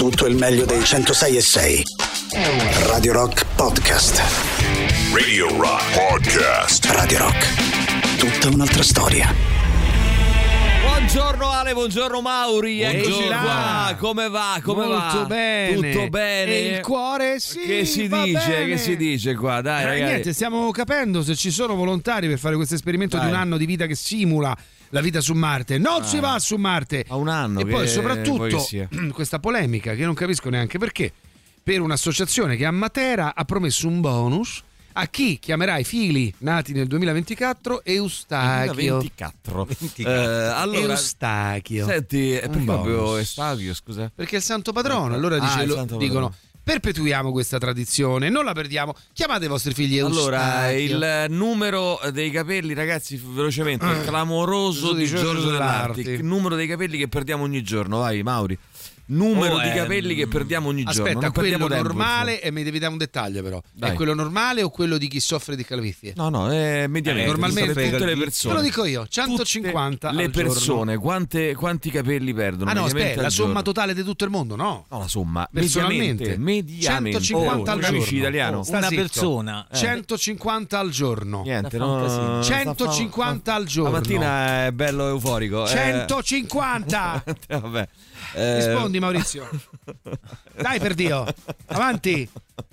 Tutto il meglio dei 106.6. Radio Rock Podcast. Radio Rock Podcast. Radio Rock. Tutta un'altra storia. Buongiorno Ale, buongiorno Mauri, eccoci qua. Come va? Come va? Molto bene. Tutto bene. E il cuore sì. Che si va dice? bene. Che si dice qua? Dai, ragazzi. Niente, stiamo capendo se ci sono volontari per fare questo esperimento di un anno di vita che simula la vita su Marte. Non si va su Marte. A un anno. E che poi vuoi soprattutto che sia? questa polemica che non capisco neanche perché, per un'associazione che a Matera ha promesso un bonus a chi chiamerà i figli nati nel 2024 Eustachio. 24. Allora, Eustachio. senti, è Un proprio bonus. Eustachio, scusa. Perché è il santo patrono. Allora il dice, santo dicono patrono. perpetuiamo questa tradizione, non la perdiamo, chiamate i vostri figli Eustachio. Allora, il numero dei capelli, ragazzi, velocemente, è clamoroso di Giorgio Dell'Arti. Il numero dei capelli che perdiamo ogni giorno, vai Mauri. Numero di capelli che perdiamo ogni giorno. Aspetta, Non quello perdiamo tempo, normale, e mi devi dare un dettaglio però. Dai. È quello normale o quello di chi soffre di calvizie? No, è mediamente. Normalmente tutte le Te persone. lo dico io, 150 Tutte le al persone, quanti capelli perdono? giorno. Ah no, mediamente aspetta, la al somma giorno? totale di tutto il mondo, no? No, la somma. Personalmente, Mediamente. 150 al capisci giorno. italiano? Sta Una zitto. persona. 150 al giorno. Niente, Da fantasia. 150 al giorno. La mattina è bello euforico. 150! Vabbè. Rispondi Maurizio. Dai per Dio. Avanti.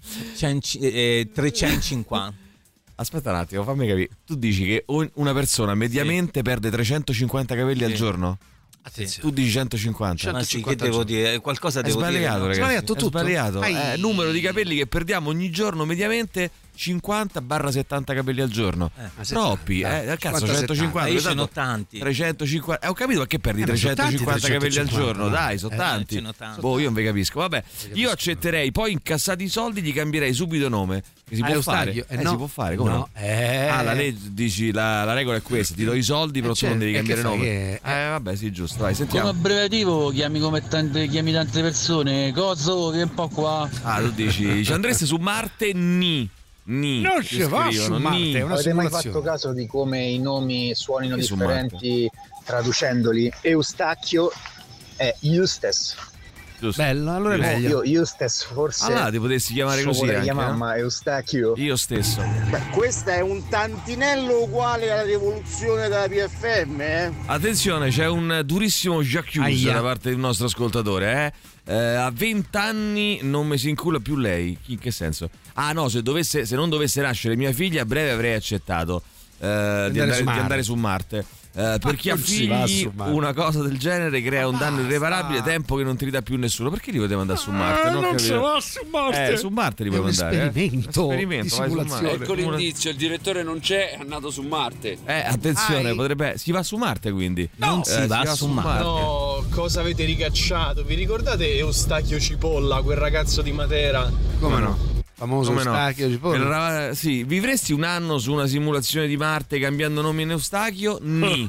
350. Aspetta un attimo, fammi capire. Tu dici che una persona mediamente perde 350 capelli al giorno? Attenzione. Tu dici 150. Ma sì, che 150 devo dire? Qualcosa È devo sbagliato, dire. No? ragazzi. Sbagliato tutto. È sbagliato. Ai. Numero di capelli che perdiamo ogni giorno mediamente 50-70 capelli al giorno. Troppi, cazzo, 150. Io ce n'ho tanti. 350. Ho capito, ma che perdi ma sono tanti 350 capelli al 350, giorno? Dai, sono tanti. ce n'ho tanti. Boh, io non vi capisco. Vabbè, io accetterei, poi incassati i soldi gli cambierei subito nome. Che si può fare? Eustachio? No. Si può fare, come no? La La legge dici la regola è questa, ti do i soldi, però tu non devi cambiare nome. Vabbè, sì, giusto. Vai, Come sentiamo. abbreviativo chiami tante persone, coso che un po' qua. Ah, tu dici, ci andreste su Marte? Non ci va su Marte, è una Avete mai simulazione. fatto caso di come i nomi suonino Che su differenti traducendoli? Eustachio è Eustace. Giusto. Bello, allora è meglio. Io Eustace forse Allora ti potessi chiamare lo così vorrei anche, chiamare, no? ma Eustachio. Io stesso. Questo è un tantinello uguale alla rivoluzione della PFM, eh? Attenzione, c'è un durissimo j'accuse Aia. da parte di un nostro ascoltatore, a 20 anni non mi si incula più lei. In che senso? Ah no, se non dovesse nascere mia figlia, a breve avrei accettato di andare su Marte. Per chi ha non si va figli su Marte. una cosa del genere crea un danno irreparabile, tempo che non ti ridà più nessuno. Perché li poteva andare su Marte? non capito. si va su Marte. Su Marte li È un puoi andare. esperimento di vai su simulazione. Marte. Ecco l'indizio, il direttore non c'è, è andato su Marte. Attenzione, Ai. si va su Marte quindi. Non si va su Marte. No, cosa avete ricacciato? Vi ricordate Eustachio Cipolla, quel ragazzo di Matera? Come no? Famoso Come no? Eustachio Cipolla. Sì, vivresti un anno su una simulazione di Marte cambiando nome in Eustachio? Ni.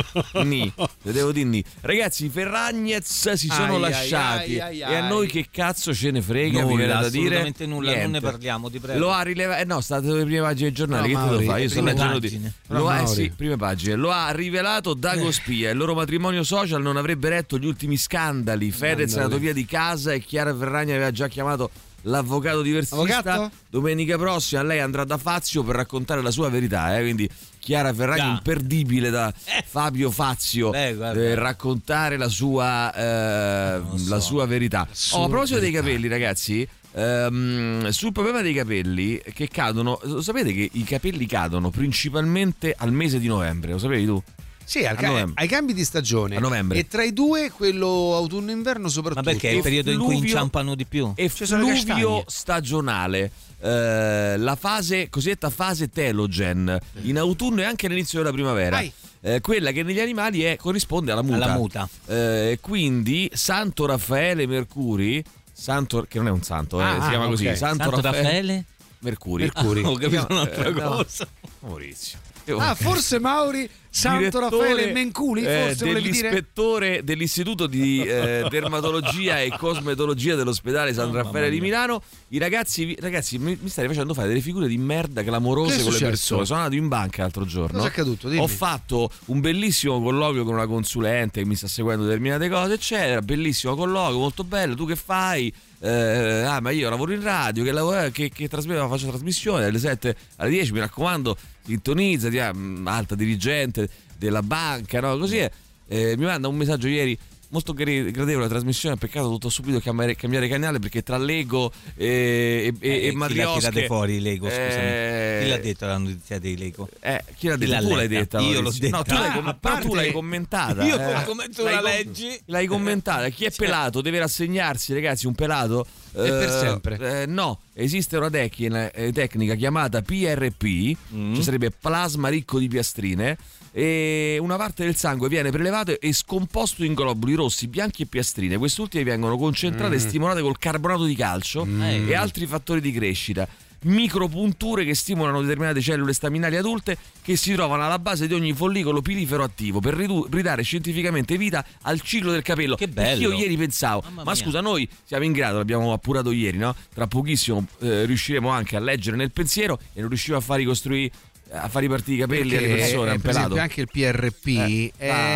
Devo dire ni. Ragazzi, i Ferragnez si sono lasciati ai. e a noi che cazzo ce ne frega, mi viene Nulla, da dire. assolutamente nulla, non ne Niente. parliamo, ti prego. Lo ha rilevato, no, state sulle prime pagine dei giornali, No, che te lo Mauri, fa? Io sto prime leggendo pagine. sì, prime pagine. Lo ha rivelato Dago Spia. Il loro matrimonio social non avrebbe retto gli ultimi scandali. Fedez è andato via di casa e Chiara Ferragni aveva già chiamato l'avvocato diversista. Avvocato? Domenica prossima lei andrà da Fazio per raccontare la sua verità, quindi Chiara Ferragni Già. imperdibile da Fabio Fazio guarda. raccontare la sua verità. A proposito dei capelli, ragazzi, sul problema dei capelli che cadono, lo sapete che i capelli cadono principalmente al mese di novembre, lo sapevi tu? Sì, novembre. ai cambi di stagione. A novembre. E tra i due quello autunno-inverno soprattutto. Ma perché è il periodo in cui inciampano di più? E sono le fluvio castagne. stagionale, la cosiddetta fase telogen in autunno e anche all'inizio della primavera. Quella che negli animali corrisponde alla muta. Alla muta. Quindi Santo Raffaele Mercuri, che non è un santo, si chiama così, ok. Santo Raffaele? Mercuri. Ho capito un'altra cosa. Maurizio. forse Mauri Santo Raffaele Menculi, forse volevi dire? Dell'ispettore dell'Istituto di Dermatologia e Cosmetologia dell'ospedale San Raffaele di Milano. I ragazzi, mi stai facendo fare delle figure di merda clamorose con le persone. Sono andato in banca l'altro giorno. Cosa è accaduto? Dimmi. Ho fatto un bellissimo colloquio con una consulente che mi sta seguendo determinate cose, eccetera. Bellissimo colloquio, molto bello. Tu che fai? Ma io lavoro in radio, che trasmetto, faccio trasmissione dalle 7 alle 10, mi raccomando, sintonizza, alta dirigente della banca, no? Così mi manda un messaggio ieri molto gradevole la trasmissione. Peccato, ho dovuto subito cambiare canale perché tra Lego e Matriosche. Chi l'ha tirate fuori Lego, scusami? Chi l'ha detto la notizia dei Lego? Chi l'ha detto? Tu l'hai detta. Io l'ho detta. No, tu l'hai commentata. Io tu la leggi. L'hai commentata. Chi è pelato deve rassegnarsi, ragazzi, un pelato e per sempre. No, esiste una tecnica chiamata PRP, cioè sarebbe plasma ricco di piastrine, e una parte del sangue viene prelevato e scomposto in globuli rossi, bianchi e piastrine. Quest'ultime vengono concentrate e stimolate col carbonato di calcio e altri fattori di crescita. Micropunture che stimolano determinate cellule staminali adulte che si trovano alla base di ogni follicolo pilifero attivo per ridare scientificamente vita al ciclo del capello. Che bello! Io ieri pensavo, ma scusa, noi siamo in grado, l'abbiamo appurato ieri, no? Tra pochissimo riusciremo anche a leggere nel pensiero e non riusciamo a far ripartire i capelli alle persone. Per esempio anche il PRP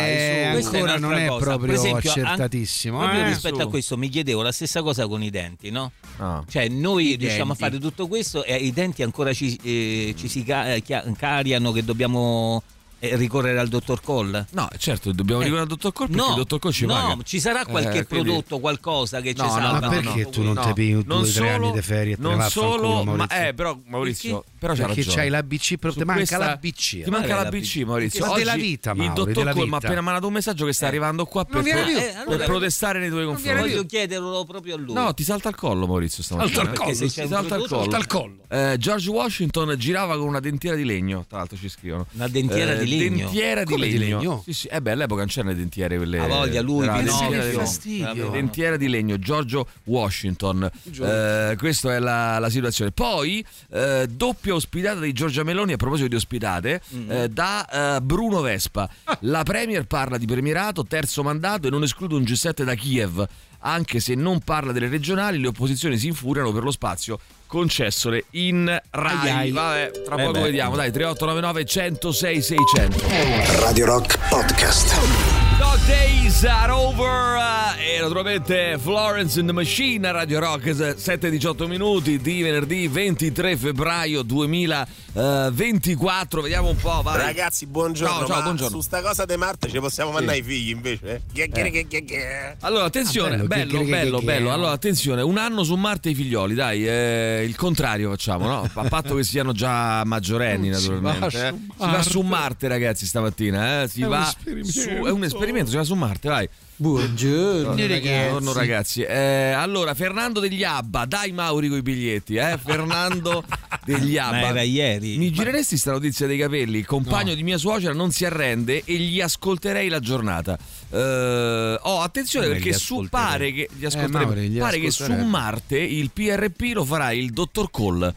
ancora non è proprio accertatissimo. Proprio rispetto a questo mi chiedevo la stessa cosa con i denti, no? Cioè noi riusciamo a fare tutto questo e i denti ancora ci si cariano che dobbiamo ricorrere al dottor Cole? No, certo, dobbiamo ricorrere al dottor Cole perché il dottor Cole ci paga. No, ci sarà qualche prodotto, qualcosa che ci salva. Ma perché tu non ti pigli 2 o 3 anni di ferie e te ne vai a fanculo, Maurizio? Però Maurizio, però c'ha perché ragione. c'hai l'ABC, ti manca l'ABC. Ti manca l'ABC, Maurizio. Ma della vita, Mauri, il dottor della Cole vita. mi ha appena mandato un messaggio che sta arrivando qua per protestare nei tuoi confronti. Voglio chiederlo proprio a lui. No, ti salta il collo, Maurizio, stamattina. Ti salta il collo. George Washington girava con una dentiera di legno, tra l'altro ci scrivono. Una dentiera di legno? Dentiera di legno? Sì, all'epoca non c'erano le dentiere quelle. A voglia, lui dentiera di legno, George Washington. Questa è la situazione. Poi doppia ospitata di Giorgia Meloni, a proposito di ospitate, da Bruno Vespa. La Premier parla di premierato, terzo mandato e non esclude un G7 da Kiev. Anche se non parla delle regionali, le opposizioni si infuriano per lo spazio concessole in Rai. Vabbè, tra poco vediamo. Dai, 3899 106 600. Radio Rock Podcast. Dog Days Are Over e naturalmente Florence and the Machine a Radio Rock. 7:18 minuti di venerdì 23 febbraio 2024. Vediamo un po', vai. Ragazzi, buongiorno. Ciao, buongiorno. Su sta cosa di Marte ci possiamo mandare i figli invece? Allora attenzione, bello. Allora attenzione, un anno su Marte i figlioli, dai, il contrario facciamo, no? A patto che siano già maggiorenni, naturalmente. Si va su Marte, ragazzi, stamattina, si va su, è un esperimento, si va su Marte, vai. Buongiorno ragazzi. Allora, Fernando degli Abba, dai Mauri con i biglietti, Fernando degli Abba. Ma era ieri. Mi gireresti sta notizia dei capelli? Il compagno di mia suocera non si arrende e gli ascolterei la giornata. Attenzione perché pare che su Marte il PRP lo farà il dottor Cole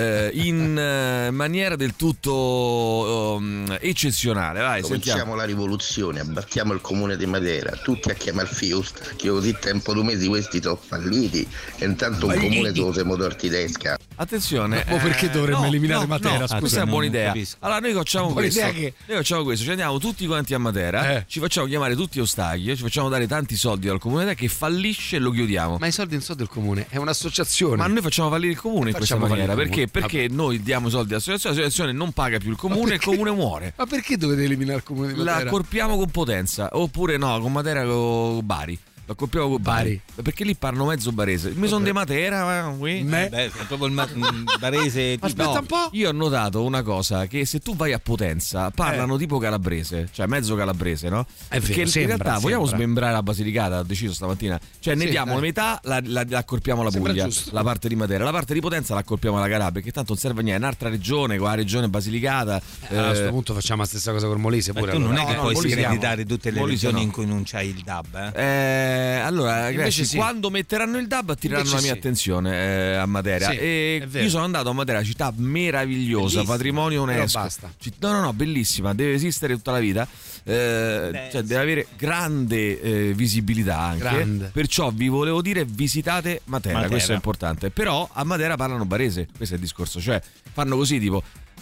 in maniera del tutto eccezionale. Vai, cominciamo sentiamo. La rivoluzione, abbattiamo il comune di Matera, tutti a chiamare Fiust, che così tempo 2 mesi questi sono falliti e intanto un comune te lo siamo torti desca. Attenzione, perché dovremmo eliminare Matera? Scusa, questa è una buona idea. Allora noi facciamo questo. Ci andiamo tutti quanti a Matera, ci facciamo chiamare tutti Ostaghi, ci facciamo dare tanti soldi al comune che fallisce e lo chiudiamo. Ma i soldi non sono del comune, è un'associazione. Ma noi facciamo fallire il comune in questa maniera. Perché noi diamo soldi all'associazione, l'associazione non paga più il comune e il comune muore. Ma perché dovete eliminare il comune di Matera? La accorpiamo con Potenza, oppure no, con Matera con Bari. Lo accoppiamo con Bari perché lì parlano mezzo barese. Mi sono di Matera è proprio il barese. Aspetta un po'. Io ho notato una cosa, che se tu vai a Potenza parlano tipo calabrese, cioè mezzo calabrese, no? Perché in realtà vogliamo smembrare la Basilicata, ho deciso stamattina. Cioè ne diamo la metà, la accorpiamo alla Puglia, la parte di Matera, la parte di Potenza la accorpiamo alla Calabria, perché tanto non serve a niente. Un'altra regione, con la regione Basilicata. A questo punto facciamo la stessa cosa con Molise pure. Tu non è che puoi screditare tutte le regioni in cui non c'hai il DAB, Allora, ragazzi, quando metteranno il DAB attireranno la mia attenzione a Matera. Sì, E io sono andato a Matera, città meravigliosa, bellissima, patrimonio UNESCO. Basta. No, bellissima, deve esistere tutta la vita. Cioè, deve avere grande visibilità anche. Grande. Perciò vi volevo dire, visitate Matera, questo è importante. Però a Matera parlano barese, questo è il discorso. Cioè, fanno così tipo: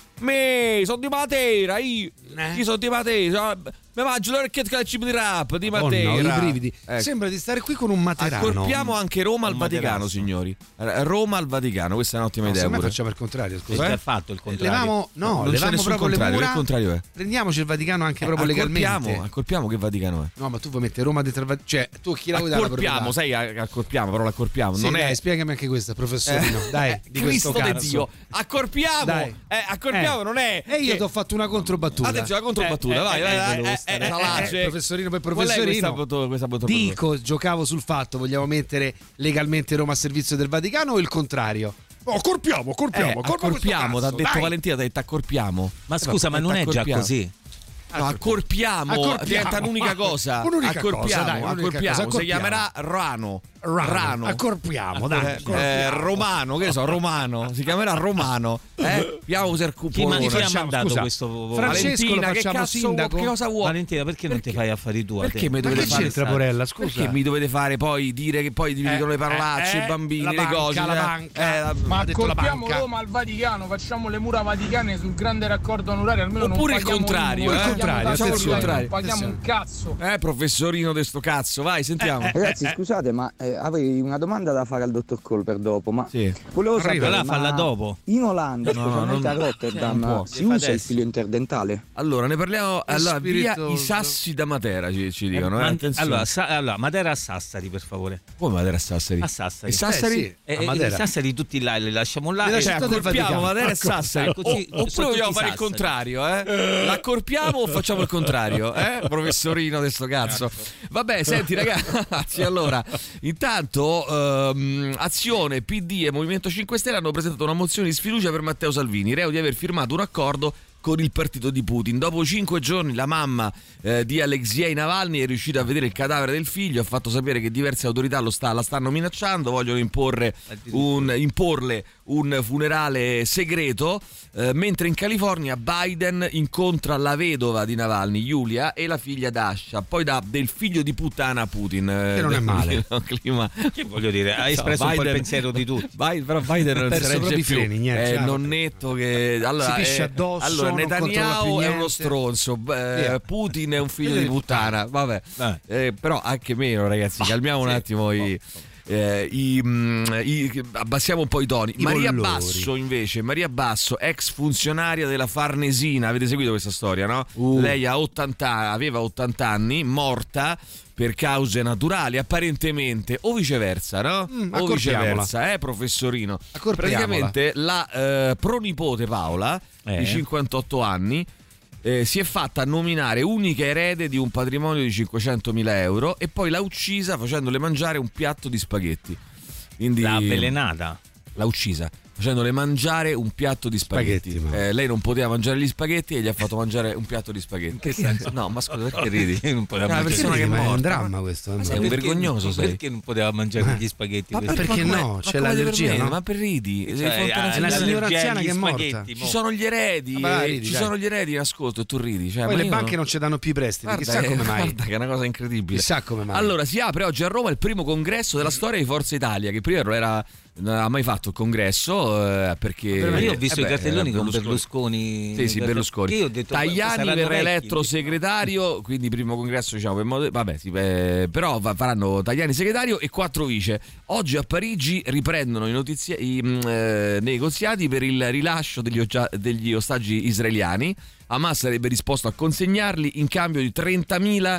sono di Matera, io sono di Matera, mi mangio l'orecchietta che ci di rap di Matera. Oh no, i brividi. Sembra di stare qui con un materano. Accorpiamo anche Roma al Vaticano, signori. Roma al Vaticano, questa è un'ottima idea. Ma facciamo il contrario, scusa. È fatto il contrario. Levamo proprio contrario, le mura. Che contrario è? Prendiamoci il Vaticano anche proprio legalmente. Accorpiamo che Vaticano è. No, ma tu vuoi mettere Roma dentro il Vaticano. Cioè, tu chi la vuoi dare la proprietà? Accorpiamo, però l'accorpiamo. Sì, non dai, è... spiegami anche questa, professorino. Dai, di questo Cristo cazzo. Dio. Accorpiamo. Accorpiamo, non è. E io ti ho fatto una controbattuta. Attenzione, la controbattuta, vai. Professorino per professorino. Questa Dico, giocavo sul fatto, vogliamo mettere legalmente Roma a servizio del Vaticano o il contrario? Accorpiamo, t'ha detto Valentina, t'ha detto accorpiamo. Ma scusa, ma non è già così? No, accorpiamo, diventa un'unica cosa. Accorpiamo. Si chiamerà Rano. Accorpiamo, dai. Romano, che ne so, Romano. Si chiamerà Romano. Piamo ser cupolone. Chi ha mandato questo? Valentina, che cazzo sindaco? Che cosa vuoi? Valentina, perché non ti fai affari tuoi? Perché mi dovete fare Porella, scusa? Perché mi dovete fare poi dire che poi dividono le parolacce, i bambini, le cose? La banca. Ma accorpiamo Roma al Vaticano, facciamo le mura vaticane sul grande raccordo anulare, almeno oppure non il contrario, non paghiamo un cazzo. Professorino di sto cazzo, vai, sentiamo. Ragazzi, scusate, ma avrei una domanda da fare al dottor Colper dopo, ma volevo sapere, falla dopo. In Olanda, specialmente a Rotterdam, si usa il filo interdentale? Allora, ne parliamo. Allora, via i sassi da Matera, ci dicono. Allora, Matera a Sassari, per favore. Come Matera a Sassari? A Sassari. E Sassari? Sassari tutti là, li lasciamo là. Accorpiamo Matera e Sassari. Oppure vogliamo fare il contrario, L'accorpiamo o facciamo il contrario, professorino di sto cazzo. Vabbè, senti ragazzi, allora, intanto Azione, PD e Movimento 5 Stelle hanno presentato una mozione di sfiducia per Matteo Salvini, reo di aver firmato un accordo con il partito di Putin. Dopo 5 giorni la mamma di Alexei Navalny è riuscita a vedere il cadavere del figlio, ha fatto sapere che diverse autorità la stanno minacciando, vogliono imporle un funerale segreto, mentre in California Biden incontra la vedova di Navalny, Yulia, e la figlia Dasha, poi dà del figlio di puttana a Putin. Che non è male. Clima. Che voglio dire, hai espresso un po' il pensiero di tutti. Però Biden non si regge più. Freni, non netto che si piscia addosso. Allora, Netanyahu è uno stronzo, Putin è un figlio di puttana, vabbè. Però anche meno, ragazzi, calmiamo un attimo abbassiamo un po' i toni. Maria Basso invece, ex funzionaria della Farnesina, avete seguito questa storia, no? Lei aveva 80 anni, morta per cause naturali apparentemente, o viceversa, no? O viceversa, professorino. Praticamente la pronipote Paola di 58 anni si è fatta nominare unica erede di un patrimonio di 500.000 euro e poi l'ha uccisa facendole mangiare un piatto di spaghetti. Quindi l'ha avvelenata. L'ha uccisa facendole mangiare un piatto di spaghetti. Lei non poteva mangiare gli spaghetti e gli ha fatto mangiare un piatto di spaghetti. Che senso? No, ma scusa, perché ridi? Non poteva una persona che è morta. È un dramma questo. Sei un vergognoso, sei. Perché non poteva mangiare gli spaghetti? Ma perché no? C'è l'allergia, no? Ma per ridi? È una signora anziana che è morta. Ci sono gli eredi, sono gli eredi in ascolto e tu ridi. Poi le banche non ci danno più i prestiti, chissà come mai. Guarda che è una cosa incredibile. Chissà come mai. Allora, si apre oggi a Roma il primo congresso della storia di Forza Italia, che prima non ha mai fatto il congresso perché io ho visto i cartelloni con Berlusconi. Sì, Berlusconi. Io ho detto, Tajani verrà eletto segretario, quindi primo congresso, diciamo, però faranno Tajani segretario e 4 vice. Oggi a Parigi riprendono i negoziati per il rilascio degli ostaggi israeliani. Hamas sarebbe disposto a consegnarli in cambio di 30.000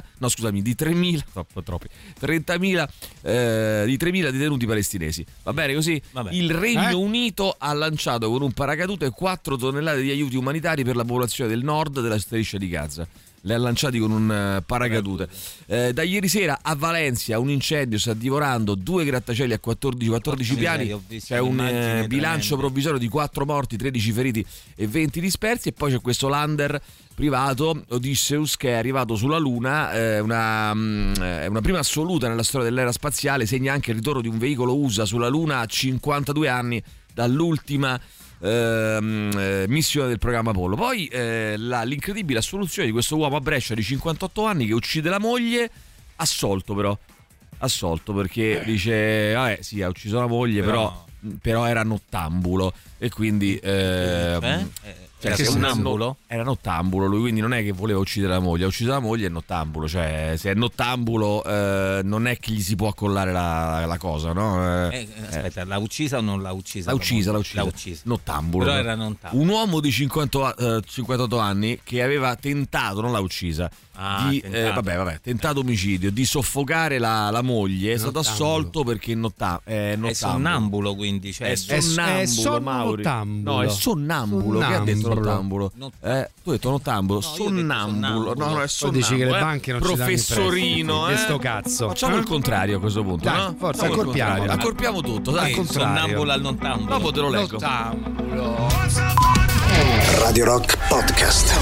detenuti palestinesi. Va bene così? Il Regno Unito ha lanciato con un paracadute 4 tonnellate di aiuti umanitari per la popolazione del nord della striscia di Gaza. li ha lanciati con un paracadute. Da ieri sera a Valencia un incendio sta divorando 2 grattacieli a 14 piani, c'è un bilancio provvisorio di 4 morti, 13 feriti e 20 dispersi, e poi c'è questo lander privato Odysseus che è arrivato sulla Luna, è una prima assoluta nella storia dell'era spaziale, segna anche il ritorno di un veicolo USA sulla Luna a 52 anni dall'ultima missione del programma Apollo. Poi l'incredibile assoluzione di questo uomo a Brescia di 58 anni che uccide la moglie, assolto perché dice vabbè sì, ha ucciso la moglie, però era nottambulo e quindi Era nottambulo? Era nottambulo lui, quindi non è che voleva uccidere la moglie, ha ucciso la moglie, è nottambulo, cioè se è nottambulo non è che gli si può accollare la cosa, no? Aspetta, l'ha uccisa o non l'ha uccisa? L'ha uccisa. Nottambulo. Però era nottambulo. Un uomo di 58 anni che aveva tentato, non l'ha uccisa, tentato omicidio, di soffocare la moglie, è stato assolto perché è sonnambulo, quindi è sonnambulo, Mauri. No, è sonnambulo. Che ha detto nottambulo? Tu hai detto nottambulo, sonnambulo. No, è sonnambulo. Dici che le banche non professorino, sto cazzo. Facciamo il contrario a questo punto, dai, no? Forza, accorpiamo tutto, dai. Sonnambulo al nottambulo. Dopo te lo leggo. Nottambulo. Radio Rock Podcast.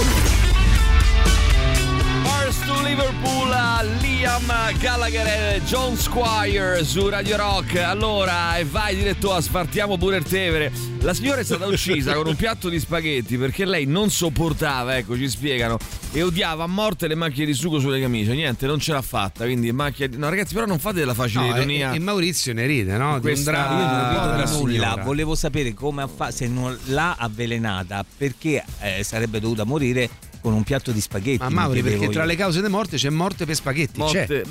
To Liverpool, Liam Gallagher e John Squire su Radio Rock. Allora, e vai diretto a spartiamo pure il Tevere. La signora è stata uccisa con un piatto di spaghetti perché lei non sopportava, ecco, ci spiegano, e odiava a morte le macchie di sugo sulle camicie. Niente, non ce l'ha fatta, quindi no ragazzi, però non fate della facile ironia. E Maurizio ne ride, no? Nulla, volevo sapere come se non l'ha avvelenata, perché sarebbe dovuta morire con un piatto di spaghetti. Ma Mauri, perché tra le cause di morte c'è morte per spaghetti. C'è.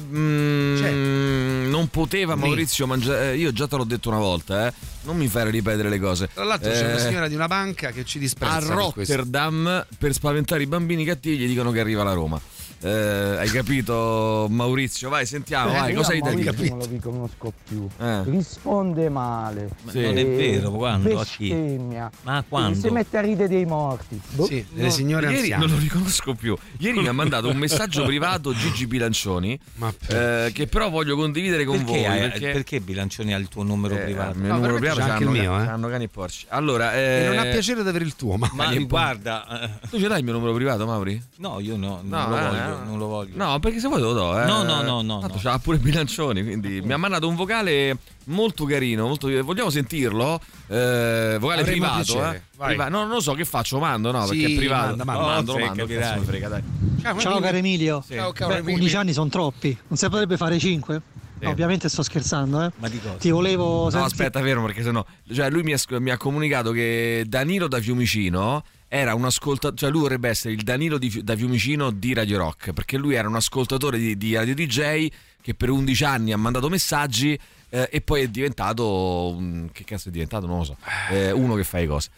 Non poteva Maurizio mangiare. Io già te l'ho detto una volta, non mi fare ripetere le cose. Tra l'altro c'è una signora di una banca che ci disprezza. A Rotterdam, per spaventare i bambini cattivi, gli dicono che arriva la Roma. Hai capito, Maurizio? Vai, sentiamo. Vai, cosa hai capito? Non lo riconosco più. Risponde male. Sì. Non è vero, quando? Bestemmia. Ma quando? Si mette a ridere dei morti. Sì, delle signore ieri anziane. Non lo riconosco più. Ieri mi ha mandato un messaggio privato Gigi Bilancioni, che però voglio condividere con voi. Perché Bilancioni ha il tuo numero privato? Il mio numero privato c'è anche il mio, hanno cani e porci. Allora, e non ha piacere di avere il tuo, ma guarda, tu ce l'hai il mio numero privato, Mauri? No, io non lo voglio. No, perché se vuoi te lo do. No. Tanto c'ha pure Bilancioni, quindi mi ha mandato un vocale molto carino, vogliamo sentirlo? Vocale privato, No, non lo so che faccio, mando, no, perché è privato. Mando, frega, dai. Ciao caro Emilio. Sì. Ciao, 11 anni sono troppi. Non si potrebbe fare 5? Sì. No, ovviamente sto scherzando, Ma di cosa? Ti volevo No, aspetta, fermo, perché sennò, cioè lui mi ha comunicato che Danilo da Fiumicino era un ascoltatore, cioè lui vorrebbe essere il Danilo da Fiumicino di Radio Rock, perché lui era un ascoltatore di Radio DJ che per 11 anni ha mandato messaggi e poi è diventato che cazzo è diventato? Non lo so. Uno che fa le cose.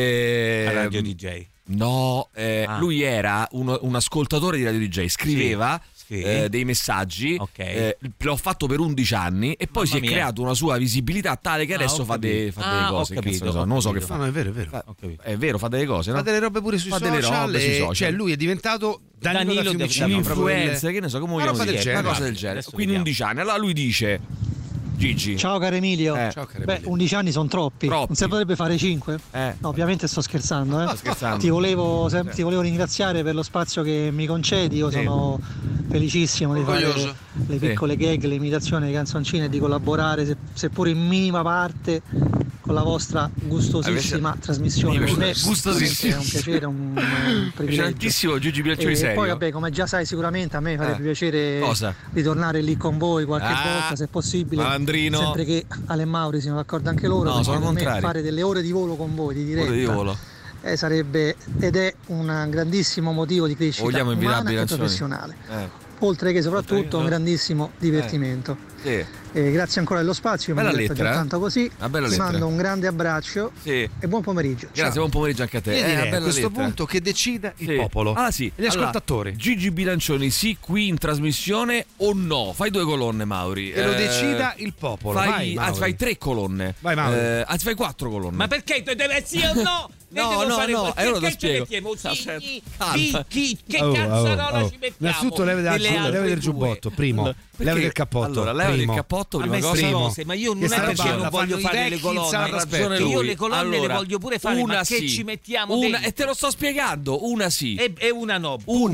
Radio DJ. No, lui era un ascoltatore di Radio DJ, scriveva dei messaggi, l'ho fatto per 11 anni e poi si è creato una sua visibilità tale che adesso fa delle cose. Non lo so che fa. No, è vero. È vero, fa delle cose, no? Fa delle robe pure sui social. Cioè lui è diventato Danilo da Fiumicino, influencer, che ne so, come vogliamo dire, una cosa del genere. Quindi 11 anni. Allora lui dice: Gigi. Ciao caro Emilio. Ciao, caro Emilio. 11 anni sono troppi. Non si potrebbe fare 5? No, ovviamente sto scherzando. Sto scherzando. Ti volevo ringraziare per lo spazio che mi concedi. Io sono felicissimo di fare le piccole gag, le imitazioni, le canzoncine, di collaborare seppure in minima parte con la vostra gustosissima trasmissione. Per me gustosissimo. È un piacere, un privilegio. Tantissimo Gigi Bilancioni serio. E poi vabbè, come già sai sicuramente a me farebbe piacere ritornare lì con voi qualche volta, se possibile. Malandrino. Sempre che Ale e Mauri siano d'accordo anche loro. No, sono contrari. Fare delle ore di volo con voi di diretta. Di volo. Sarebbe ed è un grandissimo motivo di crescita umana e professionale. Oltre che soprattutto un grandissimo divertimento. Grazie ancora dello spazio, bella lettera, tanto così. Ti mando un grande abbraccio e buon pomeriggio. Grazie, buon pomeriggio anche a te. A questo punto che decida il popolo. Gli ascoltatori. Gigi Bilancioni, sì, qui in trasmissione o no? Fai 2 colonne, Mauri. Che lo decida il popolo. Fai 3 colonne. Vai, Mauri. Anzi, fai 4 colonne. Ma perché tu deve sì o no? No, io lo spiego. Che cazzarola ci mettiamo? Innanzitutto leva del giubbotto, primo. Leva del cappotto. Allora, leva del cappotto, prima cosa. Ma io non è perché non voglio fare le colonne. Io le colonne le voglio pure fare, ma che ci mettiamo dentro? E te lo sto spiegando, una sì. E una no.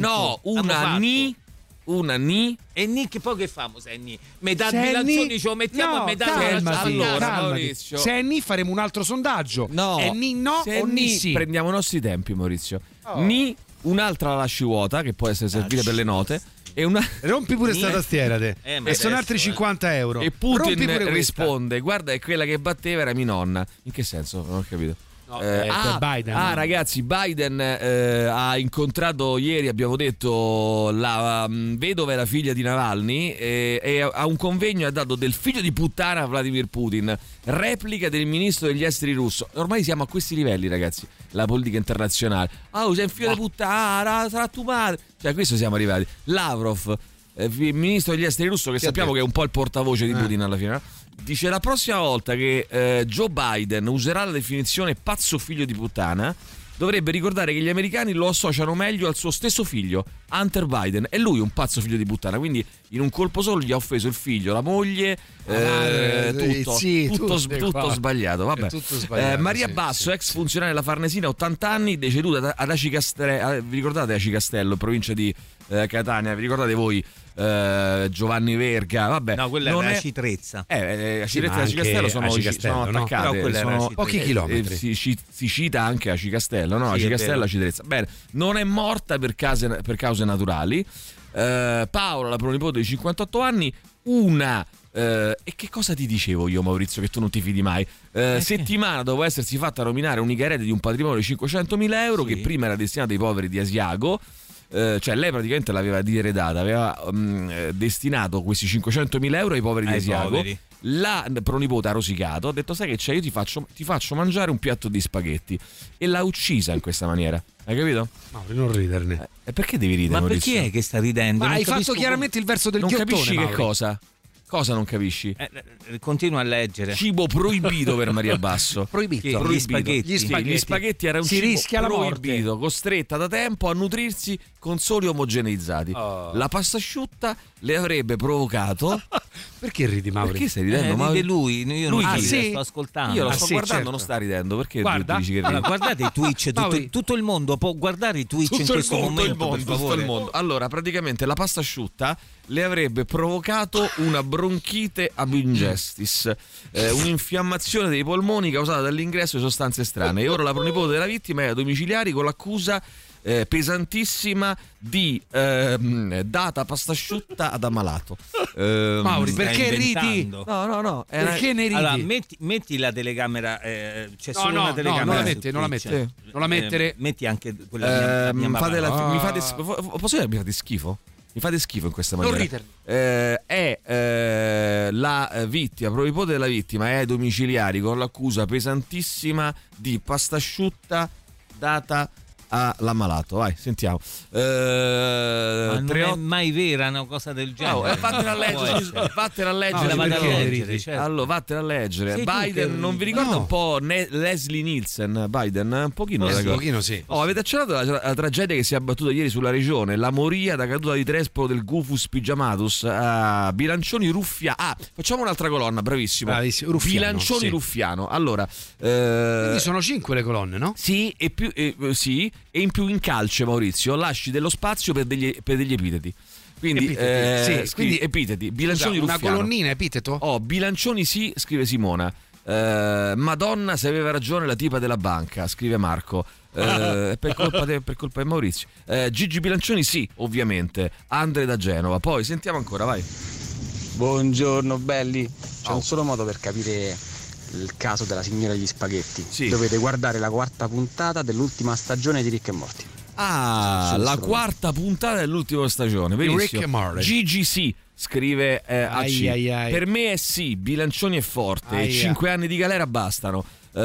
Una ni. E ni che poi che famo se è ni? Metà bilancioni ce lo mettiamo e metà Maurizio. Se è ni faremo un altro sondaggio. No. È ni no se o ni sì? Prendiamo i nostri tempi, Maurizio. Ni, un'altra la lasci vuota che può essere servita per le note. E rompi pure sta tastiera te. E sono altri 50 euro. E Putin risponde: guarda, è quella che batteva era mia nonna. In che senso? Non ho capito. Biden. Ragazzi, Biden ha incontrato ieri, abbiamo detto, la vedova e la figlia di Navalny e a un convegno ha dato del figlio di puttana a Vladimir Putin, replica del ministro degli esteri russo. Ormai siamo a questi livelli, ragazzi, la politica internazionale. Sei un figlio di puttana, sarà tua madre. Cioè, a questo siamo arrivati. Lavrov, il ministro degli esteri russo, che sappiamo che è un po' il portavoce di Putin alla fine, dice: la prossima volta che Joe Biden userà la definizione pazzo figlio di puttana, dovrebbe ricordare che gli americani lo associano meglio al suo stesso figlio, Hunter Biden. E lui è un pazzo figlio di puttana, quindi in un colpo solo gli ha offeso il figlio, la moglie, tutto sbagliato. Vabbè. Maria Basso, ex funzionaria della Farnesina, 80 anni, deceduta ad Aci Castello. Vi ricordate Aci Castello, provincia di Catania? Vi ricordate voi? Giovanni Verga, vabbè, no, quella non è Acitrezza. Acitrezza e Aci Castello sono attaccate, sono pochi chilometri. Si cita anche Aci Castello, no? Aci Castello, Acitrezza. Bene, non è morta per cause naturali. Paola, la pronipote di 58 anni, e che cosa ti dicevo io, Maurizio, che tu non ti fidi mai? Settimana dopo essersi fatta nominare unica erede di un patrimonio di 500.000 euro che prima era destinato ai poveri di Asiago. Cioè lei praticamente l'aveva diredata, aveva destinato questi 500.000 euro ai poveri di Asiago. La pronipote ha rosicato, ha detto: sai che c'è, io ti faccio mangiare un piatto di spaghetti, e l'ha uccisa in questa maniera. Hai capito? Mauri, non riderne. Perché devi ridere? Ma Maurizio? Perché è che sta ridendo? Ma hai fatto chiaramente il verso del ghiottone. Non capisci Mauri. Che cosa? Cosa non capisci? Continua a leggere. Cibo proibito per Maria Basso. Proibito. Gli spaghetti era un si cibo rischia la proibito, morte. Costretta da tempo a nutrirsi con soli omogeneizzati. La pasta asciutta le avrebbe provocato. Perché ridi, Mauri? Perché stai ridendo? Ride lui, io non sto ascoltando. Io lo sto guardando, certo. Non sta ridendo. Perché guarda, dici che ridi? Guardate i Twitch, tutto il mondo può guardare i Twitch in questo momento, per favore. Tutto il mondo. Allora, praticamente la pasta asciutta le avrebbe provocato una bronchite ab ingestis, un'infiammazione dei polmoni causata dall'ingresso di sostanze strane. E ora la pronipote della vittima è a domiciliari con l'accusa pesantissima di data pasta asciutta ad ammalato. Mauri, perché ridi? No. Perché ne ridi? Allora, metti la telecamera. C'è solo una telecamera. Non la mettere. Metti anche quella mia posso dire, mi fate schifo? Mi fate schifo in questa maniera. Non ridere. La vittima, pronipote della vittima, è ai domiciliari con l'accusa pesantissima di pasta asciutta data all'ammalato. Vai, sentiamo. Ma non è mai vera una cosa del genere. Vattene a leggere. Certo. Allora, vattene a leggere. Biden, non vi ricorda un po' Leslie Nielsen? Biden, un pochino. Un pochino, sì. Avete accennato la tragedia che si è abbattuta ieri sulla regione, la moria da caduta di trespolo del Gufus pigiamatus a Bilancioni Ruffiano. Facciamo un'altra colonna, bravissimo. Ruffiano, Bilancioni sì. Ruffiano. Allora, quindi sono 5 le colonne, no? Sì, e in più in calce, Maurizio, lasci dello spazio per degli epiteti. Quindi epiteti. Bilancioni Ruffiano. Una colonnina epiteto? Bilancioni sì, scrive Simona. Madonna, se aveva ragione la tipa della banca, scrive Marco. Per colpa di Maurizio. Gigi Bilancioni sì, ovviamente. Andre da Genova. Poi sentiamo ancora, vai. Buongiorno belli. C'è un solo modo per capire il caso della signora degli spaghetti. Sì. Dovete guardare la 4ª puntata dell'ultima stagione di Rick e Morty. La 4ª puntata dell'ultima stagione. Benissimo. Rick e Morty. Gigi sì, scrive AC. Per me è sì, Bilancioni è forte. 5 anni di galera bastano.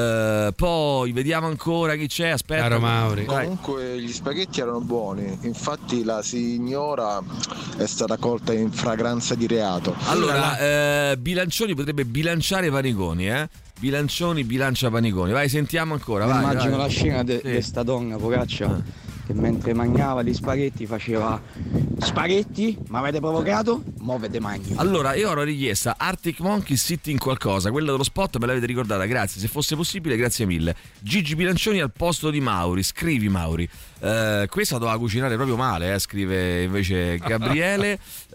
Poi vediamo ancora chi c'è. Aspetta, caro Mauri. Comunque gli spaghetti erano buoni, infatti la signora è stata colta in fragranza di reato. Allora Bilancioni potrebbe bilanciare i paniconi, Bilancioni bilancia paniconi. Vai, sentiamo ancora. Vai, immagino vai. la scena di sta donna, poraccia, che mentre mangiava gli spaghetti faceva: spaghetti? Mi avete provocato? Mo' avete mangi. Allora, io ero richiesta Arctic Monkeys Sitting qualcosa, quella dello spot me l'avete ricordata, grazie, se fosse possibile, grazie mille. Gigi Bilancioni al posto di Mauri, scrivi Mauri. Questa doveva cucinare proprio male, scrive invece Gabriele.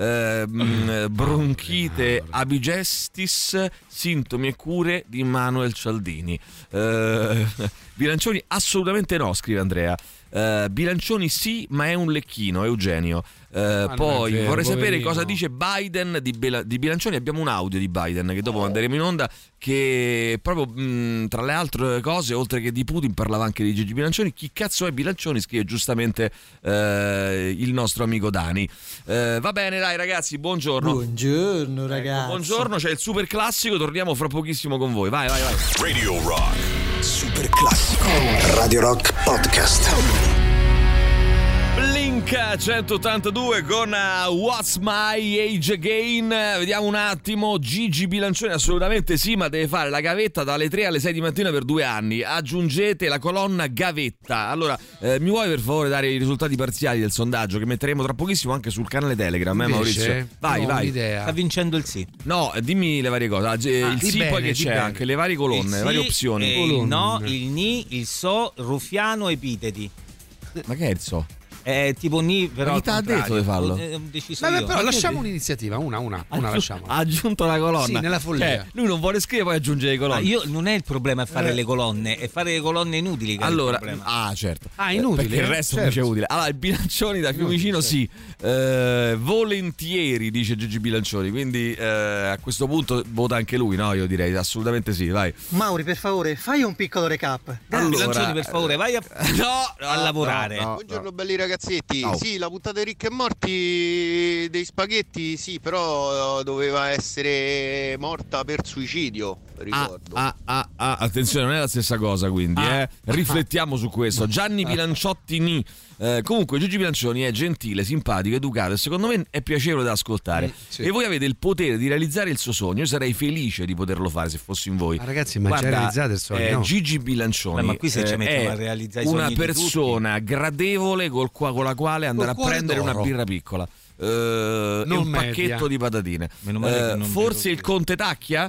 Bronchite abigestis, sintomi e cure di Manuel Cialdini. Bilancioni assolutamente no, scrive Andrea. Bilancioni sì, ma è un lecchino, Eugenio. Poi vero, vorrei sapere poverino. cosa dice Biden di Bilancioni. Abbiamo un audio di Biden che dopo manderemo in onda, che proprio tra le altre cose, oltre che di Putin, parlava anche di Gigi Bilancioni. Chi cazzo è Bilancioni? Scrive giustamente il nostro amico Dani. Va bene, dai ragazzi, buongiorno. Buongiorno ragazzi. Buongiorno, c'è il super classico, torniamo fra pochissimo con voi. Vai. Radio Rock. Super classico. Radio Rock Podcast. Blink 182 con What's My Age Again. Vediamo un attimo. Gigi Bilancioni assolutamente sì, ma deve fare la gavetta dalle 3 alle 6 di mattina per 2 anni. Aggiungete la colonna gavetta. Allora, mi vuoi per favore dare i risultati parziali del sondaggio che metteremo tra pochissimo anche sul canale Telegram, Maurizio? Vai. Sta vincendo il sì. No, dimmi le varie cose. Il sì, bene, poi che c'è bene. anche le varie colonne, le Sì, varie opzioni. il no, il ni, il so, Ruffiano, epiteti. Ma che è il so? Tipo ni, però. Ma chi t'ha detto di farlo? Ho deciso Vabbè, io. però lasciamo un'iniziativa, una lasciamo. Ha aggiunto la colonna. Sì, nella follia. Lui non vuole scrivere, poi aggiunge le colonne. Io non è il problema a fare le colonne, è fare le colonne inutili. Che Allora, è il problema. certo. Inutili. Perché il resto invece è utile. Allora, il Bilancioni da Fiumicino sì. Volentieri, dice Gigi Bilancioni. Quindi a questo punto vota anche lui, no? Io direi assolutamente sì, vai. Mauri, per favore, fai un piccolo recap. Allora, Bilancioni, per favore, vai a lavorare. No. Buongiorno belli ragazzetti. Ciao. Sì, la puntata di Ricchi e Morti dei spaghetti, sì, però doveva essere morta per suicidio, ricordo. Attenzione, non è la stessa cosa, quindi riflettiamo su questo. Gianni Bilanciotti ni. Comunque Gigi Bilancioni è gentile, simpatico, educato e secondo me è piacevole da ascoltare. Sì. E voi avete il potere di realizzare il suo sogno. Io sarei felice di poterlo fare se fossi in voi. Ma ragazzi, ma già realizzate il sogno? No. Gigi Bilancioni Ma qui se ci mettono è a realizzare i una sogni di persona gradevole con la quale andare a prendere una birra piccola. E un pacchetto di patatine. Meno male che non forse vedo il Conte Tacchia,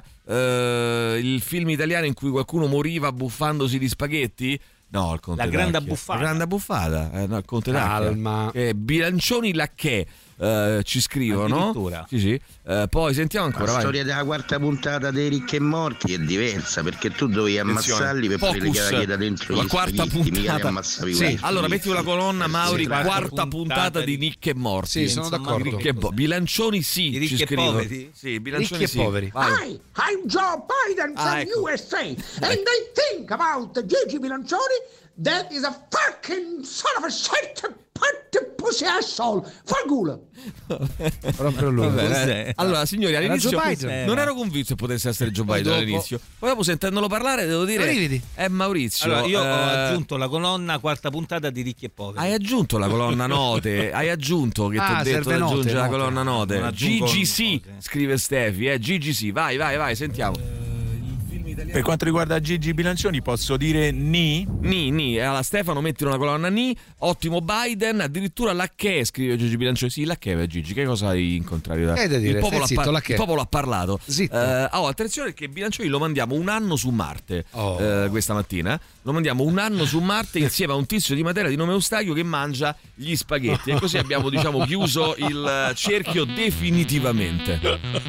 il film italiano in cui qualcuno moriva buffandosi di spaghetti. No, il Conte La grande Tacchia. abbuffata. La grande abbuffata. No, il Conte Tacchia. Calma. Bilancioni Lacchè. Ci scrivono. Sì. Poi sentiamo ancora. La vai. storia della quarta puntata dei Ricchi e Morti è diversa, perché tu dovevi ammazzarli per poi legare da dentro la gli quarta spaghetti, mica li puntata. ammazzavi Sì. questi. Allora metti una colonna, Mauri, Sì, quarta puntata di Nick e Morti. Sì, sono d'accordo. Bilancioni sì, Di Ricchi ci e scrivono. poveri? Sì, Bilancioni Ricchi e sì. poveri. Vai. Hi, I'm Joe Biden from ecco. USA, and I think about Gigi Bilancioni. That is a fucking son of a shit pussy asshole. Fanculo. Proprio lui. Vabbè, allora, signori, all'inizio Joe Biden. non ero convinto che potesse essere Joe Poi Biden dopo- all'inizio. Poi dopo sentendolo parlare devo dire Brividi. è Maurizio. Allora, io ho aggiunto la colonna quarta puntata di Ricchi e Poveri. Hai aggiunto la colonna note, hai aggiunto che ti ho detto serve di note, aggiungere la note. colonna Non note. aggiungo GGC note. scrive Stefi, GGC. Vai, sentiamo. Per quanto riguarda Gigi Bilancioni posso dire ni? Ni. Allora Stefano metti una colonna ni. Ottimo Biden. Addirittura Lacchè scrive Gigi Bilancioni. Sì, Lacchè è Gigi. Che cosa hai in contrario? Che hai da dire? Il popolo, Stai zitto, Lacchè. il popolo ha parlato. Zitto. Attenzione che Bilancioni lo mandiamo un anno su Marte questa mattina. Lo mandiamo un anno su Marte insieme a un tizio di Matera di nome Eustachio che mangia gli spaghetti. E così abbiamo chiuso il cerchio definitivamente.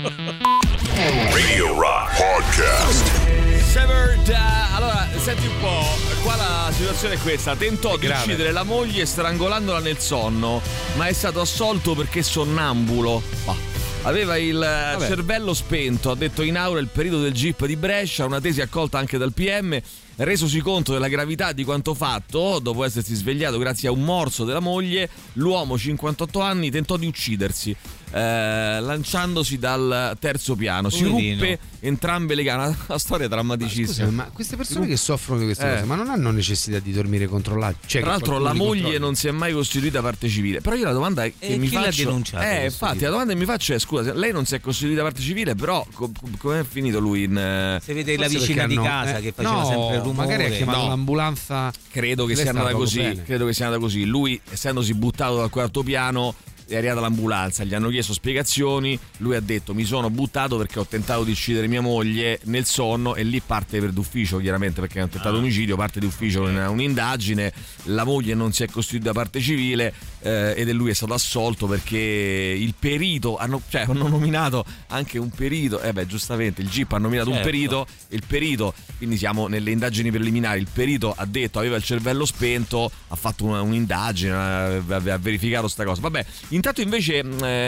Radio Rock Podcast. Severed, allora senti un po', qua la situazione è questa: tentò di uccidere la moglie strangolandola nel sonno, ma è stato assolto perché sonnambulo. Aveva il cervello spento, ha detto in aula il perito del GIP di Brescia, una tesi accolta anche dal PM. Resosi conto della gravità di quanto fatto, dopo essersi svegliato grazie a un morso della moglie, l'uomo 58 anni tentò di uccidersi. lanciandosi dal terzo piano. Si ruppe entrambe le gambe. Una storia drammaticissima. Ma queste persone che soffrono di queste cose, ma non hanno necessità di dormire controllati? Cioè, tra l'altro la moglie non si è mai costituita parte civile. Però io la domanda che mi faccio, infatti la domanda che mi faccio è: scusa, lei non si è costituita parte civile, però come è finito lui in se vede la vicina di casa che faceva sempre rumore, magari ha chiamato l'ambulanza. Credo che sia andata così. Lui, essendosi buttato dal quarto piano, è arrivata l'ambulanza, gli hanno chiesto spiegazioni, lui ha detto mi sono buttato perché ho tentato di uccidere mia moglie nel sonno, e lì parte per d'ufficio, chiaramente, perché è un tentato omicidio, parte d'ufficio un'indagine, la moglie non si è costituita parte civile ed è lui è stato assolto perché il perito hanno nominato anche un perito, giustamente il GIP ha nominato un perito, il perito, quindi siamo nelle indagini preliminari, il perito ha detto aveva il cervello spento, ha fatto un'indagine, ha verificato sta cosa, vabbè. Intanto invece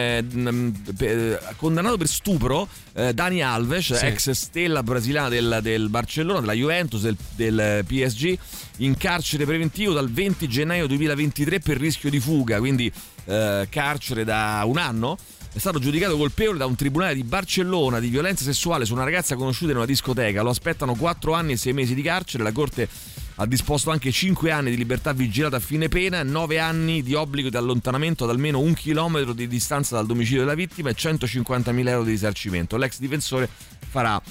condannato per stupro Dani Alves, ex stella brasiliana del Barcellona, della Juventus, del PSG, in carcere preventivo dal 20 gennaio 2023 per rischio di fuga, quindi carcere da un anno. È stato giudicato colpevole da un tribunale di Barcellona di violenza sessuale su una ragazza conosciuta in una discoteca. Lo aspettano 4 anni e 6 mesi di carcere. La Corte ha disposto anche 5 anni di libertà vigilata a fine pena, 9 anni di obbligo di allontanamento ad almeno 1 chilometro di distanza dal domicilio della vittima e 150.000 euro di risarcimento. L'ex difensore farà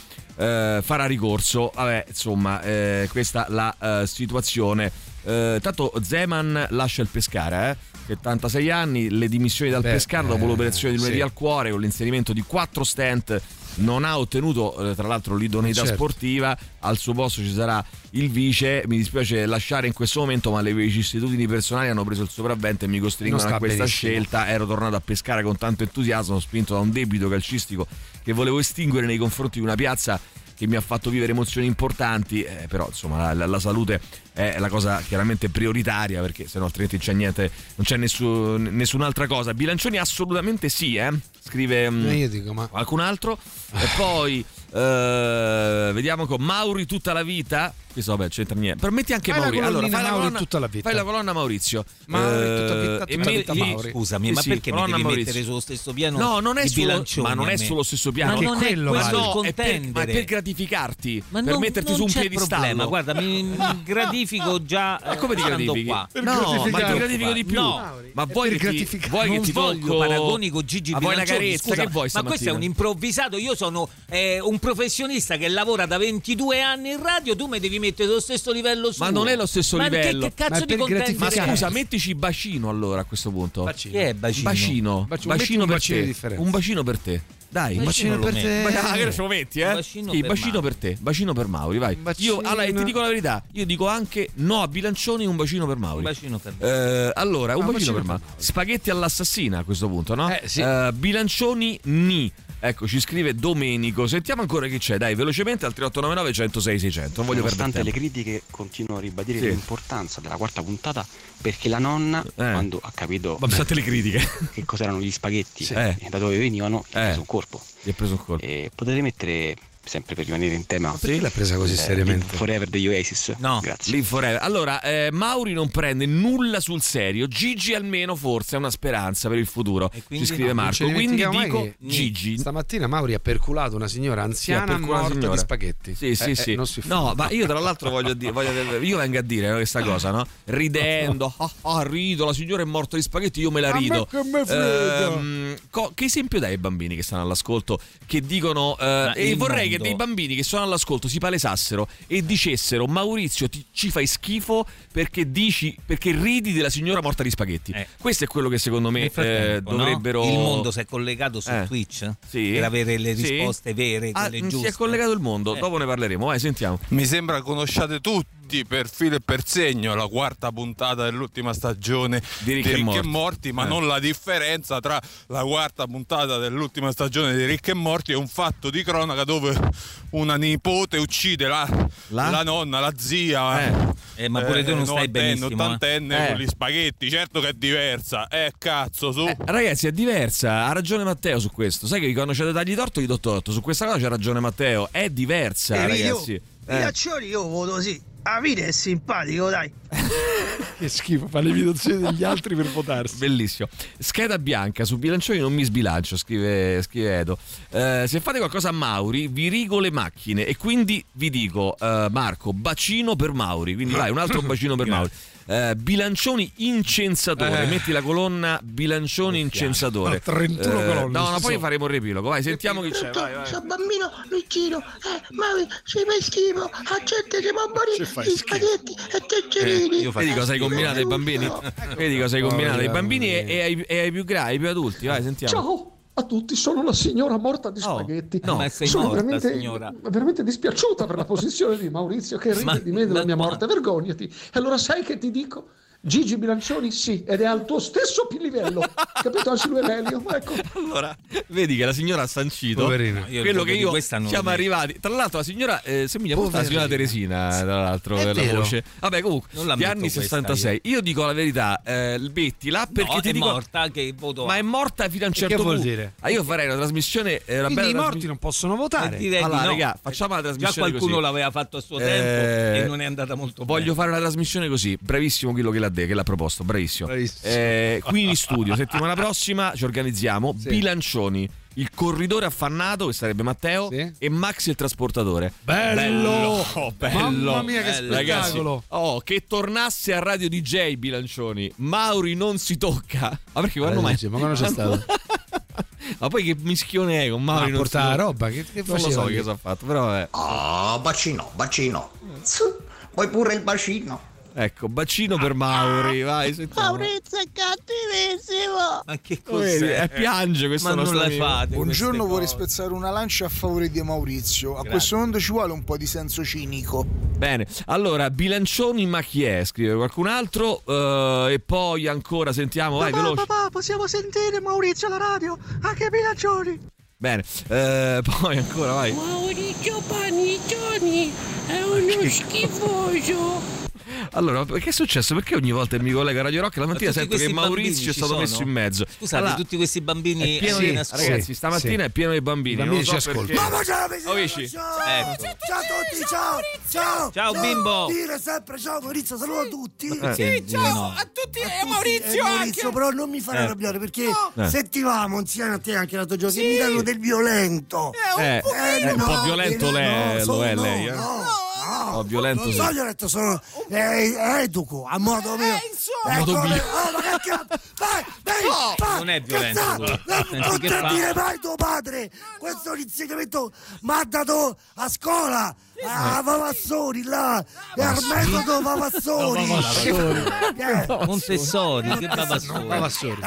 ricorso. Vabbè, insomma, questa la situazione. Tanto Zeman lascia il Pescara, 76 anni, le dimissioni dal Pescara dopo l'operazione di lunedì al cuore con l'inserimento di 4 stent. Non ha ottenuto tra l'altro l'idoneità sportiva, al suo posto ci sarà il vice. Mi dispiace lasciare in questo momento, ma le vicissitudini personali hanno preso il sopravvento e mi costringono a questa scelta. Ero tornato a Pescara con tanto entusiasmo, spinto da un debito calcistico che volevo estinguere nei confronti di una piazza che mi ha fatto vivere emozioni importanti, però insomma la salute è la cosa chiaramente prioritaria, perché sennò altrimenti c'è niente, non c'è nessun'altra cosa. Bilancioni assolutamente sì, scrive io dico, ma qualcun altro. E poi vediamo con Mauri tutta la vita. Questo vabbè c'entra niente. Permetti anche Mauri. Allora fai la colonna tutta la vita. Fai la colonna Maurizio. Mauri tutta vita Mauri. Scusami, ma perché mi devi mettere sullo stesso piano? No, non è ma non è sullo stesso piano. Ma non è quello è per gratificarti, per metterti su un piedistallo. Guarda, mi gratifico già. Come ti gratifichi? Qua. No, ma ti gratifico di più. Ma vuoi che ti tolgo paragoni con Gigi Bilancioni? Vuoi una carezza? Che vuoi stamattina? Ma questo è un improvvisato. Io sono un professionista che lavora da 22 anni in radio. Tu mi devi mettere lo stesso livello suo. Ma non è lo stesso livello. Che cazzo di contenti? Ma scusa, mettici bacino allora a questo punto. Che è bacino? Bacino per te. Un bacino per te. Dai, un bacino per te. Che ce lo metti, bacino per te, bacino per Mauri, vai. Io ti dico la verità, io dico anche no a Bilancioni, un bacino per Mauri. Un bacino per me. Allora, un bacino per Mauri. Spaghetti all'assassina a questo punto, no? Sì. Bilancioni ni. Ecco, ci scrive Domenico. Sentiamo ancora chi c'è, dai, velocemente al 3899 106 600. Non voglio perdere tempo. Nonostante le critiche, continuo a ribadire l'importanza della quarta puntata, perché la nonna, quando ha capito le critiche che cos'erano gli spaghetti e da dove venivano, gli ha preso un colpo. E potete mettere, sempre per rimanere in tema, perché l'ha presa così seriamente? Forever degli Oasis. No, grazie. Live Forever. Allora, Mauri non prende nulla sul serio. Gigi almeno forse è una speranza per il futuro. Ci scrive Marco. Quindi dico Gigi. Stamattina Mauri ha percolato una signora anziana morta di spaghetti. Sì. No, ma io tra l'altro voglio dire, io vengo a dire questa cosa, no? Ridendo, rido, la signora è morta di spaghetti, io me la rido. Che esempio dai ai bambini che stanno all'ascolto, che dicono e vorrei che dei bambini che sono all'ascolto si palesassero e dicessero: Maurizio, ci fai schifo perché ridi della signora morta di spaghetti. Questo è quello che secondo me dovrebbero. Il mondo si è collegato su Twitch per avere le risposte vere, quelle giuste. Si è collegato il mondo, dopo ne parleremo. Vai, sentiamo. Mi sembra conosciate tutti per filo e per segno la quarta puntata dell'ultima stagione di Ricchi e Morti, ma non la differenza tra la quarta puntata dell'ultima stagione di Ricchi e Morti e un fatto di cronaca dove una nipote uccide la nonna, la zia, ma pure tu non stai benissimo, ottantenne con gli spaghetti. Certo che è diversa, cazzo, su. Ragazzi, è diversa, ha ragione Matteo su questo. Sai che quando c'è dagli torto gli do torto, su questa cosa c'ha ragione Matteo, è diversa, ragazzi. Bilancioni io voto sì. Ah, vedi, è simpatico, dai. Che schifo, fa le imitazioni degli altri per votarsi. Bellissimo. Scheda bianca, su bilancioni non mi sbilancio, scrive Edo. Se fate qualcosa a Mauri, vi rigo le macchine e quindi vi dico, Marco, bacino per Mauri. Quindi vai, un altro bacino per Mauri. Bilancioni incensatore, metti la colonna bilancioni incensatore. 31 colonne. No, poi faremo il riepilogo. Vai, sentiamo chi c'è. Vai. Sono bambino Luigino, ma ci fai schifo, a gente che va a morire gli spaghetti e ceccerini. Vedi cosa hai combinato ai bambini? Vedi cosa hai combinato ai bambini e ai più gravi, ai più adulti. Vai, sentiamo. Ciao a tutti, sono la signora morta di spaghetti. No, ma sei sono morta, signora. veramente dispiaciuta per la posizione di Maurizio che ride di me della mia morte. Vergognati. E allora sai che ti dico? Gigi Bilancioni sì, ed è al tuo stesso livello, capito? Asilo Emelio, ecco. Allora, vedi che la signora ha sancito quello che io siamo arrivati. Tra l'altro la signora somiglia molto alla signora Teresina, tra l'altro, per la voce. Vabbè, comunque, gli anni 66. Io dico la verità, mettila perché ti dico morta, che voto ma è morta fino a un certo punto. Che vuol dire? Io farei una trasmissione, quindi i morti non possono votare. Allora, raga, facciamo la trasmissione già qualcuno così. L'aveva fatto a suo tempo e non è andata molto bene. Voglio fare una trasmissione così, bravissimo quello che l'ha proposto, bravissimo. Qui in studio settimana prossima ci organizziamo Bilancioni, il corridore affannato, che sarebbe Matteo, e Maxi il trasportatore. Bello. Mamma mia, che spettacolo. Ragazzi, che tornasse a Radio DJ Bilancioni. Mauri non si tocca. Ma perché quando mai? Ma quando c'è stato? Ma poi che mischione è con Mauri? Ma portava roba, che non lo so che cosa ha fatto, però vabbè. Bacino. Vuoi pure il bacino? Ecco, bacino per Mauri, vai, sentiamo. Maurizio è cattivissimo. Ma che cos'è? Piange questo. Ma non la fate. Buongiorno, vorrei spezzare una lancia a favore di Maurizio. A questo momento ci vuole un po' di senso cinico. Bene, allora, Bilancioni, ma chi è? Scrive qualcun altro. E poi ancora sentiamo, vai, veloce. Papà, possiamo sentire Maurizio alla radio? Anche Bilancioni. Bene, poi ancora, vai. Maurizio Panicioni è uno schifoso. Allora, che è successo? Perché ogni volta che mi collega a Radio Rock la mattina sento che Maurizio è stato messo in mezzo? Scusate, allora, tutti questi bambini è pieno di ragazzi, stamattina è pieno di bambini. I bambini ci ascoltano. Ciao a tutti, ciao bimbo. Dire sempre ciao Maurizio, saluto a tutti. Ciao a tutti e Maurizio anche. Però non mi fare arrabbiare perché sentivamo insieme a te anche l'altro giorno che mi danno del violento. Un po' violento lo è lei, No, violento. Non sono violento, sono educo a modo mio. A modo mio. Vai, non è violento. Non ti dire mai tuo padre. Questo è un insegnamento mi ha dato a scuola. A Vavassori là. E al metodo Vavassori. Montessori, che Vavassori.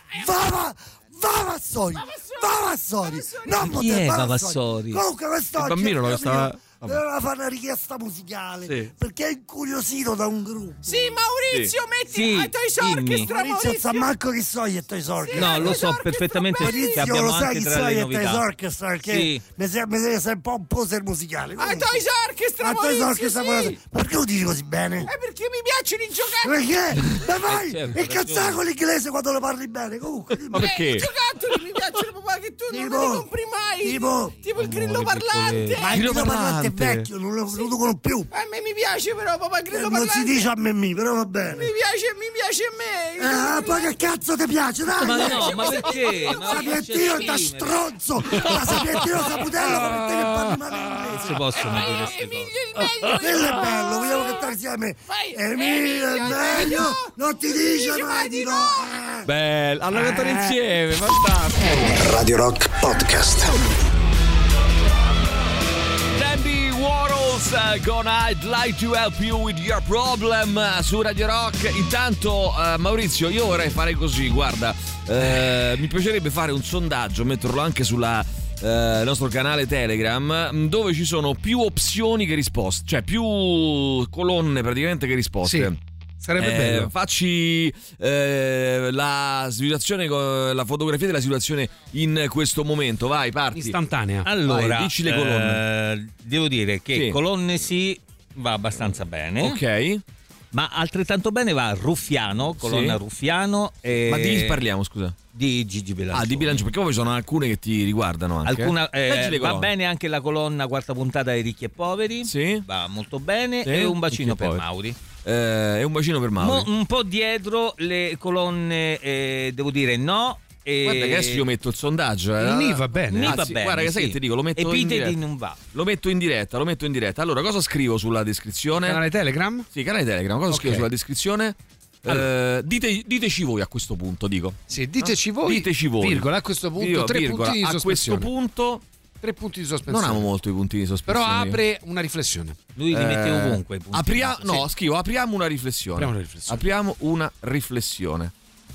Vavassori. Non chi è Vavassori? Comunque quest'oggi il bambino lo stava doveva fare una richiesta musicale perché è incuriosito da un gruppo. Sì, Maurizio, metti a Toys Orchestra. Maurizio sa manco chi so io e Toys Orchestra. No, lo so perfettamente. Maurizio lo sai chi so io e Toys Orchestra perché mi sembra sempre un poser musicale. A Toys Orchestra, Maurizio, sì. Perché lo dici così bene? Perché mi piacciono i giocattoli. Perché? Ma vai il cazzaco l'inglese quando lo parli bene. Comunque ma perché? I giocattoli mi piacciono, papà, che tu non li compri mai. Tipo il grillo parlante. Ma il grillo parlante è vecchio, non lo dicono più. A me mi piace però, papà, il grillo parlante. Non si dice a me, però va bene. Mi piace a me. Poi che cazzo ti piace, dai? Ma no, ma perché? Sapientino da stronzo. Ma Sapientino Saputello per te che parli male inglese. Non si possono dire queste cose. Quello è bello, vogliamo cantare insieme. Emilio è meglio, non ti dice mai di no. Bello, hanno cantato insieme, fantastico. Radio Rock Podcast. Dandy Warhols con I'd like to help you with your problem su Radio Rock. Intanto Maurizio, io vorrei fare così, guarda, mi piacerebbe fare un sondaggio, metterlo anche sulla nostro canale Telegram, dove ci sono più opzioni che risposte, cioè più colonne praticamente che risposte. Sì. Sarebbe bello. Facci la situazione, la fotografia della situazione in questo momento. Vai, parti. Istantanea. Allora, vai, dici le colonne. Devo dire che colonne sì, va abbastanza bene. Ok. Ma altrettanto bene va Ruffiano, colonna Sì. Ruffiano. Ma di chi parliamo, scusa? Di Gigi Bilancioni. Di Bilancioni, perché poi ci sono alcune che ti riguardano anche. Leggi le Va colonne. bene anche la colonna quarta puntata di Ricchi e Poveri. Sì. Va molto bene. Sì. E un bacino Ricchi e per Poveri. Mauri. È un bacino per Mauri. Un po' dietro le colonne, devo dire no. Guarda che adesso io metto il sondaggio. Il Ni va bene. Ni va bene, Guarda che sai sì. che ti dico, lo metto in Epiteti diretta. non va. Lo metto in diretta. Allora, cosa scrivo sulla descrizione? Canale Telegram? Sì, canale Telegram. Cosa scrivo sulla descrizione? Allora. Diteci voi a questo punto, dico. Sì, diteci voi. Diteci voi. Virgola, a questo punto Io, 3 virgola, punti di a sospensione. questo punto 3 punti di sospensione. non amo molto i puntini di Però sospensione. apre una riflessione. Lui li mette ovunque. i puntini. Scrivo apriamo una riflessione. Apriamo una riflessione.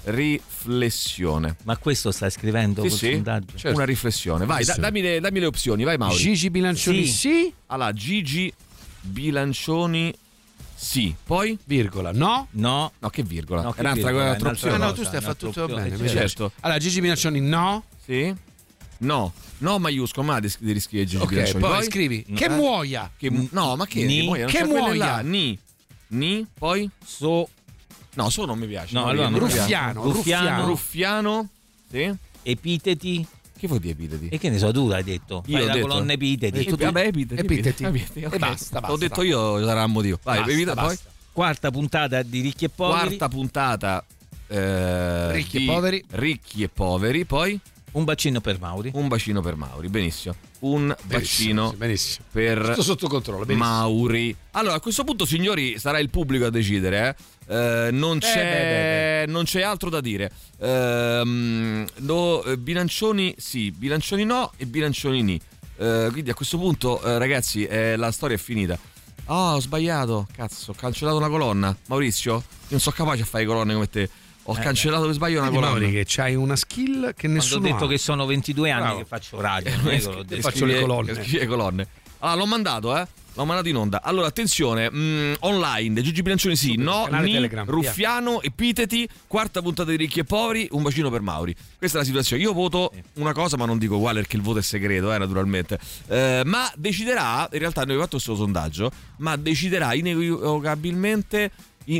Ma questo stai scrivendo col sondaggio? Certo. Una riflessione. Vai, dammi le opzioni, vai Mauri. Gigi Bilancioni sì. Allora, Gigi Bilancioni sì. Poi? Virgola, no. No, che virgola? No, che è un'altra virgola, cosa. un'altra No, cosa, tu stai fatto tutto bene. Certo. Allora, Gigi Bilancioni no. Sì. No maiuscolo, ma devi scrivere Gigi Ok, Bilancioni. poi scrivi che muoia. No, ma che? Ni. Muoia? Non Che c'è quelle muoia. là. Ni, poi? No, non mi piace. No, non allora mi piace. Ruffiano. Sì. Epiteti. Che vuol dire epiteti? E che ne so, tu l'hai detto. Io Fai ho la detto. colonna epiteti. Vabbè, epiteti. E basta. L'ho detto io, sarà un motivo. Vai, Basta. poi. Quarta puntata di Ricchi e Poveri. Quarta puntata Ricchi e di Poveri. Ricchi e Poveri, poi Un bacino per Mauri. un bacino per Mauri, benissimo. Un bacino benissimo. per Tutto sotto controllo, benissimo. Mauri. Allora, a questo punto, signori, sarà il pubblico a decidere, non c'è altro da dire. Bilancioni sì, Bilancioni no e Bilancioni ni. Quindi a questo punto, ragazzi, la storia è finita. Ho sbagliato, cazzo, ho cancellato una colonna. Maurizio, non sono capace a fare colonne come te. Ho cancellato per sbaglio una colonna. Mauri, che c'hai una skill che nessuno Quando ho detto ha. che sono 22 anni Bravo. che faccio radio, non è che l'ho detto. Faccio le colonne. Allora, l'ho mandato, L'ho mandato in onda. Allora, attenzione, online, Gigi Bilancioni sì, no, canale ni, Telegram, Ruffiano, epiteti, quarta puntata di Ricchi e Poveri, un bacino per Mauri. Questa è la situazione. Io voto una cosa, ma non dico quale perché il voto è segreto, naturalmente. Ma deciderà, in realtà noi abbiamo fatto questo sondaggio, ma deciderà inequivocabilmente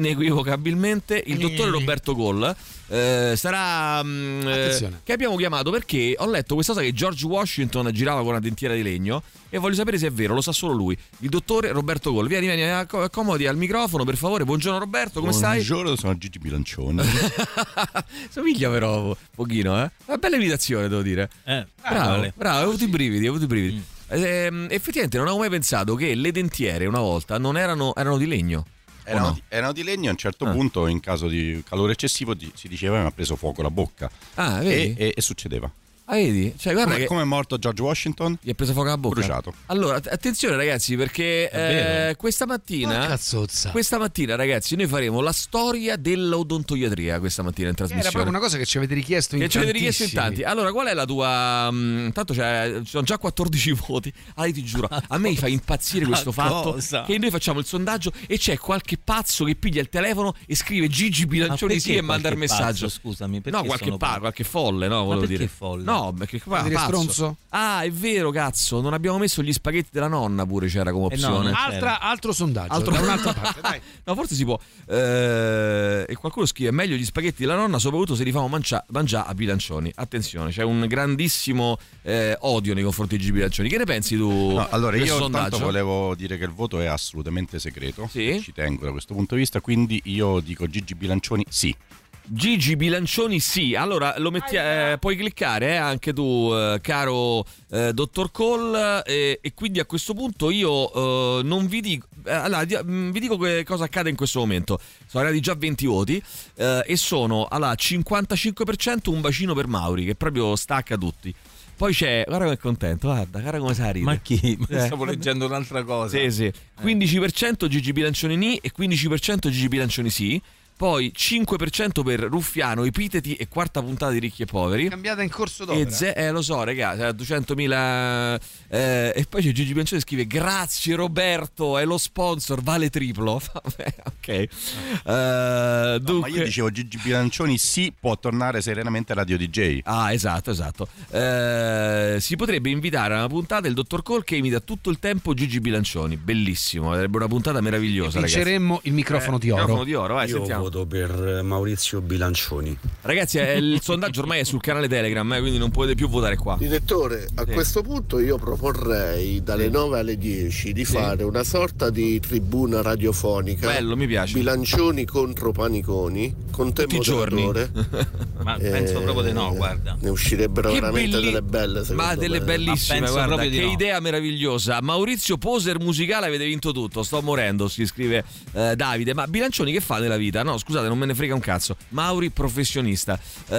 il dottore Roberto Goll. Sarà che abbiamo chiamato perché ho letto questa cosa che George Washington girava con una dentiera di legno e voglio sapere se è vero, lo sa solo lui, il dottore Roberto Goll. Vieni, accomodi al microfono per favore. Buongiorno Roberto, come stai? Buongiorno, sono Gigi Bilancioni. Somiglia però un pochino, Una bella imitazione, devo dire. Bravo, hai avuto i brividi. Effettivamente non avevo mai pensato che le dentiere una volta non erano di legno. Erano di legno, a un certo punto in caso di calore eccessivo si diceva che mi ha preso fuoco la bocca. Vedi? E succedeva. Vedi? Cioè, guarda come è morto George Washington? Gli è preso fuoco la bocca. Bruciato. Allora, attenzione ragazzi, perché questa mattina, ragazzi, noi faremo la storia dell'odontoiatria questa mattina in trasmissione. Era proprio una cosa che ci avete richiesto in tanti. Allora, qual è la tua... Tanto ci sono già 14 voti. Allora, ti giuro, a me fa impazzire questo fatto che noi facciamo il sondaggio e c'è qualche pazzo che piglia il telefono e scrive Gigi Bilancioni sì e manda il messaggio. Scusami, no, qualche folle, no? Volevo dire. Folle? No, perché qua dire stronzo? Ah, è vero, cazzo, non abbiamo messo gli spaghetti della nonna pure, c'era come opzione. Altro sondaggio, da un'altra parte, dai. No, forse si può. E qualcuno scrive meglio gli spaghetti della nonna, soprattutto se li famo mangiare a Bilancioni. Attenzione, c'è un grandissimo odio nei confronti di Gigi Bilancioni. Che ne pensi tu? No, allora io sondaggio? intanto volevo dire che il voto è assolutamente segreto. Sì? Ci tengo da questo punto di vista, quindi io dico Gigi Bilancioni sì. Gigi Bilancioni sì, allora lo puoi cliccare anche tu, caro dottor Cole, e quindi a questo punto io non vi dico, vi dico che cosa accade in questo momento. Sono arrivati già 20 voti e sono alla 55% un bacino per Mauri che proprio stacca tutti. Poi c'è, guarda come è contento, guarda come sa ride. Ma chi? Stavo leggendo un'altra cosa. Sì. 15% Gigi Bilancioni ni e 15% Gigi Bilancioni sì. poi 5% per Ruffiano, epiteti e quarta puntata di Ricchi e Poveri. Cambiata in corso d'opera. Lo so, raga, 200.000. E poi c'è Gigi Bilancioni che scrive: grazie Roberto, è lo sponsor, vale triplo. Ok. Dunque... ma io dicevo Gigi Bilancioni può tornare serenamente a Radio DJ. Ah, esatto. Si potrebbe invitare a una puntata il dottor Cole che imita tutto il tempo Gigi Bilancioni. Bellissimo, sarebbe una puntata meravigliosa. E vinceremmo il microfono di oro. Vai, io sentiamo. voto per Maurizio Bilancioni. Ragazzi, il sondaggio ormai è sul canale Telegram, quindi non potete più votare qua. Direttore, a questo punto io proporrei dalle 9 alle 10 di fare una sorta di tribuna radiofonica. Bello, mi piace. Bilancioni contro Paniconi con te moderatore. Ma penso proprio di no, guarda. Ne uscirebbero veramente delle belle, ma delle bellissime, ma guarda, che no. idea meravigliosa. Maurizio poser musicale, avete vinto tutto. Sto morendo, si scrive Davide. Ma Bilancioni che fa nella vita? No, scusate, non me ne frega un cazzo. Mauri professionista.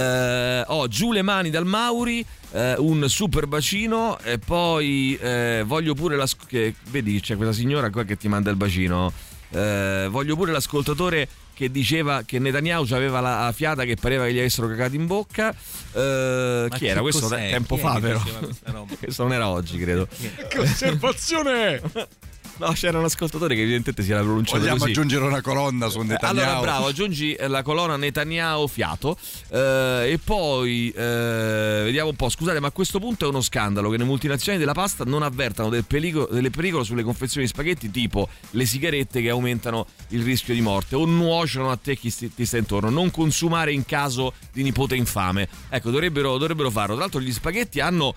Giù le mani dal Mauri, un super bacino. E poi voglio pure vedi c'è questa signora qua che ti manda il bacino. Voglio pure l'ascoltatore che diceva che Netanyahu aveva la fiata che pareva che gli avessero cagato in bocca. Chi era? Questo tempo fa, però. Questo non era oggi, credo. Che osservazione! No, c'era un ascoltatore che evidentemente si era pronunciato Vogliamo così. aggiungere una colonna su Netanyahu? Allora bravo, aggiungi la colonna Netanyahu fiato. E poi vediamo un po'. Scusate, ma a questo punto è uno scandalo che le multinazionali della pasta non avvertano del pericolo sulle confezioni di spaghetti, tipo le sigarette che aumentano il rischio di morte o nuociono a te chi ti sta intorno. Non consumare in caso di nipote infame. Ecco, dovrebbero farlo. Tra l'altro gli spaghetti hanno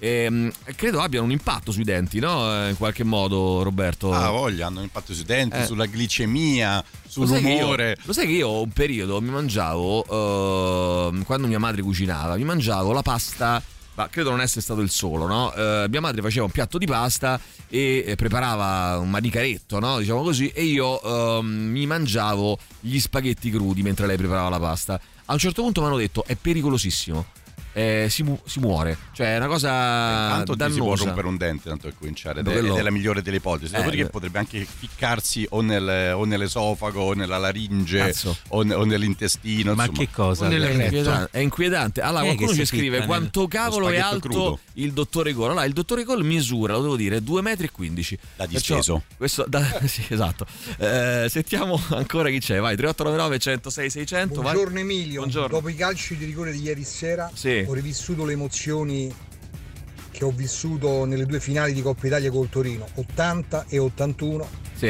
credo abbiano un impatto sui denti, no? In qualche modo, Roberto. Voglia, hanno un impatto sui denti, sulla glicemia, sull'umore. Lo sai che io un periodo mi mangiavo, quando mia madre cucinava, mi mangiavo la pasta. Ma credo non essere stato il solo, no? Mia madre faceva un piatto di pasta e preparava un manicaretto, no? Diciamo così, e io mi mangiavo gli spaghetti crudi mentre lei preparava la pasta. A un certo punto mi hanno detto: è pericolosissimo. Si muore, cioè è una cosa tanto dannosa. Si può rompere un dente tanto per cominciare, ed è la migliore delle ipotesi. Dopodiché potrebbe anche ficcarsi o nell'esofago o nella laringe o nell'intestino. Ma insomma. Che cosa? È inquietante. Allora qualcuno ci scrive: quanto cavolo è alto crudo. Il dottore Cole? Allora il dottore Cole misura, lo devo dire, 2,15 metri. Da disteso. Sì, esatto. Sentiamo ancora chi c'è. Vai, 3899 106 600. Buongiorno Emilio. Buongiorno. Dopo i calci di rigore di ieri sera, ho rivissuto le emozioni che ho vissuto nelle due finali di Coppa Italia col Torino, 80 e 81,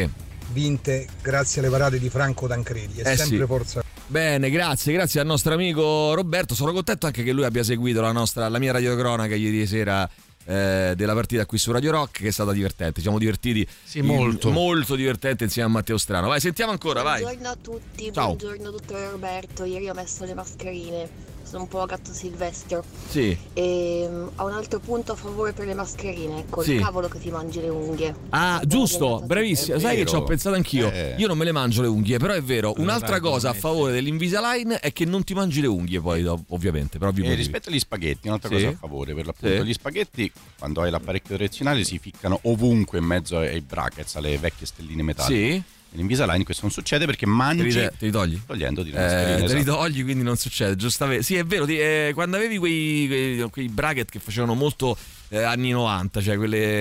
vinte grazie alle parate di Franco Tancredi. È sempre forza. Bene, grazie al nostro amico Roberto. Sono contento anche che lui abbia seguito la mia radiocronaca ieri sera della partita qui su Radio Rock, che è stata divertente. Ci siamo divertiti molto divertente insieme a Matteo Strano. Vai, sentiamo ancora. Buongiorno a tutti. Ciao. Buongiorno dottore Roberto. Ieri ho messo le mascherine, sono un po' gatto silvestro. Sì. E a un altro punto a favore per le mascherine, col cavolo che ti mangi le unghie. Giusto, bravissimo. Sai che ci ho pensato anch'io. Io non me le mangio le unghie, però è vero. Un'altra cosa a favore dell'Invisalign è che non ti mangi le unghie poi ovviamente, per ovvi motivi. Rispetto agli spaghetti, un'altra cosa a favore, per l'appunto gli spaghetti, quando hai l'apparecchio direzionale, si ficcano ovunque in mezzo ai brackets, alle vecchie stelline metalliche. Sì. Nell'Invisalign questo non succede perché mangi. Te li togli? Togliendoti le mascherine. Te li togli, quindi non succede, giustamente. Sì, è vero, quando avevi quei bracket che facevano molto anni 90, cioè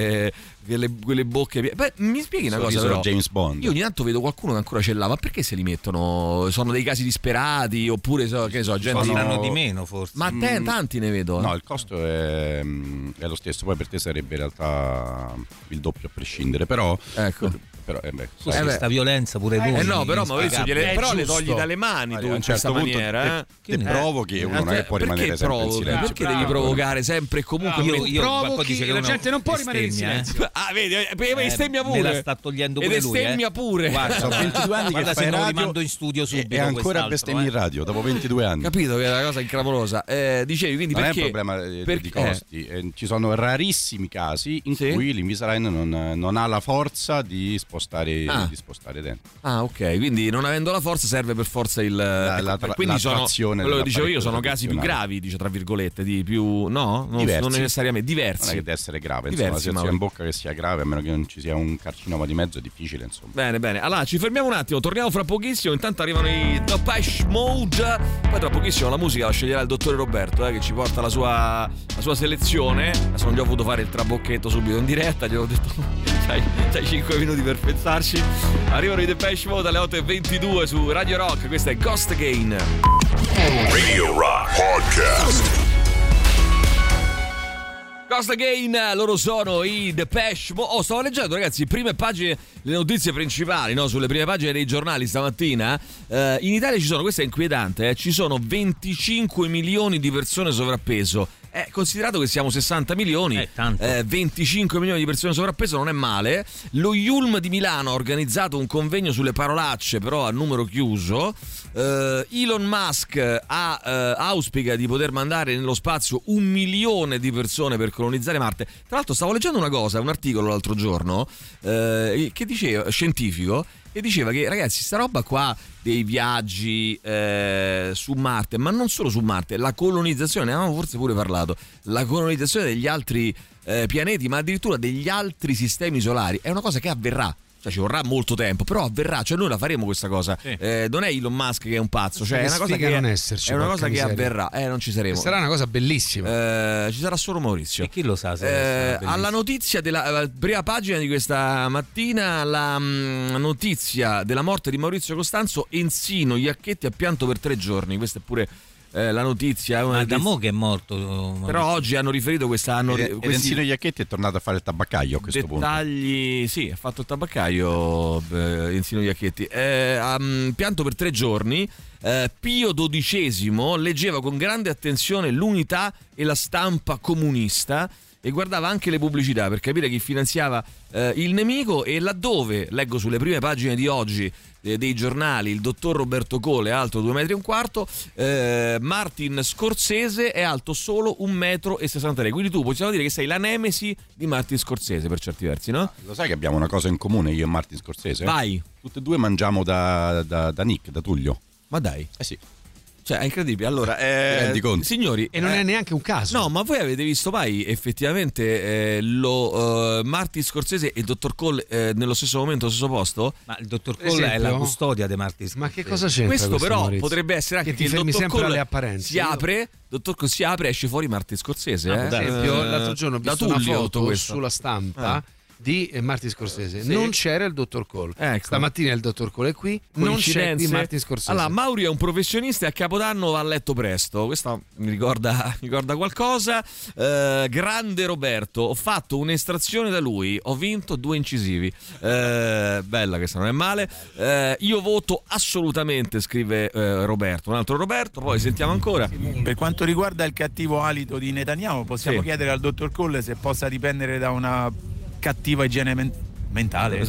quelle bocche. Beh, mi spieghi una cosa però? James Bond. Io ogni tanto vedo qualcuno che ancora ce l'ha, ma perché se li mettono? Sono dei casi disperati oppure gente costano di meno forse. Ma tanti ne vedo. No, il costo è lo stesso, poi per te sarebbe in realtà il doppio a prescindere, però ecco. Questa violenza pure tu. No, però Maurizio però le togli dalle mani tu in questa maniera. Te provochi e uno non è può rimanere sempre in silenzio. Perché devi provocare sempre e comunque? Provochi, la gente non può rimanere in silenzio. Vedi, bestemmia pure. Me la sta togliendo pure lui. Bestemmia pure. Guarda, sono 22 anni che fai radio, rimando in studio subito. E ancora bestemmi in radio dopo 22 anni. Capito che è una cosa inclamorosa. Dicevi, quindi non perché? Non è un problema di costi. Ci sono rarissimi casi in cui l'Invisalign non ha la forza di spostare dentro. Ok, quindi non avendo la forza serve per forza quindi quello che dicevo io sono casi più gravi, dice tra virgolette, di più non necessariamente diversi. Non è che deve essere grave, insomma, la situazione in bocca che sia grave, a meno che non ci sia un carcinoma di mezzo, è difficile, insomma. Bene, allora ci fermiamo un attimo, torniamo fra pochissimo. Intanto arrivano i Depeche Mode, poi tra pochissimo la musica la sceglierà il dottore Roberto, che ci porta la sua selezione. Adesso non gli ho voluto fare il trabocchetto subito in diretta, gli ho detto c'hai 5 minuti per pensarci. Arrivano i Depeche Mode alle 8:22 su Radio Rock. Questa è Ghost Again. Radio Rock Podcast. Ghost Again, loro sono i Depeche Mode. Stavo leggendo, ragazzi, prime pagine, le notizie principali, no? Sulle prime pagine dei giornali stamattina. In Italia ci sono, questo è inquietante, ci sono 25 milioni di persone sovrappeso. Considerato che siamo 60 milioni, 25 milioni di persone sovrappeso non è male. Lo Yulm di Milano ha organizzato un convegno sulle parolacce, però a numero chiuso. Elon Musk auspica di poter mandare nello spazio 1 milione di persone per colonizzare Marte. Tra l'altro stavo leggendo un articolo l'altro giorno che diceva, scientifico, e diceva che, ragazzi, sta roba qua dei viaggi su Marte, ma non solo su Marte, la colonizzazione, ne avevamo forse pure parlato, la colonizzazione degli altri pianeti, ma addirittura degli altri sistemi solari, è una cosa che avverrà. Cioè ci vorrà molto tempo, però avverrà, cioè noi la faremo questa cosa. Sì. Non è Elon Musk che è un pazzo, cioè è una cosa che non esserci, è una cosa che avverrà, non ci saremo. Sarà una cosa bellissima. Ci sarà solo Maurizio. E chi lo sa se alla notizia della prima pagina di questa mattina, la notizia della morte di Maurizio Costanzo, Enzino Iacchetti ha pianto per 3 giorni. Questa è pure la notizia. Ma da mo' che è morto. Però oggi hanno riferito Enzino Iacchetti è tornato a fare il tabaccaio a questo dettagli, punto. Sì, ha fatto il tabaccaio Enzino Iacchetti. Ha pianto per 3 giorni. Pio XII leggeva con grande attenzione l'Unità e la stampa comunista e guardava anche le pubblicità per capire chi finanziava il nemico, e laddove leggo sulle prime pagine di oggi dei giornali il dottor Roberto Cole è alto 2,1 metri, Martin Scorsese è alto solo 1,63 metri, quindi tu possiamo dire che sei la nemesi di Martin Scorsese per certi versi, no? Lo sai che abbiamo una cosa in comune io e Martin Scorsese? Vai. Tutte e due mangiamo da Nick, da Tullio. Ma dai. Sì. Cioè è incredibile. Allora, signori, e non è neanche un caso. No, ma voi avete visto mai effettivamente Martin Scorsese e il dottor Cole nello stesso momento, allo stesso posto? Ma il dottor Cole è la custodia di Martin Scorsese. Ma che cosa c'entra questo però Maurizio? Potrebbe essere anche che il dottor Cole si apre, dottor Cole si apre e esce fuori Martin Scorsese. Per esempio, l'altro giorno ho visto una foto sulla stampa di Martin Scorsese, non c'era il dottor Cole. Ecco. Stamattina il dottor Cole è qui, non c'è di Martin Scorsese. Allora, Mauri è un professionista e a Capodanno va a letto presto. Questo mi ricorda qualcosa. Grande Roberto, ho fatto un'estrazione da lui, ho vinto 2 incisivi. Bella, questa non è male. Io voto assolutamente, scrive Roberto. Un altro Roberto, poi sentiamo ancora. Per quanto riguarda il cattivo alito di Netanyahu, possiamo chiedere al dottor Cole se possa dipendere da una cattiva igiene mentale.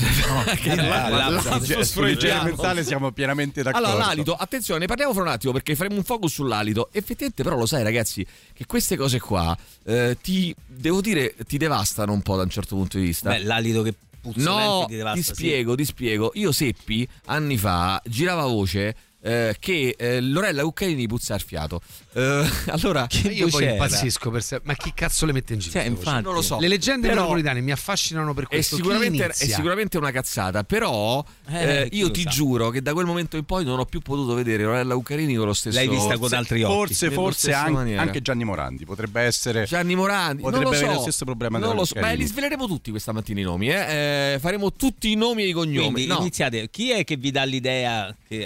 Sull'igiene mentale siamo pienamente d'accordo. Allora, l'alito, attenzione, parliamo fra un attimo perché faremo un focus sull'alito. Effettivamente, però, lo sai, ragazzi, che queste cose qua ti devastano un po' da un certo punto di vista. Beh, l'alito che puzzolente ti devasta. Ti spiego. Io seppi anni fa, girava voce che Lorella Cuccarini puzza al fiato. Allora io poi impazzisco ma chi cazzo le mette in giro? Infatti, non lo so. Le leggende metropolitane mi affascinano per questo. È sicuramente una cazzata, però io ti giuro che da quel momento in poi non ho più potuto vedere Lorella Cuccarini con lo stesso. L'hai vista con altri occhi? Forse anche Gianni Morandi potrebbe essere. Potrebbe avere lo stesso problema. Non lo so. Beh, li sveleremo tutti questa mattina i nomi. Faremo tutti i nomi e i cognomi. Quindi iniziate. Chi è che vi dà l'idea che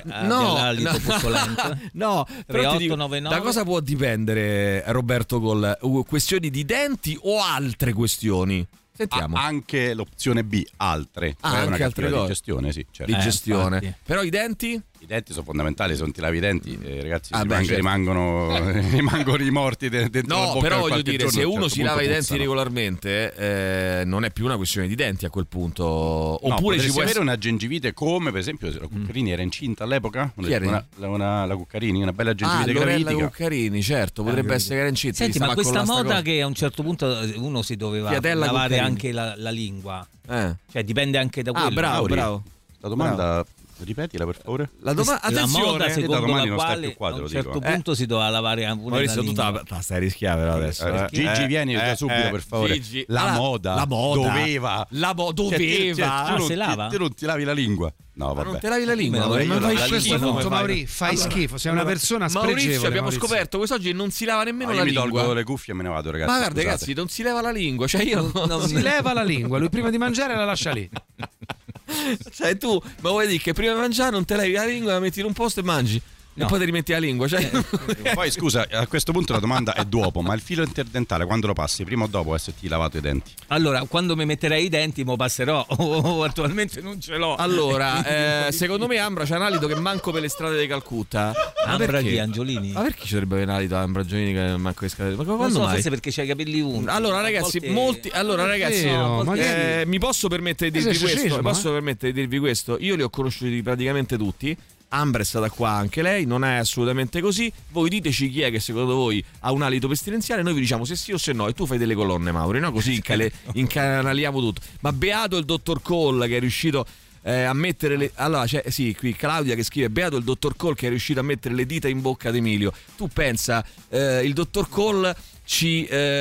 No, però ti dico, da cosa può dipendere Roberto Cole? Questioni di denti o altre questioni? Sentiamo. Anche l'opzione B, altre. Anche altre cose. Di gestione, sì. Certo. Di gestione. Però i denti? I denti sono fondamentali, se non ti lavi i denti, ragazzi, rimangono i morti dentro la bocca. No, però voglio dire, se uno si lava i denti puzzano regolarmente, non è più una questione di denti a quel punto. Oppure ci può avere una gengivite, come per esempio la Cuccarini era incinta all'epoca. La Cuccarini, una bella gengivite gravidica. La Cuccarini, certo, potrebbe essere che era incinta. Senti, ma questa moda che a un certo punto uno si doveva lavare anche la lingua, cioè dipende anche da quello. Bravo. La domanda Ripetila per favore. La moda secondo domani la non stai quale più qua, a un certo punto si doveva lavare pure Maurizio, la lingua. tu stai rischiando adesso. Gigi, vieni da subito per favore. Gigi. La moda doveva. Se lava? Tu non ti lavi la lingua. No, vabbè. Ma non te lavi la lingua? Ma fai questo punto, Mauri, fai schifo. Sei una persona spregevole. Maurizio, abbiamo scoperto quest'oggi non si lava nemmeno la lingua. Io mi tolgo le cuffie e me ne vado, ragazzi. Ma guarda, ragazzi, non si leva la lingua. Cioè io non si leva la lingua. Lui prima di mangiare la lascia lì. Cioè tu, ma vuoi dire che prima di mangiare non te levi la lingua, la metti in un posto e mangi? No. E poi ti rimetti la lingua, cioè... Poi scusa, a questo punto la domanda è dopo, ma il filo interdentale quando lo passi, prima o dopo esserti lavato i denti? Allora, quando mi metterei i denti mo passerò, attualmente non ce l'ho. Allora, secondo me Ambra c'ha un alito che manco per le strade di Calcutta. Ambra di Angiolini? Ma perché ci dovrebbe avere un alito Ambra Angiolini che manco le strade? Ma non so, forse perché c'hai i capelli unti. Allora ragazzi, mi posso permettere di dirvi questo? Posso permettere di dirvi questo? Io li ho conosciuti praticamente tutti. Ambra è stata qua anche lei, non è assolutamente così. Voi diteci chi è che secondo voi ha un alito pestilenziale, noi vi diciamo se sì o se no, e tu fai delle colonne, Mauri, no? Così incanaliamo tutto. Ma beato il dottor Cole che è riuscito a mettere le... Allora c'è qui Claudia che scrive: beato il dottor Cole che è riuscito a mettere le dita in bocca ad Emilio. Tu pensa, il dottor Cole ci...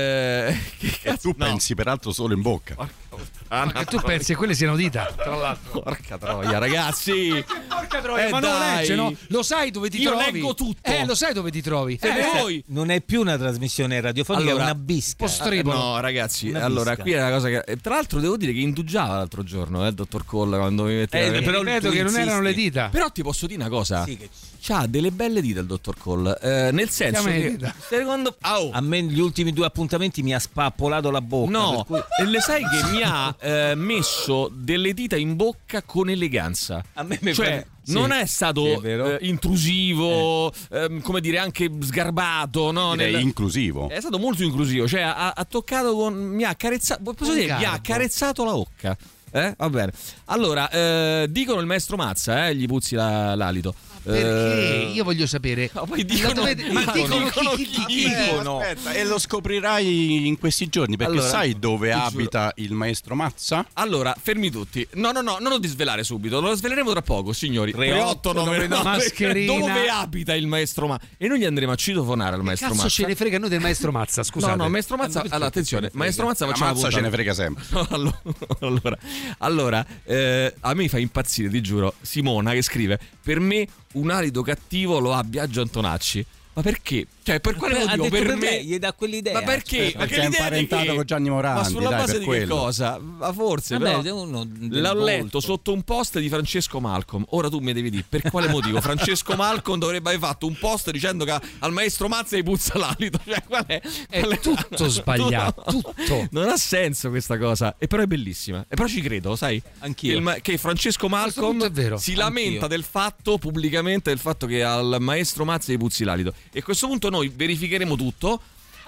pensi peraltro solo in bocca. Che tu pensi che quelle siano dita, tra l'altro. Porca troia, ragazzi. Porca troia, ma non lo legge, no? Lo sai dove ti trovi? Io leggo tutto. Lo sai dove ti trovi? Voi. Non è più una trasmissione radiofonica, allora, è una bisca. No, ragazzi, allora qui è una cosa che... Tra l'altro devo dire che indugiava l'altro giorno, il dottor Cole, quando mi metteva... però ripeto che non erano le dita. Però ti posso dire una cosa. Sì, che... C'ha delle belle dita il dottor Cole, nel senso che secondo a me gli ultimi 2 appuntamenti mi ha spappolato la bocca. No, e le sai che mi ha messo delle dita in bocca con eleganza. A me non è stato intrusivo, come dire, anche sgarbato, no? Inclusivo. È stato molto inclusivo, cioè ha toccato mi ha accarezzato, posso dire, mi ha accarezzato la bocca. Va bene. Allora, dicono il maestro Mazza, gli puzzi l'alito. Perché? Io voglio sapere. No, poi dicono chi? Aspetta, e lo scoprirai in questi giorni, perché allora, sai dove abita il maestro Mazza? Allora, fermi tutti. No, non lo disvelare subito, lo sveleremo tra poco, signori. 3899 mascherina. Dove abita il maestro Mazza? E noi gli andremo a citofonare al maestro Mazza. Ce ne frega noi del maestro Mazza, scusate. No, maestro Mazza, allora attenzione, maestro Mazza facciamo Mazza ce ne frega sempre. Allora, a me fa impazzire, ti giuro, Simona che scrive: per me un alito cattivo lo ha Biagio Antonacci. Ma perché? Cioè, per quale motivo? Per me gli dà quell'idea. Ma perché? Perché è imparentato con Gianni Morandi. Ma sulla base di quello. che cosa? Ma forse l'ho letto sotto un post di Francesco Malcolm. Ora tu mi devi dire per quale motivo Francesco Malcolm dovrebbe aver fatto un post dicendo che al maestro Mazza gli puzza l'alito. Cioè, è tutto sbagliato. Tutto. Non ha senso questa cosa. E però è bellissima. E però ci credo, sai? Anch'io. Che Francesco Malcolm si lamenta del fatto, pubblicamente, del fatto che al maestro Mazza gli puzzi l'alito. E a questo punto noi verificheremo tutto.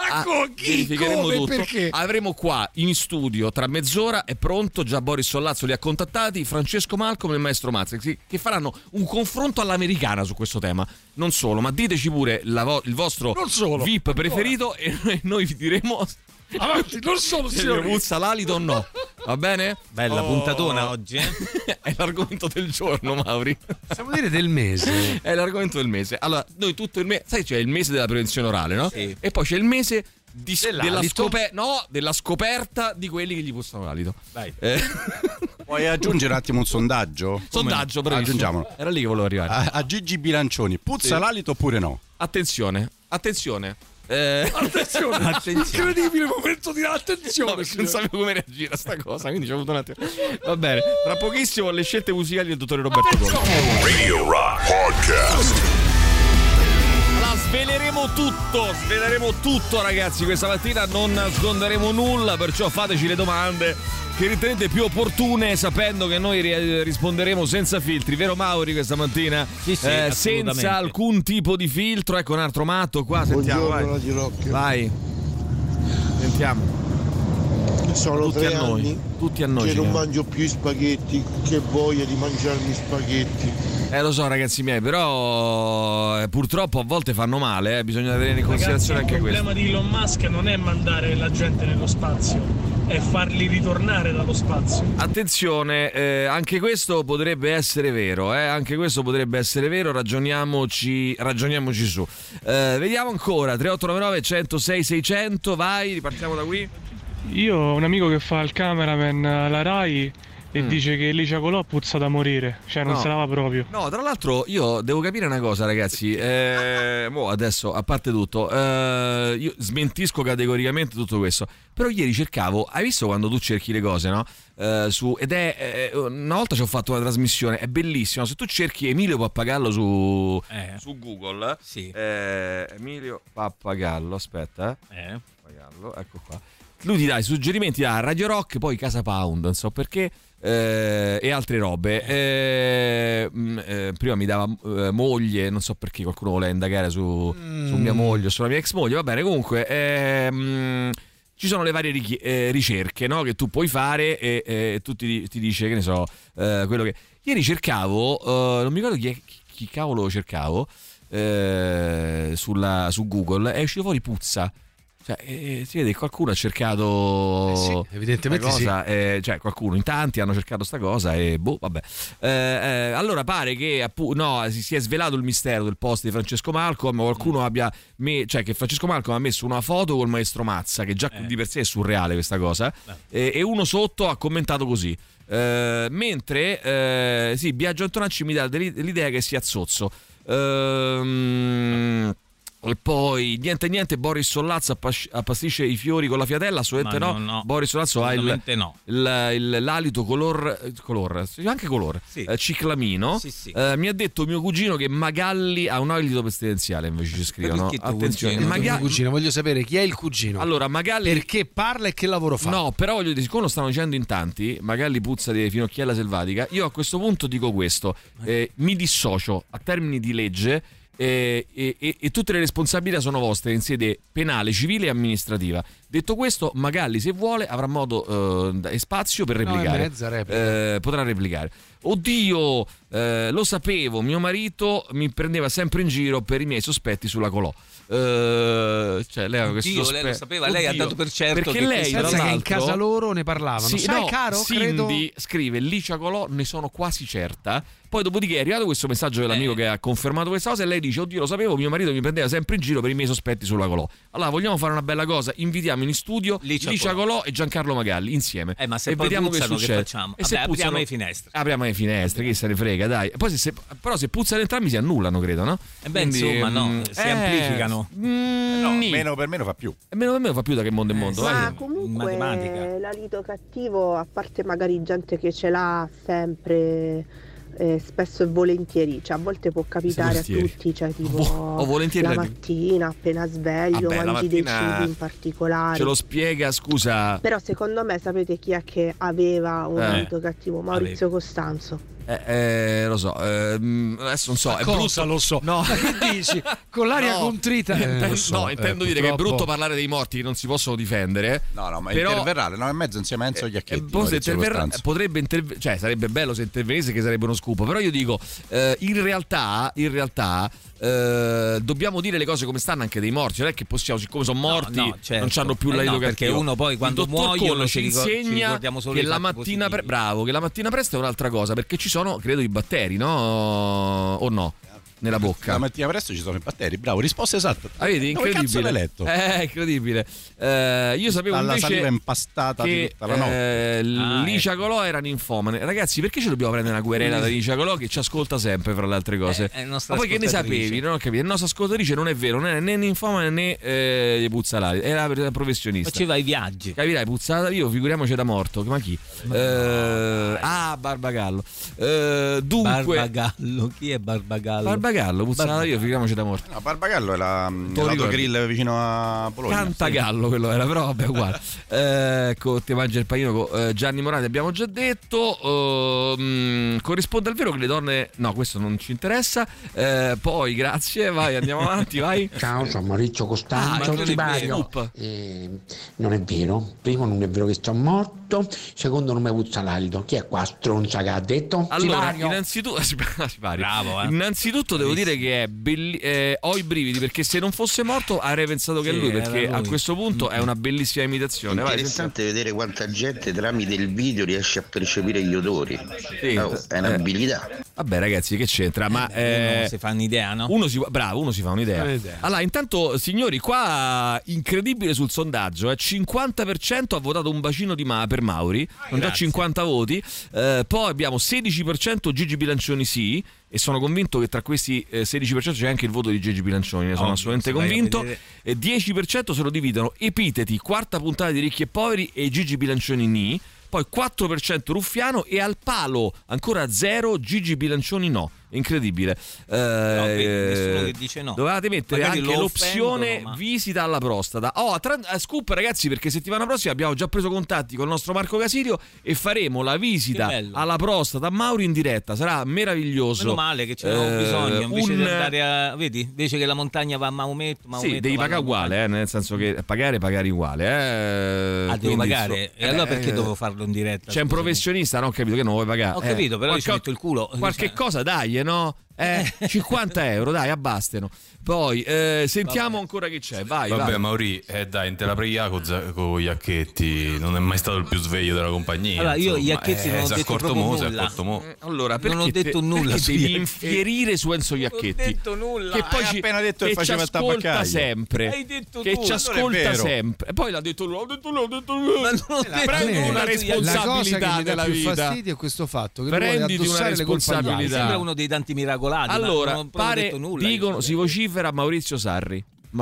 Perché? Avremo qua in studio tra mezz'ora, è pronto, già Boris Sollazzo li ha contattati, Francesco Malcolm e il maestro Mazza, che faranno un confronto all'americana su questo tema. Non solo, ma diteci pure il vostro VIP preferito e noi vi diremo avanti, non solo se vi puzza l'alito o no. Va bene? Bella puntatona oggi, È l'argomento del giorno, Mauri. Possiamo dire del mese. È l'argomento del mese. Allora, noi tutto il mese, sai, c'è il mese della prevenzione orale, no? Sì. E poi c'è il mese della scoperta di quelli che gli puzzano l'alito. Vai. Puoi aggiungere un attimo un sondaggio? Sondaggio, bravissimo. Aggiungiamolo. Era lì che volevo arrivare. A Gigi Bilancioni, puzza l'alito oppure no? Attenzione. Attenzione. Incredibile momento di attenzione. Non sapevo come reagire a sta cosa, quindi ci ho avuto un attimo. Va bene, tra pochissimo le scelte musicali del dottore Roberto Cole. Radio Rock Podcast. Sveleremo tutto ragazzi, questa mattina non nasconderemo nulla, perciò fateci le domande che ritenete più opportune, sapendo che noi risponderemo senza filtri, vero Mauri, questa mattina? Sì, senza alcun tipo di filtro. Ecco un altro matto qua, sentiamo. Vai. Sentiamo. Sono tutti 3 a noi, anni tutti a noi che non mangio più i spaghetti, che voglia di mangiarmi spaghetti. Lo so ragazzi miei, però purtroppo a volte fanno male, bisogna tenere in considerazione anche questo. Il problema di Elon Musk non è mandare la gente nello spazio, e farli ritornare dallo spazio. Attenzione, anche questo potrebbe essere vero, anche questo potrebbe essere vero, ragioniamoci su. Vediamo ancora, 3899 106 600, vai, ripartiamo da qui. Io ho un amico che fa il cameraman alla Rai e dice che Licia Colò puzza da morire, cioè non se la va proprio. No, tra l'altro io devo capire una cosa, ragazzi, adesso, a parte tutto, io smentisco categoricamente tutto questo, però ieri cercavo, hai visto quando tu cerchi le cose, no? Una volta ci ho fatto una trasmissione, è bellissimo, se tu cerchi Emilio Pappagallo su Google, sì. Emilio Pappagallo, aspetta, Pappagallo, ecco qua. Lui ti dà i suggerimenti da Radio Rock, poi Casa Pound, non so perché, e altre robe. Prima mi dava moglie, non so perché qualcuno voleva indagare su mia moglie o sulla mia ex moglie. Va bene, comunque ci sono le varie ricerche, no, che tu puoi fare e tu ti dice, che ne so, quello che ieri cercavo, non mi ricordo chi cavolo cercavo su Google, è uscito fuori puzza. Cioè, si vede che qualcuno ha cercato sì, evidentemente cosa, cioè qualcuno in tanti hanno cercato sta cosa e vabbè. Allora pare che si è svelato il mistero del post di Francesco Malcolm. Qualcuno cioè che Francesco Malcolm ha messo una foto col maestro Mazza, che già di per sé è surreale questa cosa, e uno sotto ha commentato così. Mentre Biagio Antonacci mi dà l'idea che sia zozzo. E poi niente Boris Sollazzo appastisce i fiori con la fiatella, assolutamente no. Boris Sollazzo ha l'alito color anche color sì. Ciclamino sì. Mi ha detto mio cugino che Magalli ha un alito pestilenziale, invece ci scrivono. Attenzione, cugino, voglio sapere chi è il cugino. Allora Magalli perché parla e che lavoro fa? No, però voglio dire, siccome lo stanno dicendo in tanti, Magalli puzza di finocchiella selvatica, io a questo punto dico questo, mi dissocio a termini di legge. E tutte le responsabilità sono vostre in sede penale, civile e amministrativa. Detto questo, Magalli, se vuole, avrà modo e spazio per replicare. Potrà replicare. Oddio, lo sapevo, mio marito mi prendeva sempre in giro per i miei sospetti sulla Colò. Cioè lei lo sapeva, lei ha dato per certo perché lei che in casa loro ne parlavano. Sì, sai, caro, Cindy scrive Licia Colò, ne sono quasi certa. Poi dopodiché è arrivato questo messaggio dell'amico che ha confermato questa cosa e lei dice oddio, lo sapevo, mio marito mi prendeva sempre in giro per i miei sospetti sulla Colò. Allora vogliamo fare una bella cosa, invitiamo in studio Licia Colò e Giancarlo Magalli insieme ma se e poi vediamo che succede. Che facciamo? E se apriamo le finestre. Apriamo le finestre, chi se ne frega, dai. Poi però se puzzano entrambi si annullano, credo, no? Quindi, insomma no, si amplificano. No, meno per meno fa più. E meno per meno fa più da che mondo è mondo. Ma comunque l'alito cattivo, a parte magari gente che ce l'ha sempre, spesso e volentieri, cioè a volte può capitare a tutti, cioè tipo la mattina appena sveglio mangi dei cibi in particolare. Ce lo spiega, scusa. Però secondo me sapete chi è che aveva un alito cattivo? Maurizio Costanzo. Lo so, adesso non so. È cosa brutto. Lo so. No, che dici? Con l'aria contrita. Intendo dire che è brutto parlare dei morti che non si possono difendere. No, ma però interverrà alle 9:30 insieme a Enzo Iacchetti. Potrebbe cioè sarebbe bello se intervenisse, che sarebbe uno scoop. Però io dico, in realtà dobbiamo dire le cose come stanno anche dei morti. Non è che possiamo, siccome sono morti, certo. non c'hanno più l'alito cattivo. Perché uno poi quando muoiono ci insegna che la mattina che la mattina presto è un'altra cosa, perché ci sono, credo, i batteri, no? O no? Nella bocca. La mattina presto ci sono i batteri, bravo, risposta esatta. Vedi, incredibile. Letto? Incredibile. Io sapevo alla invece saliva impastata che tutta la notte. Licia Colò era ninfomane. Ragazzi, perché ci dobbiamo prendere una querela da Licia Colò che ci ascolta sempre, fra le altre cose? Ma poi che ne sapevi? Non ho capito. La nostra ascoltatrice non è vero, non è né ninfomane né di puzzalari, era professionista. Faceva i viaggi. Capirai, puzzata io, figuriamoci da morto. Ma chi? Barbagallo. Dunque Barbagallo, chi è Barbagallo? Barbagallo, puzzata io, figuriamoci da morto. No, Barbagallo era l'autogrill vicino a Bologna. Cantagallo quello era, però vabbè, uguale. Ecco, ti mangia il panino con Gianni Morandi, abbiamo già detto. Corrisponde al vero che le donne... No, questo non ci interessa. Poi, grazie, vai, andiamo avanti, vai. Ciao, sono Maurizio Costanzo, ti Bario. Non è vero, primo non è vero che sto morto. Pronto? Secondo non mi puzza l'alito. Chi è qua stronza che ha detto? Allora, Sipario? innanzitutto devo dire che ho i brividi, perché se non fosse morto avrei pensato che è lui, perché a questo punto è una bellissima imitazione. Interessante vedere quanta gente tramite il video riesce a percepire gli odori. È un'abilità. Vabbè ragazzi, che c'entra? Ma uno si fa un'idea, no? Uno si fa un'idea. Allora, intanto signori, qua incredibile sul sondaggio, 50% ha votato un bacino per Mauri, con già 50 voti. Poi abbiamo 16% Gigi Bilancioni sì, e sono convinto che tra questi 16% c'è anche il voto di Gigi Bilancioni, ne sono assolutamente convinto. E 10% se lo dividono Epiteti, quarta puntata di Ricchi e Poveri, e Gigi Bilancioni ni. Poi 4% Ruffiano, e al palo ancora 0 Gigi Bilancioni no. Incredibile. Nessuno che dice no. Dovevate mettere magari anche l'opzione visita alla prostata. Scoop ragazzi, perché settimana prossima abbiamo già preso contatti con il nostro Marco Casilio e faremo la visita alla prostata a Mauri in diretta. Sarà meraviglioso. Meno male che ce n'abbiamo bisogno, invece di andare a, vedi, invece che la montagna va a Maometto, sì, devi pagare uguale, nel senso che pagare uguale. Devo pagare. E allora perché devo farlo in diretta? C'è un professionista, non ho capito che non vuoi pagare. Ho capito, però io ci metto il culo. Qualche cosa dai, no? 50 euro, dai, abbastano. Poi sentiamo ancora che c'è. Vai. Mauri, dai, te la preghi con Iacchetti. Non è mai stato il più sveglio della compagnia. Allora, io Iacchetti non ho detto proprio nulla. Allora, perché non ho detto nulla. Devi infierire su Enzo Iacchetti? Non ho detto nulla. Che poi hai appena detto che faceva il ascolta sempre. Hai detto che tu. ci ascolta sempre. E poi l'ha detto lui. Ho detto lui. Ma non ho detto prendi una responsabilità della vita. La cosa che mi dà più fastidio è questo fatto che prenditi una responsabilità. Sembra uno dei tanti miracolati. Allora, pare, dicono, si vocifera Maurizio Sarri.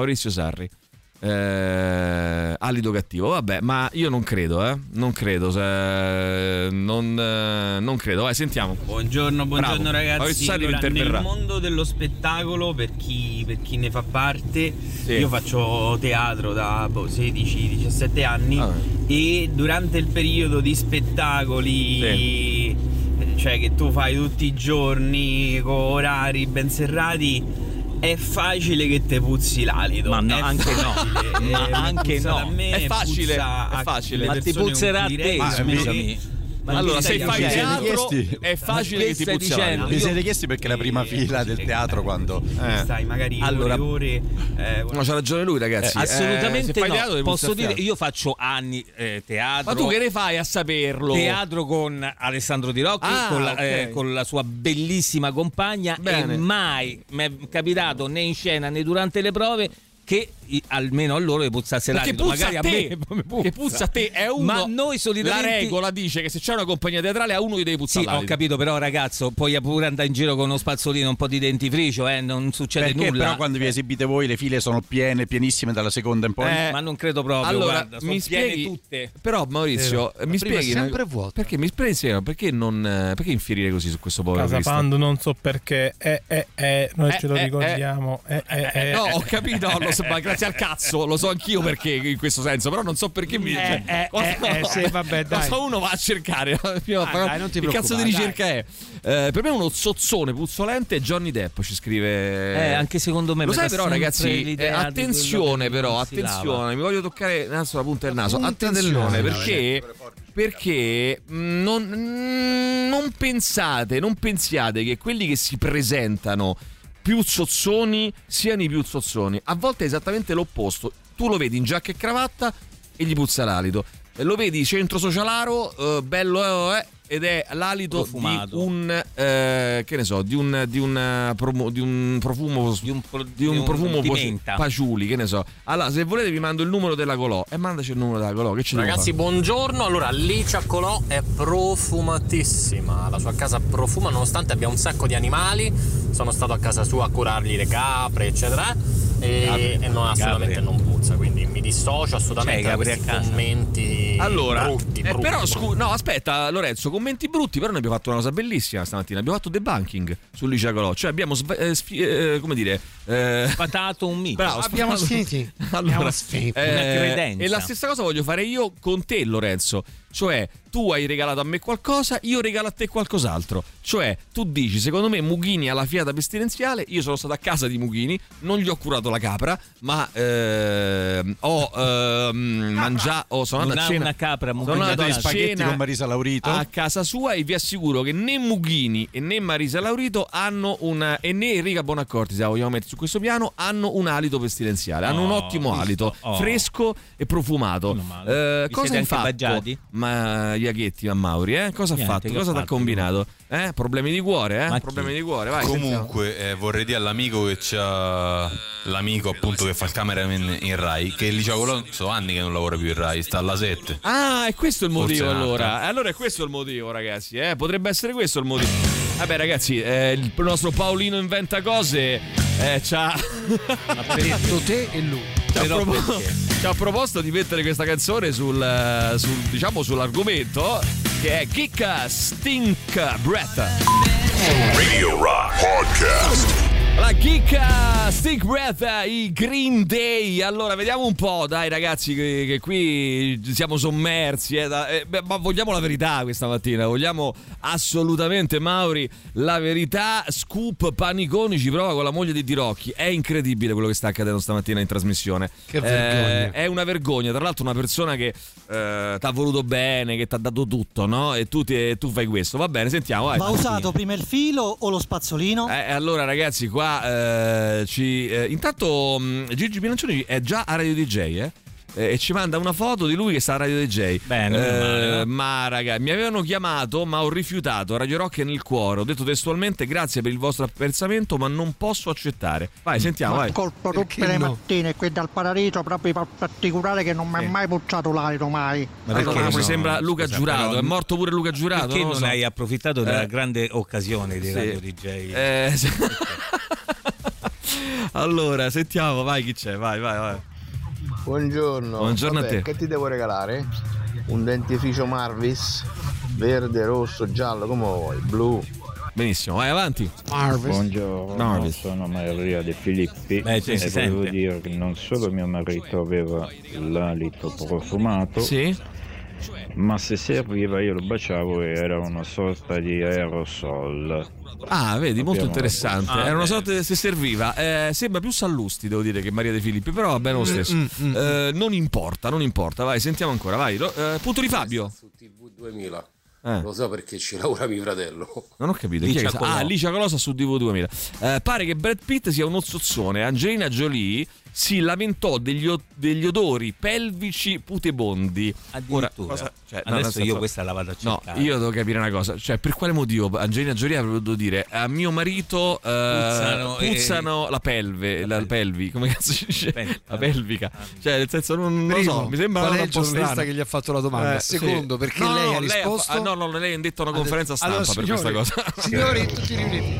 Alito cattivo, vabbè, ma io non credo, non credo, non credo. Vai, sentiamo. Buongiorno ragazzi. Maurizio Sarri interverrà. Nel mondo dello spettacolo, per chi ne fa parte, io faccio teatro da 16-17 anni e durante il periodo di spettacoli, cioè che tu fai tutti i giorni con orari ben serrati, è facile che te puzzi l'alito. Ma no, anche no. Ma anche no. A me è facile. Ma ti puzzerà a te, scusami. Ma allora, se fai teatro è facile che ti puzzi l'alito. Vi siete chiesti perché la prima fila del teatro quando stai magari ore no, c'ha ragione lui, ragazzi. Assolutamente no. Teatro, posso dire, io faccio anni teatro. Ma tu che ne fai a saperlo? Teatro con Alessandro Di Rocchi, con la sua bellissima compagna. Bene. E mai mi è capitato né in scena né durante le prove che almeno a loro che puzzasse l'alito, magari a me che puzza a te è uno. Ma noi solitamente la regola dice che se c'è una compagnia teatrale a uno gli devi puzzare l'alito. Ho capito, però ragazzo, puoi pure andare in giro con uno spazzolino, un po' di dentifricio, non succede nulla. Però quando vi esibite voi le file sono pienissime dalla seconda in poi. Ma non credo proprio. Allora, guarda, sono piene tutte. Però Maurizio, mi spieghi sempre vuoto. Perché perché infierire così su questo povero Cristo? Casapando, non so perché noi ce lo ricordiamo. No, ho capito, ma grazie al cazzo, lo so anch'io perché in questo senso, però non so perché mi vabbè, dai. Uno va a cercare. Dai, non ti che cazzo di ricerca è? Per me uno zozzone puzzolente è Johnny Depp, ci scrive. Anche secondo me. Lo sai però ragazzi, attenzione, mi voglio toccare il naso, la punta del naso. Attenzione, perché non pensiate che quelli che si presentano più zozzoni siano i più zozzoni. A volte è esattamente l'opposto. Tu lo vedi in giacca e cravatta e gli puzza l'alito. Lo vedi centro socialaro, bello ed è l'alito profumato. Di un che ne so, di un profumo di menta, paciuli, che ne so. Allora, se volete vi mando il numero della Colò e mandaci il numero della Colò, che ci ragazzi, buongiorno. Allora, Licia Colò è profumatissima, la sua casa profuma nonostante abbia un sacco di animali. Sono stato a casa sua a curargli le capre eccetera e non assolutamente non puzza, quindi mi dissocio assolutamente da questi commenti brutti. Però no, aspetta Lorenzo, commenti brutti, però noi abbiamo fatto una cosa bellissima stamattina, abbiamo fatto debunking su Licia Colò, cioè abbiamo sfatato un mito. Bravo, abbiamo sfinito allora, una credenza. E la stessa cosa voglio fare io con te, Lorenzo. Cioè, tu hai regalato a me qualcosa, io regalo a te qualcos'altro. Cioè, tu dici, secondo me Mughini ha la fiata pestilenziale, io sono stato a casa di Mughini, non gli ho curato la capra, ma ho mangiato, sono andato a cena. Una capra, sono andato a spaghetti con Marisa Laurito a casa sua, e vi assicuro che né Mughini e né Marisa Laurito hanno e né Enrica Bonaccorti, se la vogliamo mettere su questo piano, hanno un alito pestilenziale, hanno un ottimo alito, fresco e profumato. Cosa hai fatto? Baggiati? Ma Iaghetti, Mauri, cosa ha fatto? Cosa ti ha combinato? Problemi di cuore, problemi di cuore. Vai, comunque vorrei dire all'amico che c'ha l'amico appunto che fa il cameraman in Rai, che Licia Colò sono anni che non lavora più in Rai, sta alla 7. Ah, è questo il motivo. Allora è questo il motivo, ragazzi, potrebbe essere questo il motivo. Vabbè, ragazzi, il nostro Paolino inventa cose, c'ha detto te e lui ci ha proposto di mettere questa canzone sull'argomento, che è Kick Stink Breath. Radio Rock Podcast. La Kick Stink Breath, i Green Day. Allora, vediamo un po', dai ragazzi, che qui siamo sommersi, ma vogliamo la verità questa mattina, vogliamo assolutamente, Mauri, la verità. Scoop Paniconi ci prova con la moglie di Dirocchi. È incredibile quello che sta accadendo stamattina in trasmissione. Che vergogna. È una vergogna, tra l'altro una persona che ti ha voluto bene, che ti ha dato tutto, no? E tu fai questo. Va bene, sentiamo, vai. Ma ha usato prima il filo o lo spazzolino? Allora ragazzi, qua intanto Gigi Bilancioni è già a Radio DJ, e ci manda una foto di lui che sta a Radio DJ. Bene, ma raga, mi avevano chiamato ma ho rifiutato. Radio Rock è nel cuore, ho detto testualmente grazie per il vostro apprezzamento ma non posso accettare. Vai, sentiamo, vai. Colpo tutte le mattine qui dal paradiso, proprio per particolare, che non mi è mai puzzato l'alito mai. Ma perché mi sembra Luca Giurato, però, è morto pure Luca Giurato. Perché non hai approfittato della grande occasione di Radio DJ? Allora, sentiamo, vai, chi c'è? Vai. Buongiorno. Buongiorno a te. Che ti devo regalare? Un dentifricio Marvis, verde, rosso, giallo, come vuoi, blu. Benissimo, vai avanti. Marvis. Buongiorno, sono Maria De Filippi e volevo dire che non solo mio marito aveva l'alito profumato, ma se serviva io lo baciavo e era una sorta di aerosol. Ah, vedi, molto interessante. Era una sorta, se serviva. Sembra più Sallusti, devo dire, che Maria De Filippi, però va bene lo stesso. Non importa. Vai, sentiamo ancora, vai. Punto di Fabio. Su TV 2000. Lo so perché ci lavora mio fratello. Non ho capito. Licia Colosa su TV 2000. Pare che Brad Pitt sia uno zozzone. Angelina Jolie si lamentò degli odori pelvici putebondi. Addirittura. Adesso io questa la vado a cercare. No, io devo capire una cosa. Cioè, per quale motivo Angelina Jolie avrebbe dovuto dire a mio marito puzzano la pelve, la pelvi, come cazzo si dice? La pelvica. Cioè, nel senso, non lo so, mi sembra qual è un il po' giornalista strano che gli ha fatto la domanda? Secondo, perché lei ha risposto? Lei ha detto una conferenza stampa per questa cosa. Signori, tutti riuniti.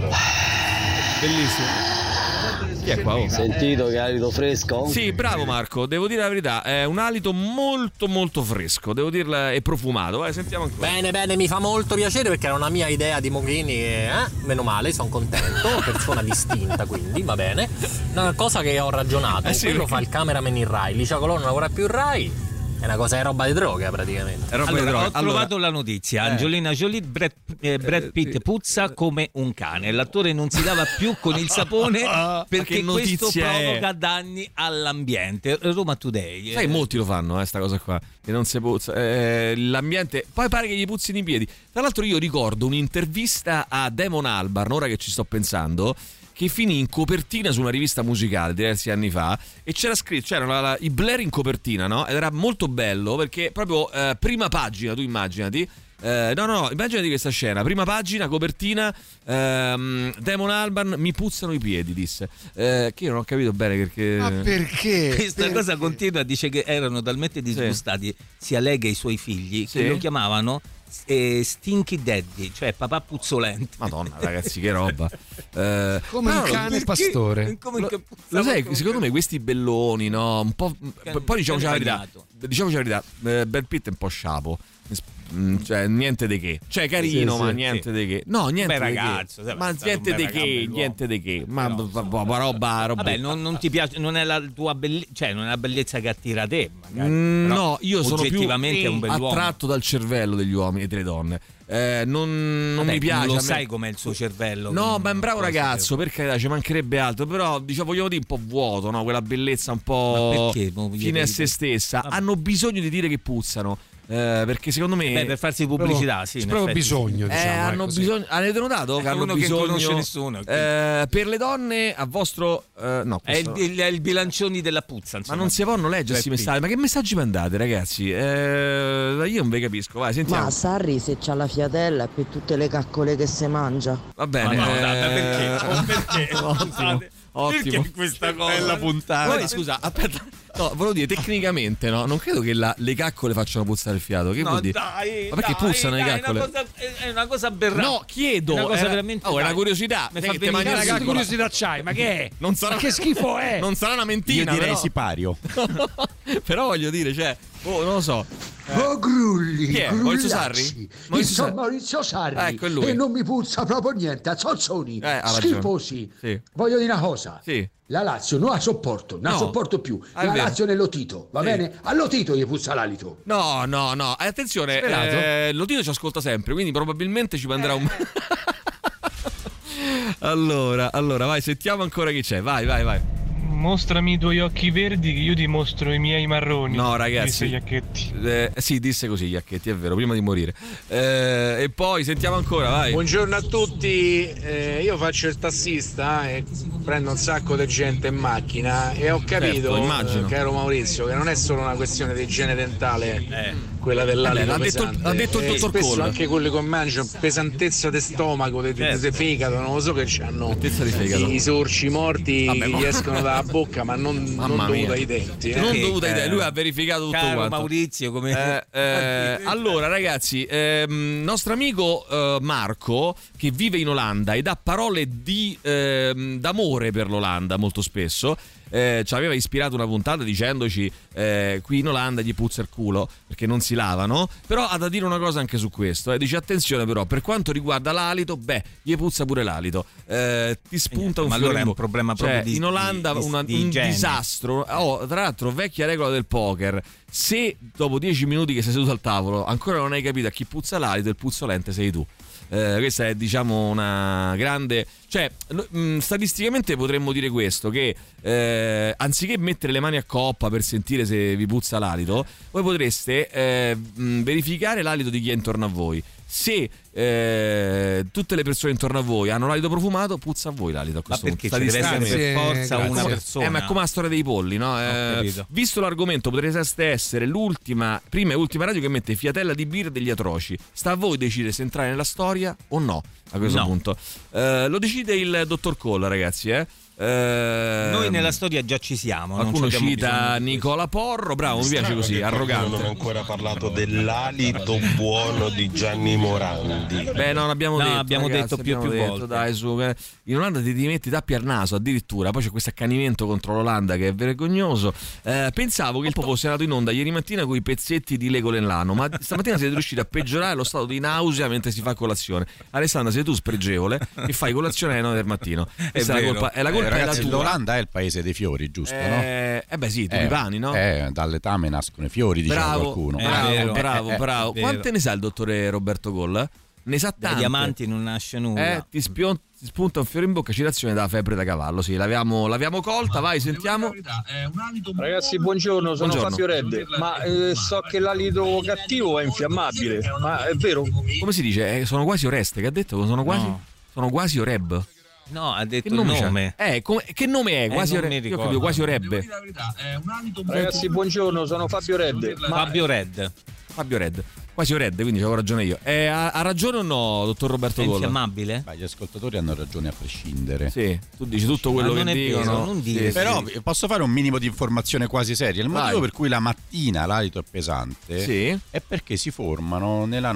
Bellissimo. Chi è qua? Sentito che alito fresco? Sì, bravo Marco, devo dire la verità, è un alito molto molto fresco, devo dirla, è profumato. Sentiamo ancora. Bene, mi fa molto piacere perché era una mia idea di Mughini e meno male, sono contento, persona distinta, quindi va bene. Una cosa che ho ragionato, quello fa il cameraman in Rai, Licia Colò non lavora più in Rai. È una cosa, è roba di droga praticamente. Ho trovato la notizia. Angelina Jolie, Brad Pitt puzza come un cane. L'attore non si lava più con il sapone perché questo provoca danni all'ambiente. Roma Today. Sai, molti lo fanno, sta cosa qua, che non si puzza. L'ambiente, poi pare che gli puzzino i piedi. Tra l'altro io ricordo un'intervista a Damon Albarn, ora che ci sto pensando, che finì in copertina su una rivista musicale diversi anni fa e c'erano i Blair in copertina, no? Ed era molto bello perché proprio prima pagina, tu immaginati. Immaginati questa scena, prima pagina, copertina, Damon Albarn, mi puzzano i piedi, disse. Che io non ho capito bene perché. Ma perché? Questa cosa continua, dice che erano talmente disgustati sia lei che i suoi figli che lo chiamavano Stinky Daddy, cioè papà puzzolente. Madonna, ragazzi, che roba. Come un cane pastore. Lo sai, secondo me questi belloni, no? Un po'. Poi diciamoci la verità. Brad Pitt è un po' sciapo. cioè niente di che. Cioè carino, ma niente di che. No, niente di ragazzo, che. Ma niente di che, niente di che. Ma roba. Vabbè, non ti piace, non è la tua bellezza, cioè non è la bellezza che attira te, magari. No, io sono più è un bell'uomo. attratto dal cervello degli uomini e delle donne. Non mi piace. Non lo sai com'è il suo cervello. No, ma è un bravo ragazzo, per carità, ci mancherebbe altro. Però diciamo, vogliamo dire un po' vuoto, no? Quella bellezza un po' fine a se stessa. Vabbè. Hanno bisogno di dire che puzzano. Perché secondo me per farsi pubblicità c'è proprio bisogno, diciamo, hanno bisogno. Avete notato che hanno bisogno, che non conosce nessuno, per le donne a vostro no, è il bilancioni della puzza, insomma. Ma non si possono leggere questi messaggi. Ma che messaggi mandate, ragazzi? Io non vi capisco. Vai, sentiamo. Ma Sarri, se c'ha la fiatella è per tutte le caccole che si mangia. Va bene. Perché? Ottimo. Perché questa cosa? Bella puntata. Poi scusa, aspetta. No, volevo dire, tecnicamente no, non credo che le caccole facciano puzzare il fiato. Che vuol dire? Dai, ma perché puzzano le caccole? È una cosa aberrante. No, chiedo. È una cosa veramente. È una curiosità. Che curiosità c'hai? Ma che è? Non sarà, ma che schifo è? Non sarà una mentina. Io direi sipario. Però voglio dire, cioè, non lo so. Grulli, chi è? Maurizio Sarri? Sono Maurizio Sarri. Ecco, è lui. E non mi puzza proprio niente, a zozzoni, schifosi. Sì. Voglio dire una cosa. Sì. La Lazio non la sopporto, non la sopporto più. La Lazio nell'Otito, va bene? All'Otito gli puzza l'alito. No. Attenzione, l'Otito ci ascolta sempre, quindi probabilmente ci manderà un... Allora, vai, sentiamo ancora chi c'è. Vai. Mostrami i tuoi occhi verdi che io ti mostro i miei marroni. No, ragazzi. Disse Iacchetti. Sì, disse così Iacchetti, è vero, prima di morire. E poi sentiamo ancora, vai. Buongiorno a tutti. Io faccio il tassista e prendo un sacco di gente in macchina e ho capito, caro Maurizio, che non è solo una questione di igiene dentale, quella dell'alito pesante. L'ha detto il dottor spesso Cole. Anche quelli che mangiano pesantezza di stomaco, di fegato, non lo so, che hanno i sorci morti che gli escono dalla bocca, ma non dovuto ai denti. Non dovuto ai denti, lui ha verificato tutto quanto. Maurizio, come allora ragazzi, nostro amico Marco, che vive in Olanda ed ha parole d'amore per l'Olanda molto spesso, ci aveva ispirato una puntata dicendoci qui in Olanda gli puzza il culo perché non si lavano, però ha da dire una cosa anche su questo, dice attenzione però per quanto riguarda l'alito, gli puzza pure l'alito, ti spunta un ma allora è un problema proprio in Olanda un disastro. Tra l'altro, vecchia regola del poker: se dopo 10 minuti che sei seduto al tavolo ancora non hai capito a chi puzza l'alito, il puzzolente sei tu. Questa è, diciamo, una grande, cioè statisticamente potremmo dire questo, che anziché mettere le mani a coppa per sentire se vi puzza l'alito, voi potreste verificare l'alito di chi è intorno a voi. Se tutte le persone intorno a voi hanno l'alito profumato, puzza a voi l'alito a questo punto. Perché ci deve essere per forza una persona. Ma è come la storia dei polli, no? Visto l'argomento, potreste essere prima e ultima radio che mette fiatella di birra degli atroci. Sta a voi decidere se entrare nella storia o no, a questo punto. Lo decide il dottor Cole, ragazzi, Noi nella storia già ci siamo. Qualcuno cita Nicola Porro, bravo, mi piace così, arrogante. Non ho ancora parlato dell'alito buono di Gianni Morandi. Non abbiamo detto. Abbiamo detto più volte. Dai, su, in Olanda ti metti tappi al naso addirittura. Poi c'è questo accanimento contro l'Olanda che è vergognoso. Pensavo che il Popo sia andato in onda ieri mattina con i pezzetti di Lego nell'anno, ma stamattina siete riusciti a peggiorare lo stato di nausea mentre si fa colazione. Alessandra, sei tu spregevole che fai colazione alle 9 del mattino. È la colpa ragazzi, l'Olanda è il paese dei fiori, giusto? No? Sì, tulipani, no? Dall'etame nascono i fiori, diceva qualcuno. Bravo. Quante ne sa il dottore Roberto Goll? Ne sa tante. Dai diamanti non nasce nulla. Ti spunta un fiore in bocca, citazione da febbre da cavallo. Sì, l'abbiamo colta, vai, sentiamo. Ragazzi, buongiorno, sono Fabio Red. Ma so che l'alito cattivo è infiammabile, ma è vero? Come si dice? Sono quasi Oreste, che ha detto? Sono quasi Oreb. No, ha detto il nome. Che nome è? Quasi Oreb. Io capito, quasi Oreb. Ragazzi, buongiorno, sono Fabio Red. Fabio Red. Quasi Red, quindi avevo ragione io. Ha ragione o no, dottor Roberto Goll? È infiammabile? Gli ascoltatori hanno ragione a prescindere. Sì, tu dici tutto quello che dicono. Non dire. Però posso fare un minimo di informazione quasi seria. Il motivo per cui la mattina l'alito è pesante è perché si formano nella notte.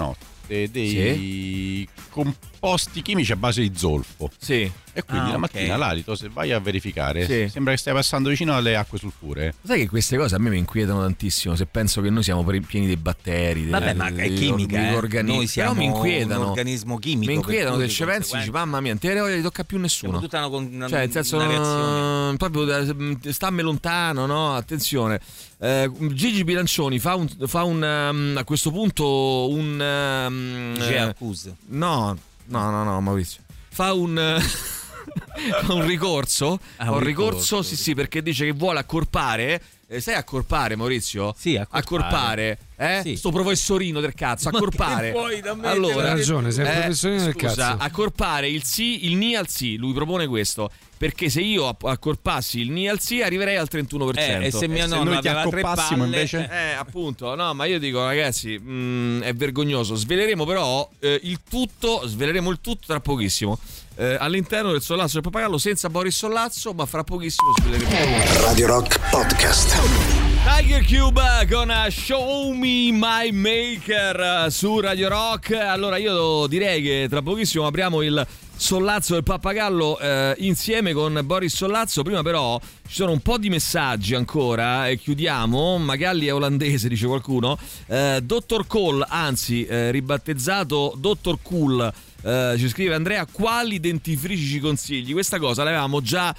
dei composti chimici a base di zolfo. Sì. E quindi la mattina l'alito, se vai a verificare, sembra che stai passando vicino alle acque sulfuree. Sai che queste cose a me mi inquietano tantissimo, se penso che noi siamo pieni di batteri. Vabbè, ma è chimica, noi siamo mi inquietano. Un organismo chimico. Mi inquietano, se ci pensi, dici, mamma mia, non te ne tocca più nessuno. Tutta una cioè, nel senso, proprio stamme lontano, no? Attenzione. Gigi Bilancioni fa un a questo punto un no, Maurizio. Fa un ricorso, sì, perché dice che vuole accorpare. Sai accorpare, Maurizio? Sì, accorpare. Sì. Sto professorino del cazzo, accorpare. Allora, hai ragione, sei il professorino del cazzo. Accorpare il ni al sì, lui propone questo. Perché se io accorpassi il ni al sì arriverei al 31%. E se mia nonna noi ti accorpassimo invece? Appunto, no, ma io dico, ragazzi, è vergognoso. Sveleremo però il tutto tra pochissimo. All'interno del Sollazzo del Pappagallo, senza Boris Sollazzo, ma fra pochissimo sveleremo. Radio Rock Podcast. Tiger Cube con Show Me My Maker su Radio Rock. Allora io direi che tra pochissimo apriamo il Sollazzo del Pappagallo insieme con Boris Sollazzo. Prima però ci sono un po' di messaggi ancora e chiudiamo. Magalli è olandese, dice qualcuno. Dr. Cole, anzi ribattezzato Dr. Cool, ci scrive Andrea: quali dentifrici ci consigli? Questa cosa ne avevamo già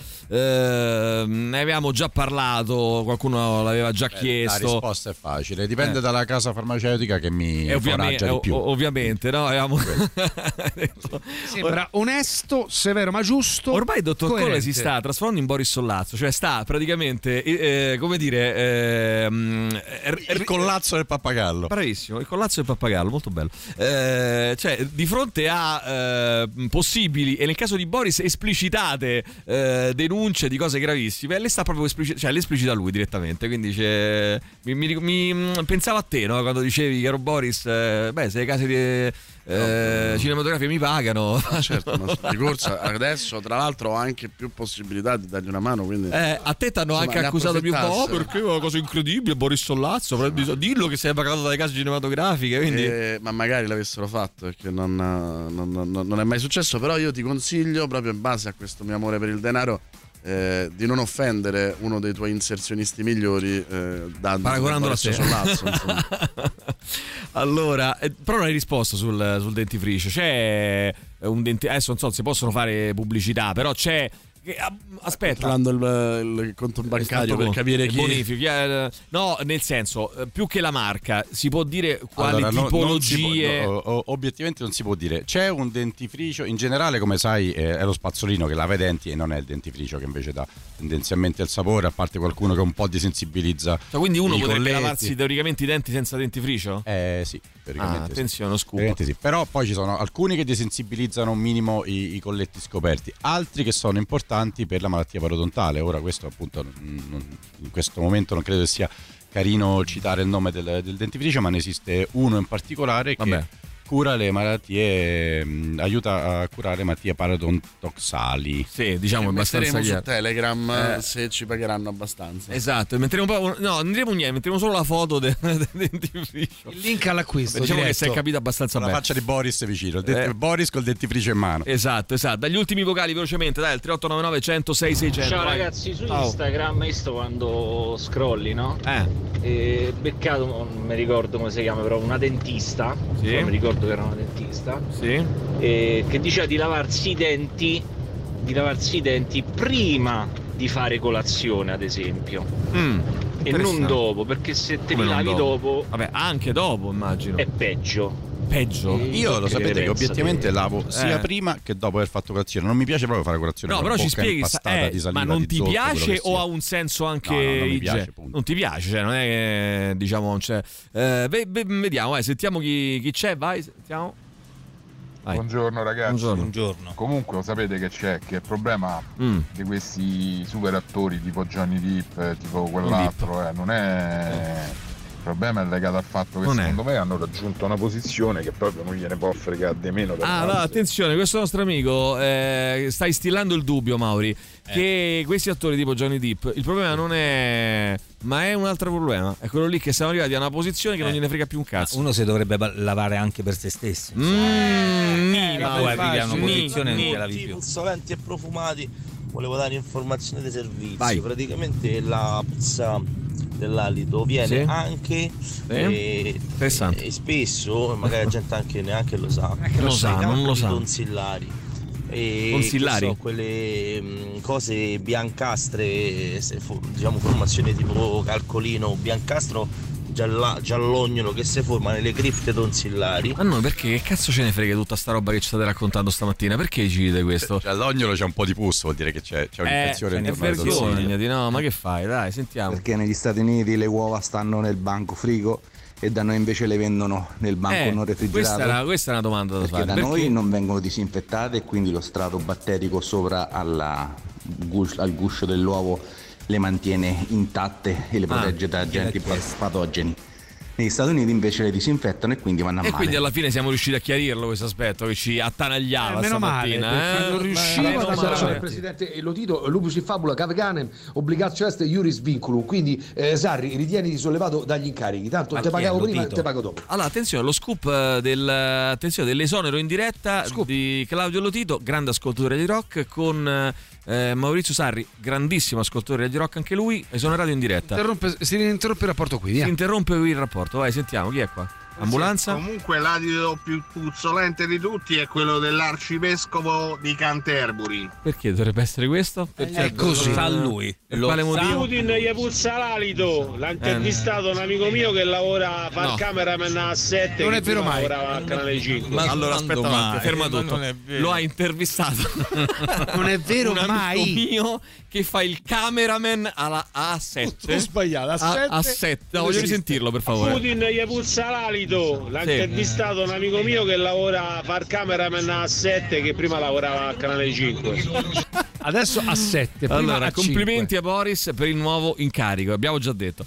parlato, qualcuno l'aveva già chiesto. La risposta è facile, dipende dalla casa farmaceutica che mi foraggia di più. Ovviamente, no? Sembra onesto, severo ma giusto. Ormai il dottor Cole si sta trasformando in Boris Sollazzo, cioè sta praticamente come dire il collazzo del pappagallo. Bravissimo, il collazzo del pappagallo, molto bello. Cioè di fronte a possibili e nel caso di Boris esplicitate denunce di cose gravissime, lei sta proprio l'esplicita lui direttamente, quindi mi pensavo a te, no? Quando dicevi che ero Boris, se le case di cinematografiche mi pagano, certo, ma di corsa adesso tra l'altro ho anche più possibilità di dargli una mano, quindi a te t'hanno anche accusato più volte, perché è una cosa incredibile Boris Sollazzo, dillo che sei pagato dalle case cinematografiche, quindi ma magari l'avessero fatto, perché non è mai successo. Però io ti consiglio, proprio in base a questo mio amore per il denaro, di non offendere uno dei tuoi inserzionisti migliori, paragonandolo a te. Sollazzo, allora, però non hai risposto sul dentifricio. C'è un adesso non so se possono fare pubblicità, però c'è. Aspetta, il conto bancario per capire chi bonifici. No, nel senso, più che la marca, si può dire quali tipologie. Obiettivamente non si può dire. C'è un dentifricio, in generale, come sai, è lo spazzolino che lava i denti e non è il dentifricio che invece dà tendenzialmente il sapore, a parte qualcuno che un po' desensibilizza. Cioè, quindi uno potrebbe lavarsi teoricamente i denti senza dentifricio? Sì, teoricamente. Attenzione, scoop. Sì. Però poi ci sono alcuni che desensibilizzano un minimo i colletti scoperti, altri che sono importanti per la malattia parodontale. Ora questo appunto in questo momento non credo sia carino citare il nome del dentifricio, ma ne esiste uno in particolare che cura le malattie, aiuta a curare le malattie parodontoxali. Sì, diciamo abbastanza metteremo su Telegram se ci pagheranno abbastanza. Esatto, metteremo un po', no, non diremo niente, metteremo solo la foto del dentifricio. Il link all'acquisto. Diciamo che si è capito abbastanza bene. La faccia di Boris vicino, Boris col dentifricio in mano. Esatto. Dagli ultimi vocali velocemente, dai, il 3899 106 600. Ciao ragazzi, su Instagram io sto quando scrolli, no? E beccato, non mi ricordo come si chiama, però una dentista, sì. Non mi ricordo che era una dentista, sì. Che diceva di lavarsi i denti prima di fare colazione, ad esempio, e non dopo, perché se te li lavi dopo, vabbè, anche dopo immagino è peggio. Io lo sapete che obiettivamente lavo sia prima che dopo aver fatto colazione. Non mi piace proprio fare colazione. No, però ci spieghi, di saliva, ma non di ti zolfo, piace o ha un senso anche? No, non mi piace, non ti piace, cioè non è che diciamo c'è. Vediamo, sentiamo chi c'è, vai, sentiamo. Vai. Buongiorno ragazzi. Buongiorno. Comunque lo sapete che c'è, che il problema di questi super attori tipo Johnny Depp, tipo quell'altro, non è problema è legato al fatto che secondo me hanno raggiunto una posizione che proprio non gliene può fregare di meno. No, attenzione, questo nostro amico sta instillando il dubbio, Mauri, che questi attori tipo Johnny Depp, il problema non è, ma è un altro problema, è quello lì che siamo arrivati a una posizione che non gliene frega più un cazzo. Uno si dovrebbe lavare anche per se stesso. Ma arrivi a una posizione non te lavi più. Puzzolenti e profumati. Volevo dare informazione dei servizi. Vai. Praticamente la puzza dell'alito viene anche e spesso, magari la gente anche neanche lo sa, non lo sa. Tonsillari. Tonsillari? So, quelle cose biancastre, diciamo formazione tipo calcolino biancastro, giallognolo che si forma nelle cripte tonsillari. Ma no, perché che cazzo ce ne frega tutta sta roba che ci state raccontando stamattina? Perché ci dite questo? Giallognolo c'è un po' di pus, vuol dire che c'è un'infezione. Vergognati, no, ma che fai? Dai, sentiamo. Perché negli Stati Uniti le uova stanno nel banco frigo e da noi invece le vendono nel banco non refrigerato. Questa è una domanda da fare. Da noi non vengono disinfettate e quindi lo strato batterico sopra al guscio dell'uovo le mantiene intatte e le protegge da agenti patogeni. Negli Stati Uniti invece le disinfettano e quindi vanno a male. E quindi alla fine siamo riusciti a chiarirlo questo aspetto che ci attanagliava stamattina. Non riuscivo. Presidente Lotito, lupus in fabula, cave canem, obligatio est iuris vinculum. Quindi Sarri, ritieniti sollevato dagli incarichi. Tanto te pagavo prima e te pago dopo. Allora, attenzione, lo scoop dell'esonero in diretta di Claudio Lotito, grande ascoltatore di rock, con Maurizio Sarri, grandissimo ascoltatore di rock anche lui, esonerato in diretta. Si interrompe il rapporto qui. Si interrompe qui il rapporto. Vai, sentiamo, chi è qua? Ambulanza? Comunque l'adito più puzzolente di tutti è quello dell'arcivescovo di Canterbury. Perché dovrebbe essere questo? È così. Sa lui. Quale motivo? Putin gli puzza l'alito. L'ha intervistato un amico mio che lavora il cameraman a 7. Non è vero mai. Lavorava a Canale 5. Ma allora aspetta, ferma tutto. Lo ha intervistato. Non è vero mai. Un amico mio che fa il cameraman alla A7. Ho sbagliato, A7. No, voglio risentirlo, per favore. Putin gli puzza l'alito. L'ha intervistato un amico mio che lavora a far cameraman a 7, che prima lavorava a Canale 5. Adesso a 7. Allora, complimenti a Boris per il nuovo incarico, abbiamo già detto.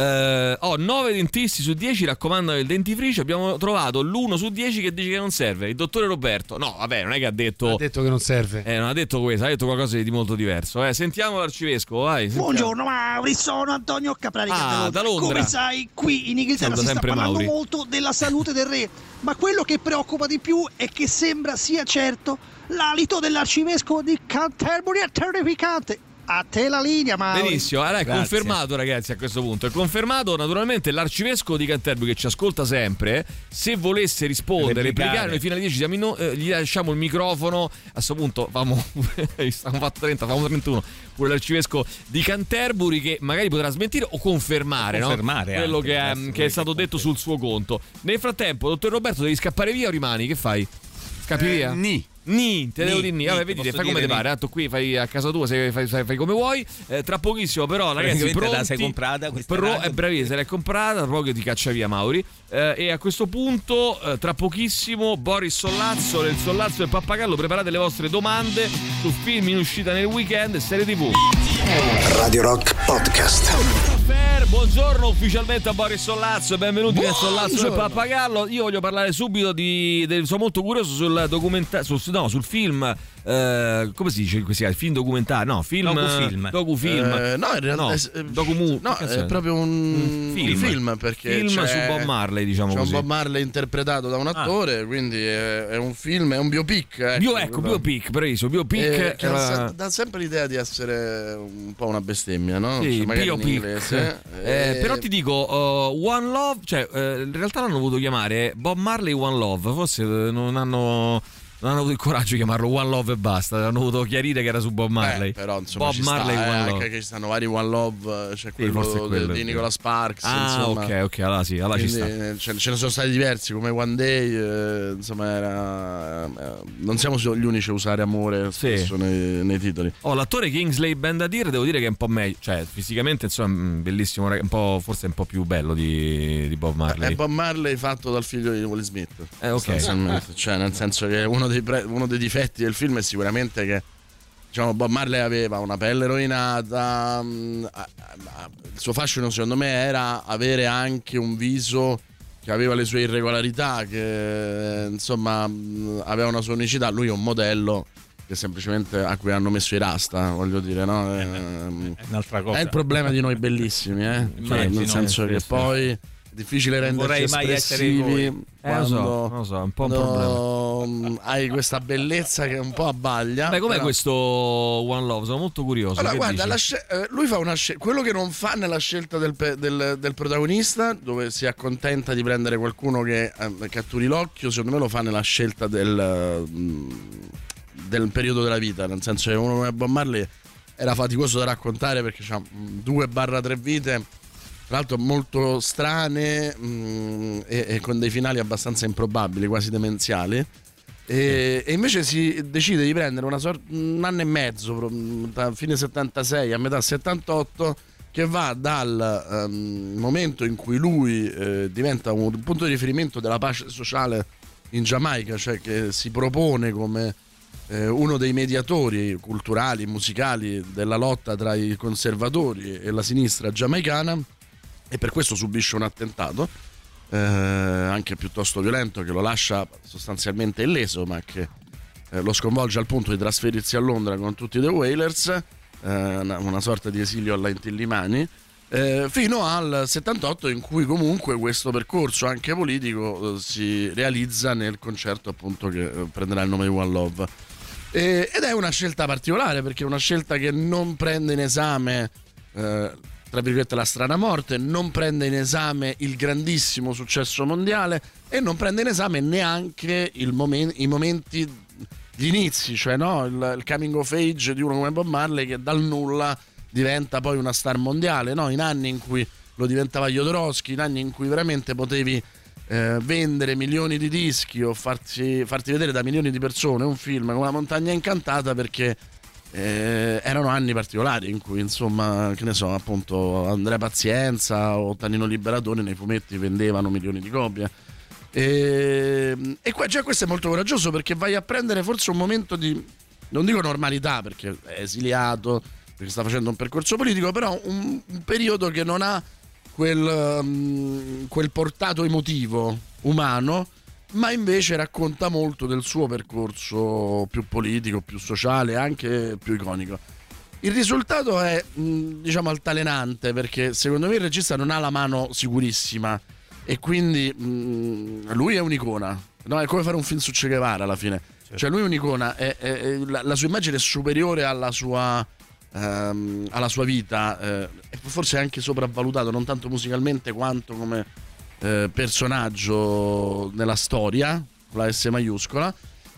9 dentisti su 10 raccomandano il dentifricio. Abbiamo trovato l'1 su 10 che dice che non serve. Il dottore Roberto, no, vabbè, non è che ha detto che non serve. Non ha detto questo, ha detto qualcosa di molto diverso. Sentiamo l'arcivescovo, vai. Buongiorno, Mauri, sono Antonio Caprari da Londra. Come sai, qui in Inghilterra si sta parlando molto della salute del re, ma quello che preoccupa di più è che sembra sia certo l'alito dell'arcivescovo di Canterbury è terrificante. A te la linea, ma benissimo, allora è confermato, ragazzi, a questo punto è confermato. Naturalmente l'arcivescovo di Canterbury, che ci ascolta sempre, se volesse rispondere, replicare, noi fino alle 10 gli lasciamo il microfono. A questo punto stiamo fatto 30, famo 31. Pure l'arcivescovo di Canterbury, che magari potrà smentire o confermare, quello che è stato detto sul suo conto. Nel frattempo, dottor Roberto, devi scappare via o rimani? Che fai? Scappi via? Te devo dire vabbè, vedi, fai come ti pare. Tanto qui fai a casa tua, fai come vuoi. Tra pochissimo, però, ragazzi, pronti, la sei comprata questa è bravissima, se l'hai comprata, tra poco ti caccia via Mauri. E a questo punto, tra pochissimo, Boris Sollazzo, nel Sollazzo del Pappagallo. Preparate le vostre domande su film in uscita nel weekend e serie TV. Radio Rock Podcast. Buongiorno ufficialmente a Boris Sollazzo e benvenuti nel Sollazzo del Pappagallo. Io voglio parlare subito sono molto curioso sul documentario, sul film, come si dice questo? Film documentario? No, docufilm. No, in realtà è proprio un film perché su Bob Marley, diciamo così. Bob Marley interpretato da un attore, quindi è un film, è un biopic. Biopic, bravissimo, biopic. Che dà sempre l'idea di essere un po' una bestemmia, no? Sì, magari biopic. In inglese. Però ti dico, One Love, in realtà l'hanno voluto chiamare Bob Marley One Love, forse non hanno avuto il coraggio di chiamarlo One Love e basta, hanno voluto chiarire che era su Bob Marley. Però insomma Bob Marley One Love. Anche che ci stanno vari One Love, c'è quello di Nicola Sparks. Ok, allora ci sta. Ce ne sono stati diversi come One Day, insomma non siamo gli unici a usare amore spesso nei titoli. L'attore Kingsley Ben-Adir devo dire che è un po' meglio, fisicamente insomma bellissimo, forse un po' più bello di Bob Marley. È Bob Marley fatto dal figlio di Will Smith. Ok. Nel senso che uno dei difetti del film è sicuramente che diciamo, Bob Marley aveva una pelle rovinata, il suo fascino secondo me era avere anche un viso che aveva le sue irregolarità, che insomma aveva una sua unicità. Lui è un modello che semplicemente a cui hanno messo i rasta, voglio dire, no? È un'altra cosa. È il problema di noi bellissimi, cioè, nel senso che poi è difficile renderci espressivi quando lo so, è un po' un problema. Hai questa bellezza che un po' abbaglia. Beh, com'è questo One Love? Sono molto curioso. Allora, guarda, lui fa una quello che non fa nella scelta del protagonista, dove si accontenta di prendere qualcuno che catturi l'occhio, secondo me lo fa nella scelta del periodo della vita, nel senso che uno come Bob Marley era faticoso da raccontare perché ha 2-3 vite, tra l'altro molto strane, e con dei finali abbastanza improbabili, quasi demenziali, e invece si decide di prendere un anno e mezzo, da fine 76 a metà 78, che va dal momento in cui lui diventa un punto di riferimento della pace sociale in Giamaica, cioè che si propone come uno dei mediatori culturali, musicali della lotta tra i conservatori e la sinistra giamaicana, e per questo subisce un attentato anche piuttosto violento, che lo lascia sostanzialmente illeso, ma che lo sconvolge al punto di trasferirsi a Londra con tutti i The Wailers, una sorta di esilio alla Inti-Illimani, fino al 78, in cui comunque questo percorso anche politico si realizza nel concerto appunto che prenderà il nome di One Love. Ed è una scelta particolare, perché è una scelta che non prende in esame tra virgolette la strana morte, non prende in esame il grandissimo successo mondiale e non prende in esame neanche i momenti, gli inizi, cioè no, il coming of age di uno come Bob Marley, che dal nulla diventa poi una star mondiale, no? In anni in cui lo diventava Jodorowsky, in anni in cui veramente potevi vendere milioni di dischi o farti vedere da milioni di persone un film come La montagna incantata, perché erano anni particolari in cui, insomma, che ne so, appunto Andrea Pazienza o Tannino Liberatore nei fumetti vendevano milioni di copie, e qua già questo è molto coraggioso, perché vai a prendere forse un momento di, non dico normalità perché è esiliato, perché sta facendo un percorso politico, però un periodo che non ha quel portato emotivo umano, ma invece racconta molto del suo percorso più politico, più sociale, anche più iconico. Il risultato è diciamo altalenante, perché secondo me il regista non ha la mano sicurissima, e quindi lui è un'icona, no? È come fare un film su Che Guevara alla fine, certo. Cioè lui è un'icona, la sua immagine è superiore alla sua vita, e forse è anche sopravvalutato, non tanto musicalmente quanto come personaggio nella storia, con la S maiuscola,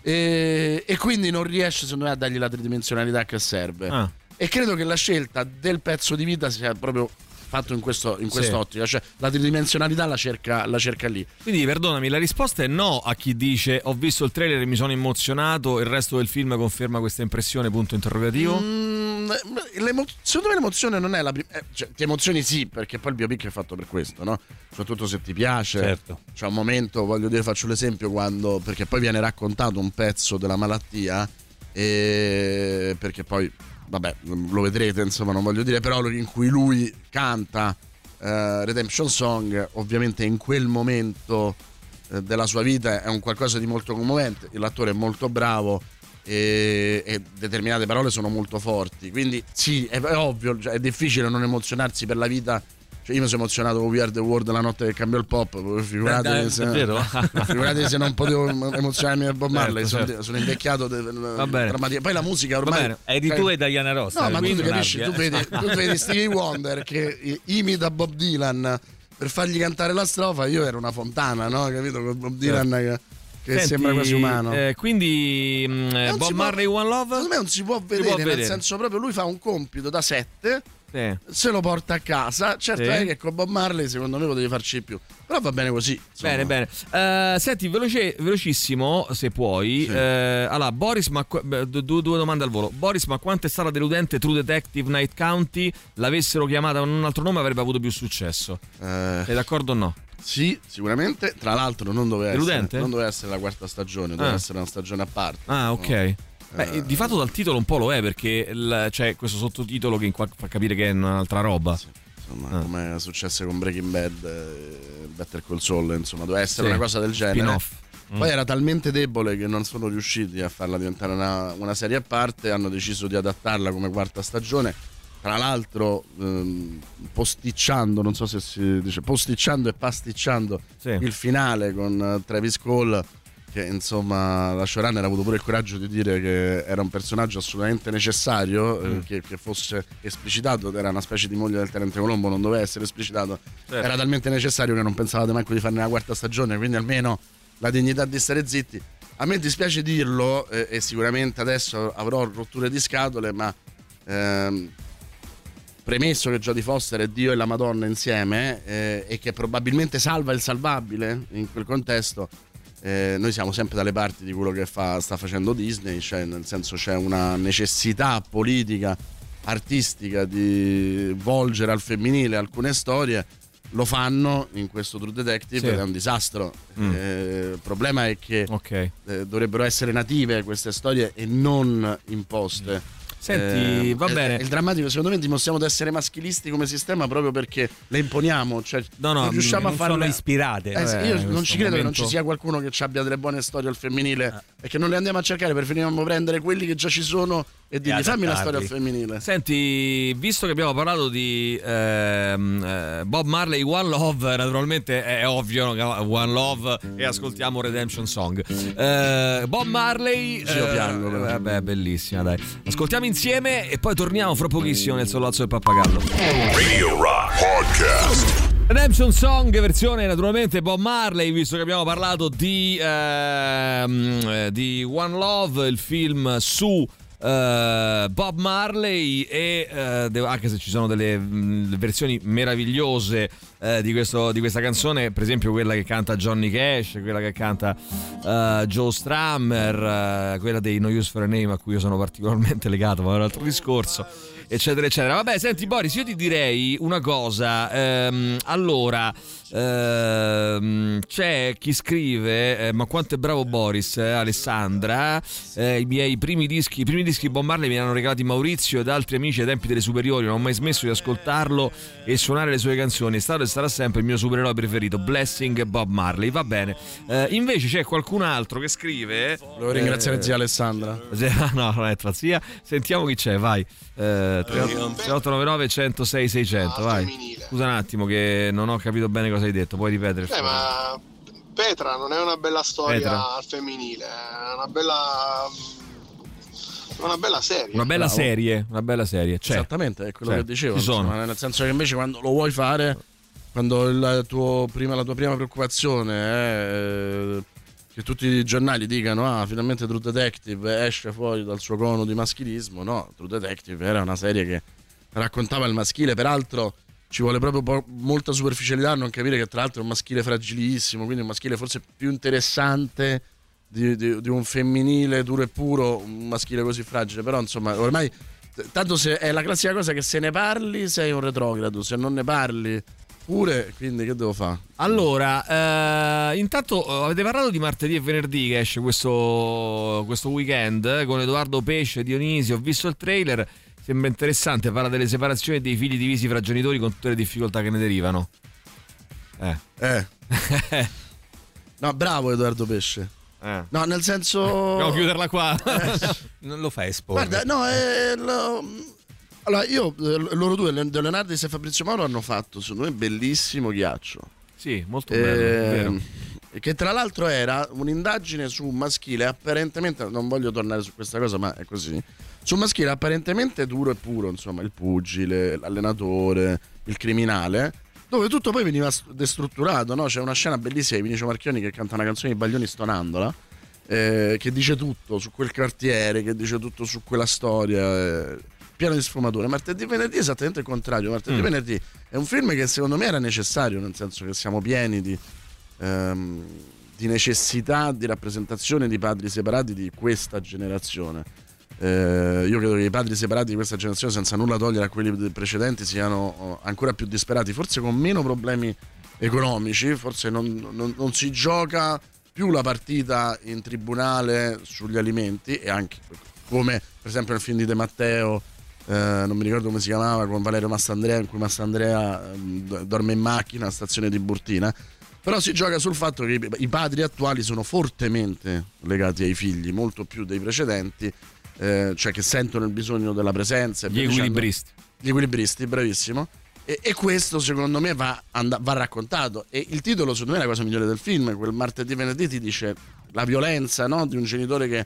e quindi non riesce secondo me a dargli la tridimensionalità che serve, e credo che la scelta del pezzo di vita sia proprio fatto in quest'ottica, cioè la tridimensionalità la cerca lì. Quindi perdonami, la risposta è no a chi dice ho visto il trailer e mi sono emozionato, il resto del film conferma questa impressione, punto interrogativo? Secondo me l'emozione non è la prima, cioè, ti emozioni sì, perché poi il biopic è fatto per questo, no? Soprattutto se ti piace, certo. C'è un momento, voglio dire, faccio l'esempio, quando, perché poi viene raccontato un pezzo della malattia, e perché poi vabbè, lo vedrete, insomma, non voglio dire, però in cui lui canta Redemption Song, ovviamente in quel momento della sua vita è un qualcosa di molto commovente, l'attore è molto bravo e determinate parole sono molto forti, quindi sì, è ovvio, cioè, è difficile non emozionarsi per la vita. Cioè, io mi sono emozionato con We Are The World la notte che cambiò il pop, figuratevi se non potevo emozionarmi per Bob Marley, certo. Sono invecchiato poi la musica ormai è di tu e Diana Ross, no, ma tu capisci, tu vedi Stevie Wonder che imita Bob Dylan per fargli cantare la strofa, io ero una fontana, no? Capito? Con Bob Dylan che Senti, sembra quasi umano, quindi Bob Marley One Love secondo me non si può vedere, nel senso, proprio lui fa un compito da 7, se lo porta a casa, certo, è che con Bob Marley secondo me potevi farci di più, però va bene così, insomma. Bene. Senti, velocissimo se puoi, allora Boris, due domande al volo. Boris, ma quanto è stata deludente True Detective Night County? L'avessero chiamata con un altro nome avrebbe avuto più successo, sei d'accordo o no? Sì, sicuramente. Tra l'altro non doveva essere la quarta stagione, doveva essere una stagione a parte. Ok. Beh, di fatto dal titolo un po' lo è, perché c'è questo sottotitolo che fa capire che è un'altra roba. Sì, insomma, come è successo con Breaking Bad, Better Call Saul, insomma, doveva essere una cosa del genere. Spin-off. Poi era talmente debole che non sono riusciti a farla diventare una serie a parte, hanno deciso di adattarla come quarta stagione, tra l'altro posticciando, non so se si dice posticciando e pasticciando il finale con Travis Cole, che insomma la showrunner ha avuto pure il coraggio di dire che era un personaggio assolutamente necessario, che fosse esplicitato, era una specie di moglie del Tenente Colombo, non doveva essere esplicitato, era talmente necessario che non pensavate manco di farne una quarta stagione, quindi almeno la dignità di stare zitti. A me dispiace dirlo, e sicuramente adesso avrò rotture di scatole, ma premesso che Jodie Foster è Dio e la Madonna insieme, e che probabilmente salva il salvabile in quel contesto, noi siamo sempre dalle parti di quello che sta facendo Disney, cioè nel senso c'è una necessità politica, artistica di volgere al femminile alcune storie, lo fanno in questo True Detective, ed è un disastro. Il problema è che dovrebbero essere native queste storie e non imposte. Senti, va bene. Il drammatico, secondo me, dimostriamo di essere maschilisti come sistema proprio perché le imponiamo, cioè non riusciamo a farle. Sono ispirate. Io non ci credo che non ci sia qualcuno che abbia delle buone storie al femminile e che non le andiamo a cercare, preferiamo prendere quelli che già ci sono e dirgli fammi la storia al femminile. Senti, visto che abbiamo parlato di Bob Marley, One Love, naturalmente è ovvio, One Love, e ascoltiamo Redemption Song. Bob Marley, io piango, vabbè, bellissima, dai. Ascoltiamo insieme e poi torniamo fra pochissimo nel Solazzo del Pappagallo. Radio Rock Podcast. Redemption Song, versione naturalmente Bob Marley, visto che abbiamo parlato di One Love, il film su Bob Marley, e anche se ci sono delle versioni meravigliose di questa canzone, per esempio quella che canta Johnny Cash, quella che canta Joe Strummer, quella dei No Use for a Name, a cui io sono particolarmente legato, ma è un altro discorso, eccetera eccetera. Vabbè, senti Boris, io ti direi una cosa, allora c'è chi scrive ma quanto è bravo Boris, Alessandra, i primi dischi Bob Marley mi hanno regalati Maurizio ed altri amici ai tempi delle superiori, non ho mai smesso di ascoltarlo e suonare le sue canzoni, è stato e sarà sempre il mio supereroe preferito, Blessing Bob Marley. Va bene, invece c'è qualcun altro che scrive, volevo ringraziare zia Alessandra. No, non è tua zia, sentiamo chi c'è, vai. 3899 106 600, vai. Femminile. Scusa un attimo che non ho capito bene cosa hai detto, puoi ripetere? Ma Petra non è una bella storia al femminile, è una bella serie. Una bella serie. C'è. Esattamente, è quello che dicevo. Insomma, nel senso che invece quando lo vuoi fare, quando la tua prima preoccupazione è che tutti i giornali dicano finalmente True Detective esce fuori dal suo cono di maschilismo, no, True Detective era una serie che raccontava il maschile, peraltro ci vuole proprio molta superficialità a non capire che tra l'altro è un maschile fragilissimo, quindi un maschile forse più interessante di un femminile duro e puro, un maschile così fragile, però insomma ormai tanto se è la classica cosa che se ne parli sei un retrogrado, se non ne parli pure, quindi che devo fare? Allora, intanto avete parlato di martedì e venerdì che esce questo weekend con Edoardo Pesce e Dionisio, ho visto il trailer, sembra interessante, parla delle separazioni dei figli divisi fra genitori con tutte le difficoltà che ne derivano. No, bravo Edoardo Pesce. No, nel senso dobbiamo chiuderla qua. Non lo fai esporre. Guarda, no, allora io loro due, Leonardis e Fabrizio Mauro, hanno fatto secondo me bellissimo Ghiaccio. Sì, molto bello, vero. Che tra l'altro era un'indagine su un maschile apparentemente, non voglio tornare su questa cosa ma è così, su un maschile apparentemente duro e puro, insomma il pugile, l'allenatore, il criminale, dove tutto poi veniva destrutturato, no? C'è una scena bellissima di Vinicio Marchioni che canta una canzone di Baglioni stonandola, che dice tutto su quel quartiere, che dice tutto su quella storia, pieno di sfumature. Martedì e venerdì è esattamente il contrario. Martedì e venerdì è un film che secondo me era necessario, nel senso che siamo pieni di necessità di rappresentazione di padri separati di questa generazione. Io credo che i padri separati di questa generazione, senza nulla togliere a quelli precedenti, siano ancora più disperati, forse con meno problemi economici, forse non si gioca più la partita in tribunale sugli alimenti, e anche come per esempio nel film di De Matteo, non mi ricordo come si chiamava, con Valerio Mastandrea, in cui Mastandrea dorme in macchina a stazione di Burtina. Però si gioca sul fatto che i padri attuali sono fortemente legati ai figli, molto più dei precedenti, cioè che sentono il bisogno della presenza. Gli equilibristi. Gli equilibristi, bravissimo. E questo secondo me va raccontato. E il titolo secondo me è la cosa migliore del film. Quel martedì venerdì ti dice la violenza, no? Di un genitore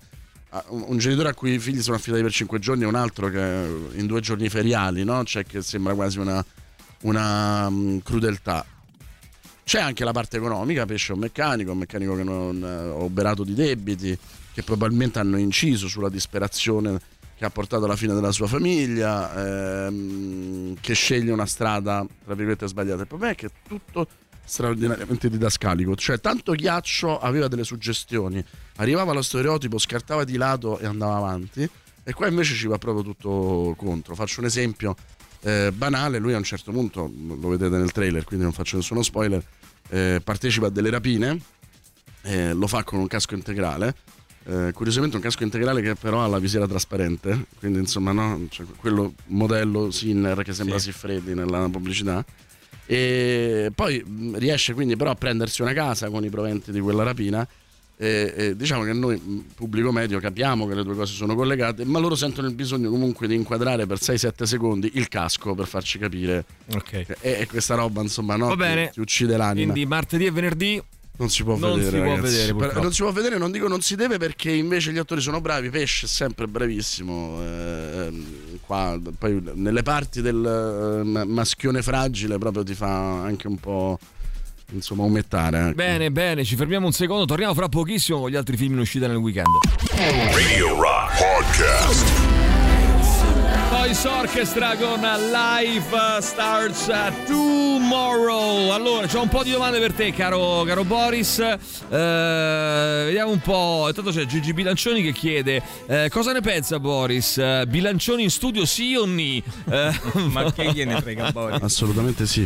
a cui i figli sono affidati per 5 giorni e un altro che in 2 giorni feriali, no? Cioè che sembra quasi una crudeltà. C'è anche la parte economica, pesce un meccanico che non ha oberato di debiti, che probabilmente hanno inciso sulla disperazione che ha portato alla fine della sua famiglia, che sceglie una strada tra virgolette sbagliata. Il problema è che è tutto straordinariamente didascalico, cioè tanto Ghiaccio aveva delle suggestioni, arrivava allo stereotipo, scartava di lato e andava avanti, e qua invece ci va proprio tutto contro. Faccio un esempio banale: lui a un certo punto, lo vedete nel trailer quindi non faccio nessuno spoiler, partecipa a delle rapine, lo fa con un casco integrale, curiosamente un casco integrale che però ha la visiera trasparente, quindi insomma, no? Cioè, quello modello Sinner che sembra Siffredi nella pubblicità. E poi riesce quindi però a prendersi una casa con i proventi di quella rapina, e diciamo che noi pubblico medio capiamo che le due cose sono collegate, ma loro sentono il bisogno comunque di inquadrare per 6-7 secondi il casco per farci capire e questa roba insomma, no? Va bene. Ti uccide l'anima. Quindi martedì e venerdì non si può vedere, non si può vedere, non dico non si deve, perché invece gli attori sono bravi. Pesce è sempre bravissimo, qua poi nelle parti del maschione fragile proprio ti fa anche un po' insomma umettare, ecco. Bene, ci fermiamo un secondo, torniamo fra pochissimo con gli altri film in uscita nel weekend. Radio Rock Podcast. Voice Orchestra con Life Starts Tomorrow. Allora, c'ho un po' di domande per te, caro Boris. Vediamo un po'. Intanto c'è Gigi Bilancioni che chiede cosa ne pensa Boris? Bilancioni in studio sì o ni? Ma che gliene frega Boris? Assolutamente sì.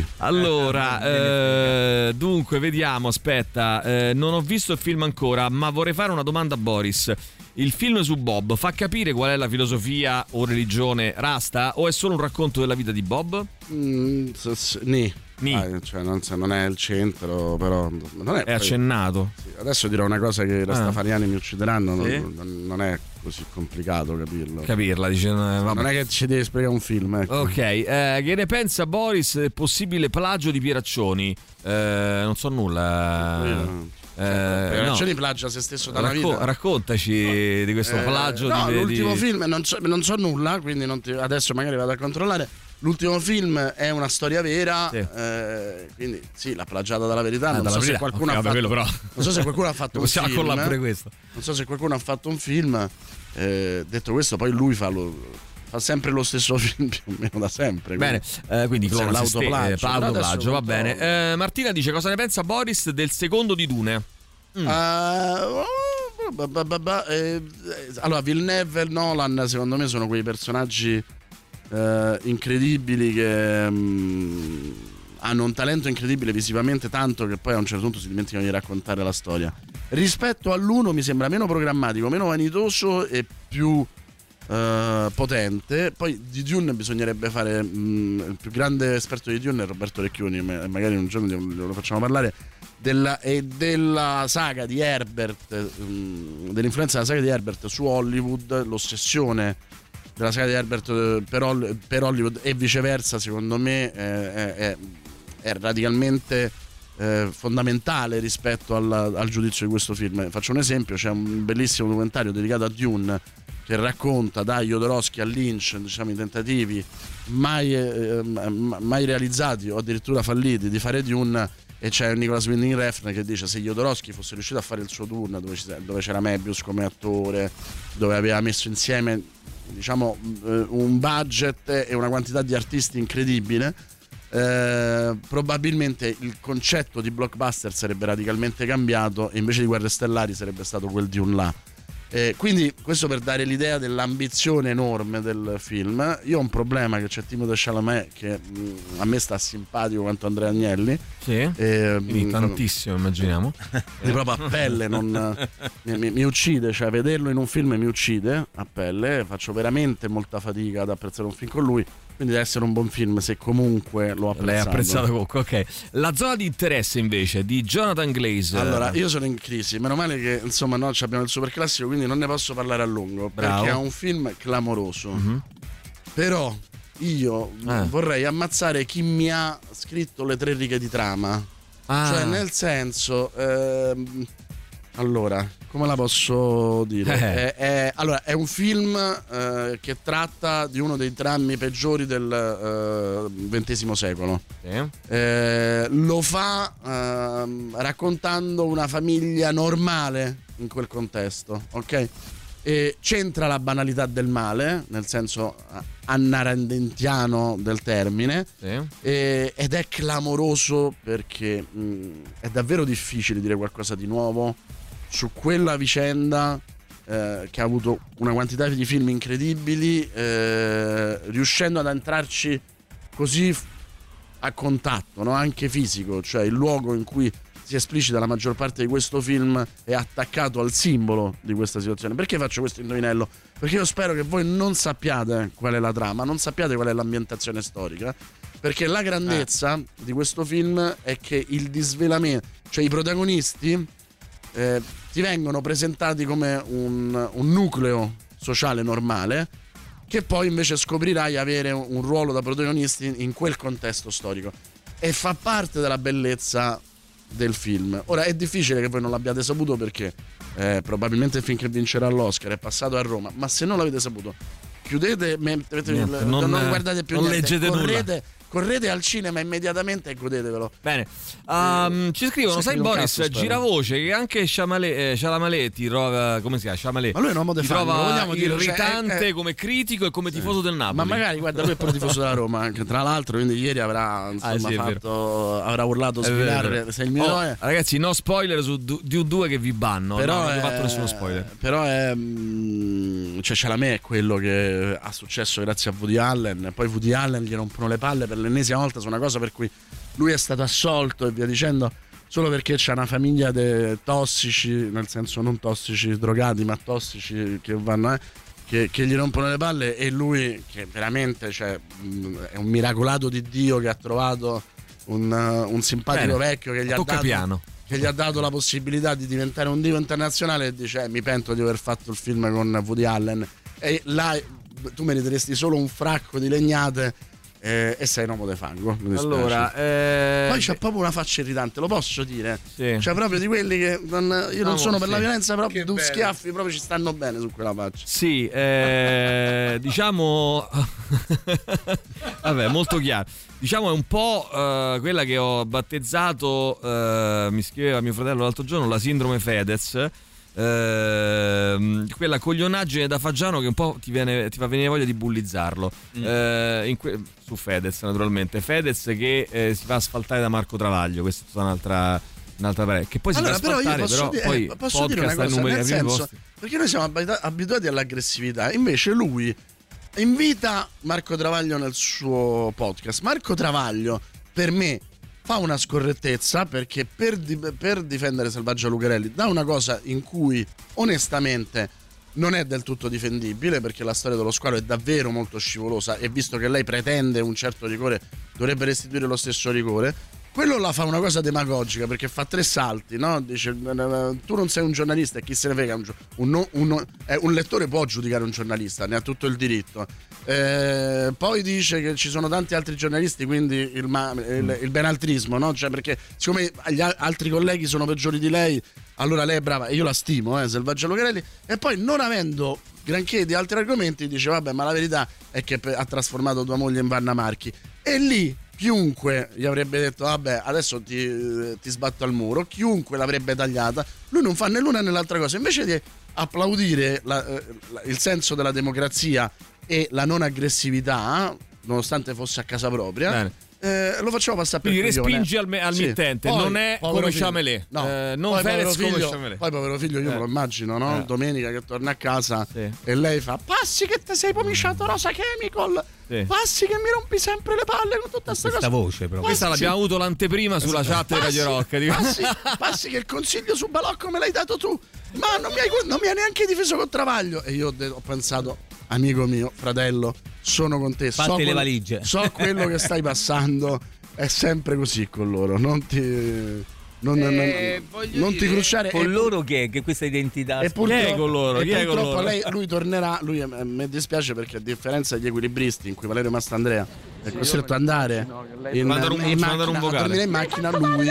Allora, dunque, vediamo, aspetta, non ho visto il film ancora, ma vorrei fare una domanda a Boris. Il film su Bob fa capire qual è la filosofia o religione rasta, o è solo un racconto della vita di Bob? Cioè non è il centro, però non è accennato. Sì, adesso dirò una cosa che i rastafariani mi uccideranno, sì? non è così complicato capirla, dice, non è che ci devi spiegare un film, ecco. Ok, che ne pensa Boris del possibile plagio di Pieraccioni? Non so nulla. Pieraccioni plagia se stesso da una vita. Raccontaci di questo plagio. L'ultimo film non so nulla, quindi adesso magari vado a controllare. L'ultimo film è una storia vera, sì. Quindi sì, l'ha plagiata dalla verità. Non so se qualcuno ha fatto, non so se qualcuno ha fatto un film. Non so se qualcuno ha fatto un film. Detto questo, poi lui fa sempre lo stesso film più o meno da sempre. Bene, quindi l'autoplagio, va bene. Martina dice: cosa ne pensa Boris del secondo di Dune? Allora, Villeneuve e Nolan secondo me sono quei personaggi incredibili che hanno un talento incredibile visivamente, tanto che poi a un certo punto si dimenticano di raccontare la storia. Rispetto all'uno mi sembra meno programmatico, meno vanitoso e più potente. Poi di Dune bisognerebbe fare il più grande esperto di Dune è Roberto Recchioni, magari un giorno lo facciamo parlare della saga di Herbert, dell'influenza della saga di Herbert su Hollywood, l'ossessione della saga di Herbert per Hollywood e viceversa. Secondo me è radicalmente fondamentale rispetto al giudizio di questo film. Faccio un esempio: c'è un bellissimo documentario dedicato a Dune che racconta da Jodorowsky a Lynch, diciamo, i tentativi mai realizzati o addirittura falliti di fare Dune, e c'è Nicolas Winding Refn che dice: se Jodorowsky fosse riuscito a fare il suo Dune dove c'era Möbius come attore, dove aveva messo insieme, diciamo, un budget e una quantità di artisti incredibile, probabilmente il concetto di blockbuster sarebbe radicalmente cambiato e invece di Guerre Stellari sarebbe stato quel Dune là. Quindi questo per dare l'idea dell'ambizione enorme del film. Io ho un problema, che c'è Timothée Chalamet che a me sta simpatico quanto Andrea Agnelli, quindi tantissimo, immaginiamo, di proprio a pelle mi uccide, cioè vederlo in un film mi uccide a pelle, faccio veramente molta fatica ad apprezzare un film con lui. Quindi deve essere un buon film se comunque l'ho apprezzato. L'hai apprezzato comunque, ok. La zona di interesse invece di Jonathan Glazer. Allora, io sono in crisi, meno male che insomma no, abbiamo il super classico, quindi non ne posso parlare a lungo. Bravo. Perché è un film clamoroso. Però io vorrei ammazzare chi mi ha scritto le 3 righe di trama. Cioè nel senso allora, come la posso dire? Allora, è un film che tratta di uno dei drammi peggiori del XX secolo. Lo fa raccontando una famiglia normale in quel contesto, ok? E c'entra la banalità del male, nel senso annarandentiano del termine, ed è clamoroso perché è davvero difficile dire qualcosa di nuovo su quella vicenda che ha avuto una quantità di film incredibili, riuscendo ad entrarci così a contatto, no? Anche fisico, cioè il luogo in cui si esplicita la maggior parte di questo film è attaccato al simbolo di questa situazione. Perché faccio questo indovinello? Perché io spero che voi non sappiate qual è la trama, non sappiate qual è l'ambientazione storica, perché la grandezza di questo film è che il disvelamento, cioè i protagonisti ti vengono presentati come un nucleo sociale normale, che poi invece scoprirai avere un ruolo da protagonisti in quel contesto storico, e fa parte della bellezza del film. Ora è difficile che voi non l'abbiate saputo, perché probabilmente il film che vincerà l'Oscar è passato a Roma, ma se non l'avete saputo, chiudete, non guardate più non niente, leggete correte al cinema immediatamente e godetevelo. Bene. Ci scrivono, sai Boris, giravoce che anche Chalamet ti trova, come si chiama? Chalamet. Ma lui è un uomo di fan, trova irritante come critico e come tifoso del Napoli. Ma magari, guarda, lui è pure tifoso della Roma, anche tra l'altro, quindi ieri avrà avrà urlato sfilare se il mio ragazzi, no spoiler su D2 che vi banno. Però non ho fatto nessuno spoiler. Però cioè Chalamet è quello che ha successo grazie a Woody Allen, poi Woody Allen gli rompono le palle per l'ennesima volta su una cosa per cui lui è stato assolto e via dicendo, solo perché c'è una famiglia di tossici, nel senso non tossici drogati, ma tossici che vanno che gli rompono le palle, e lui che veramente, cioè, è un miracolato di Dio che ha trovato un simpatico vecchio che gli ha dato la possibilità di diventare un divo internazionale, e dice mi pento di aver fatto il film con Woody Allen, e là tu meriteresti solo un fracco di legnate e sei un uomo de fango. Allora poi c'ha proprio una faccia irritante, lo posso dire, cioè proprio di quelli che io non sono per la violenza, però due schiaffi proprio ci stanno bene su quella faccia. Sì, diciamo vabbè, molto chiaro. Diciamo è un po' quella che ho battezzato, mi scriveva mio fratello l'altro giorno, la sindrome Fedez, quella coglionaggine da fagiano che un po' ti fa venire voglia di bullizzarlo, su Fedez, naturalmente. Fedez che si fa asfaltare da Marco Travaglio, questa è tutta un'altra parete, che poi si fa asfaltare, però posso dire una cosa, nel senso, perché noi siamo abituati all'aggressività, invece lui invita Marco Travaglio nel suo podcast. Marco Travaglio per me fa una scorrettezza, perché per difendere Selvaggia Lucarelli da una cosa in cui onestamente non è del tutto difendibile, perché la storia dello squalo è davvero molto scivolosa, e visto che lei pretende un certo rigore dovrebbe restituire lo stesso rigore, quello la fa una cosa demagogica, perché fa 3 salti, no? Dice tu non sei un giornalista e chi se ne frega, un lettore può giudicare un giornalista, ne ha tutto il diritto. Poi dice che ci sono tanti altri giornalisti, quindi il benaltrismo, no? Cioè, perché siccome gli altri colleghi sono peggiori di lei, allora lei è brava, e io la stimo, Selvaggia Lucarelli. E poi, non avendo granché di altri argomenti, dice vabbè, ma la verità è che ha trasformato tua moglie in Vanna Marchi, e lì chiunque gli avrebbe detto vabbè, adesso ti sbatto al muro, chiunque l'avrebbe tagliata. Lui non fa né l'una né l'altra cosa, invece di applaudire il senso della democrazia e la non aggressività, nonostante fosse a casa propria, lo facciamo passare per quindi respingi al mittente, poi, non è come Chamelet, non Fedez come Chamelet. Poi povero figlio io me lo immagino, no? Domenica che torna a casa e lei fa: passi che te sei pomiciato Rosa Chemical, passi che mi rompi sempre le palle con tutta questa voce però. Questa l'abbiamo avuto l'anteprima sulla chat di Radio Rock. Passi che il consiglio su Balocco me l'hai dato tu, ma non mi hai neanche difeso con Travaglio. E io ho pensato: amico mio, fratello, sono con te, fatti le valigie. So quello che stai passando, è sempre così con loro, non ti cruciare con loro che questa identità e purtroppo, con loro, purtroppo lui tornerà. Mi dispiace perché a differenza degli equilibristi in cui Valerio Mastandrea è costretto ad andare in macchina, lui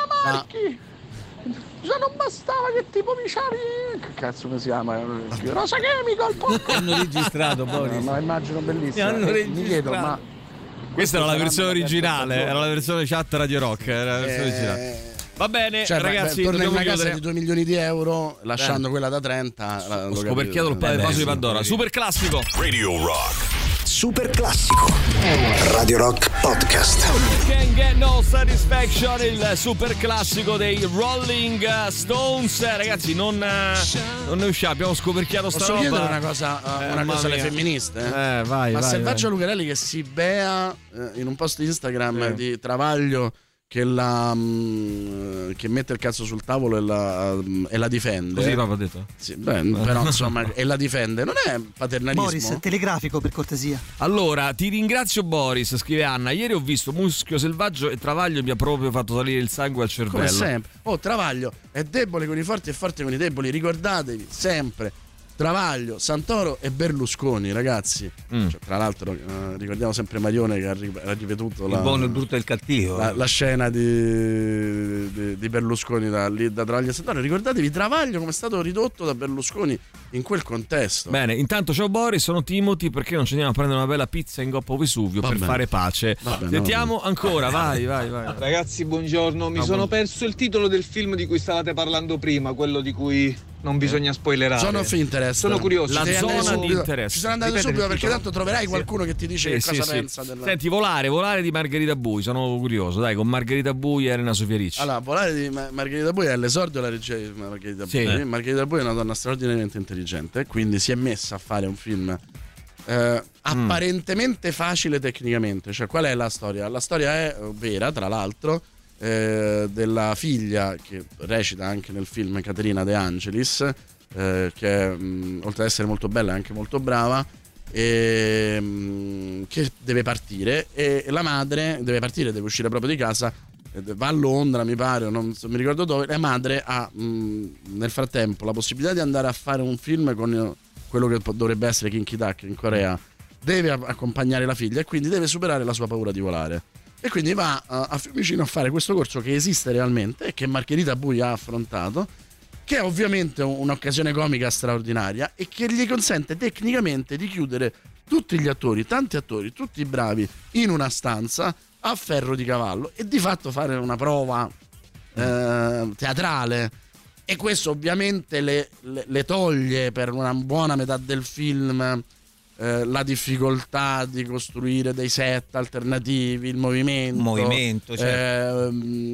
se non bastava che ti pomiciavi, che cazzo mi si chiama? Rosa Chemical. Hanno registrato poi. Ma immagino bellissimo. Hanno registrato. Mi chiedo, ma questa era la versione originale, era la versione chat Radio Rock, era la versione originale. Va bene, ragazzi, torna in una casa di 2 milioni di euro, lasciando quella da 30. Ho scoperchiato il vaso di Pandora. Super classico. Radio Rock. Super classico. Radio Rock Podcast. Can't Get No Satisfaction, il super classico dei Rolling Stones. Ragazzi, non ne usciamo, abbiamo scoperchiato sta roba. Posso chiedere una cosa alle femministe? Vai. Selvaggia Lucarelli che si bea in un post Instagram di Travaglio che mette il cazzo sul tavolo e la difende. Così proprio detto? Sì, però insomma, e la difende. Non è paternalismo? Boris, telegrafico per cortesia. Allora, ti ringrazio Boris, scrive Anna. Ieri ho visto Muschio Selvaggio e Travaglio mi ha proprio fatto salire il sangue al cervello. Come sempre. Travaglio è debole con i forti e forte con i deboli. Ricordatevi sempre Travaglio, Santoro e Berlusconi, ragazzi. Cioè, tra l'altro ricordiamo sempre Marione che ha ripetuto il buono, il brutto e il cattivo, la scena di Berlusconi da Travaglio e Santoro. Ricordatevi Travaglio come è stato ridotto da Berlusconi in quel contesto. Bene, intanto ciao Boris, sono Timothy, perché non ci andiamo a prendere una bella pizza in Goppo Vesuvio per fare pace. Sentiamo ancora, vai. Ragazzi, buongiorno, mi sono perso il titolo del film di cui stavate parlando prima, quello di cui non bisogna spoilerare. Sono of interest. Sono curioso. La zona di interesse. Ci sono andato subito perché tanto troverai qualcuno che ti dice cosa pensa della... Senti, volare di Margherita Bui, sono curioso. Dai, con Margherita Bui e Elena Sofia Ricci. Allora, volare di Margherita Bui è all'esordio della regia di Margherita Bui. Margherita Bui è una donna straordinariamente intelligente, quindi si è messa a fare un film apparentemente facile tecnicamente. Cioè, qual è la storia? La storia è vera, tra l'altro, della figlia che recita anche nel film, Caterina De Angelis, che oltre ad essere molto bella è anche molto brava, che deve partire, e la madre deve partire, deve uscire proprio di casa, va a Londra mi pare, non mi ricordo dove. La madre ha nel frattempo la possibilità di andare a fare un film con quello che dovrebbe essere Kinky Duck in Corea, deve accompagnare la figlia e quindi deve superare la sua paura di volare. E quindi va a Fiumicino a fare questo corso che esiste realmente e che Margherita Bui ha affrontato, che è ovviamente un'occasione comica straordinaria e che gli consente tecnicamente di chiudere tutti gli attori, tanti attori, tutti bravi, in una stanza a ferro di cavallo e di fatto fare una prova teatrale. E questo ovviamente le toglie per una buona metà del film la difficoltà di costruire dei set alternativi, il movimento certo.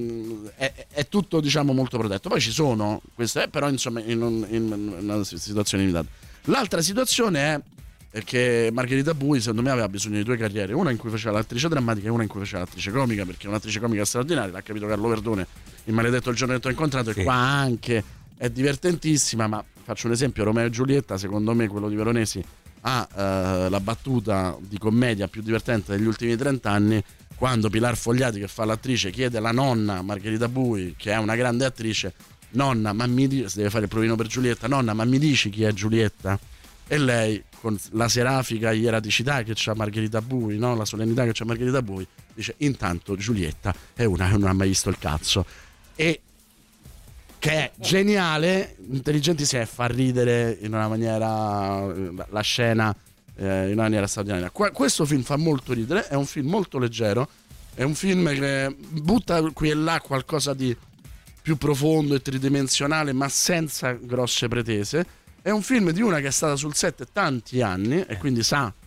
È tutto, diciamo, molto protetto. Poi ci sono queste, però insomma in una situazione limitata. L'altra situazione è che Margherita Bui secondo me aveva bisogno di 2 carriere, una in cui faceva l'attrice drammatica e una in cui faceva l'attrice comica, perché è un'attrice comica straordinaria, l'ha capito Carlo Verdone in Maledetto il giorno che ti ho incontrato, e qua anche è divertentissima. Ma faccio un esempio: Romeo e Giulietta, secondo me quello di Veronesi ha la battuta di commedia più divertente degli ultimi 30 anni, quando Pilar Fogliati, che fa l'attrice, chiede alla nonna Margherita Bui, che è una grande attrice: nonna, ma mi dici, deve fare il provino per Giulietta, nonna, ma mi dici chi è Giulietta? E lei, con la serafica ieraticità che c'ha Margherita Bui, no? La solennità che c'ha Margherita Bui, dice: intanto Giulietta è una che non ha mai visto il cazzo. E che è geniale, intelligentissima, e fa ridere in una maniera la scena in una maniera straordinaria. Questo film fa molto ridere, è un film molto leggero, è un film che butta qui e là qualcosa di più profondo e tridimensionale, ma senza grosse pretese. È un film di una che è stata sul set tanti anni e quindi sa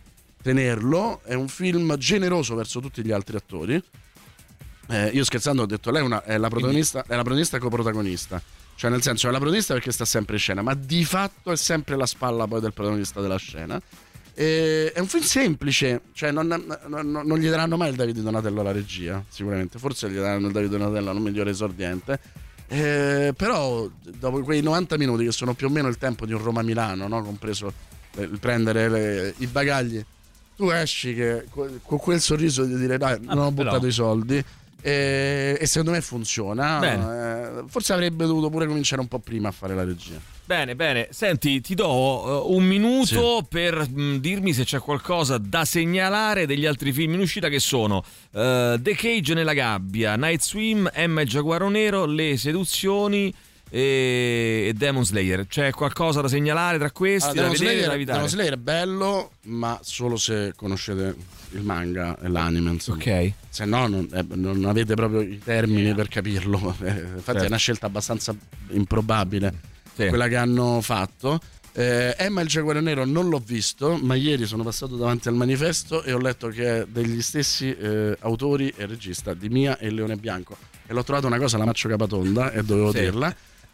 tenerlo. È un film generoso verso tutti gli altri attori. Io scherzando ho detto lei è la protagonista coprotagonista, cioè nel senso è la protagonista perché sta sempre in scena, ma di fatto è sempre la spalla poi del protagonista della scena. È un film semplice, cioè non gli daranno mai il Davide Donatello alla regia, sicuramente, forse gli daranno il Davide Donatello non migliore esordiente, però dopo quei 90 minuti che sono più o meno il tempo di un Roma-Milano, no? Compreso il prendere i bagagli, tu esci che con quel sorriso di dire dai, non ho buttato i soldi. E secondo me funziona. Forse avrebbe dovuto pure cominciare un po' prima a fare la regia. Bene, senti, ti do un minuto per dirmi se c'è qualcosa da segnalare degli altri film in uscita, che sono The Cage nella gabbia, Night Swim, Emma e il giaguaro nero, Le seduzioni e Demon Slayer. C'è qualcosa da segnalare tra questi? Demon Slayer è bello, ma solo se conoscete il manga e l'anime, ok, se no non avete proprio i termini per capirlo. Infatti è una scelta abbastanza improbabile quella che hanno fatto. Emma il giaguaro nero non l'ho visto, ma ieri sono passato davanti al manifesto e ho letto che è degli stessi autori e regista di Mia e il leone bianco, e l'ho trovato una cosa la maccio capatonda e dovevo dirla.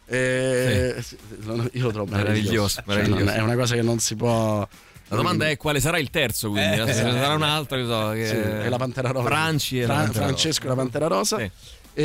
Io lo trovo meraviglioso. Cioè, è una cosa che non si può. La domanda è quale sarà il terzo, quindi se sarà un altro è la Pantera Rosa. Francesco e la Pantera Rosa. Sì.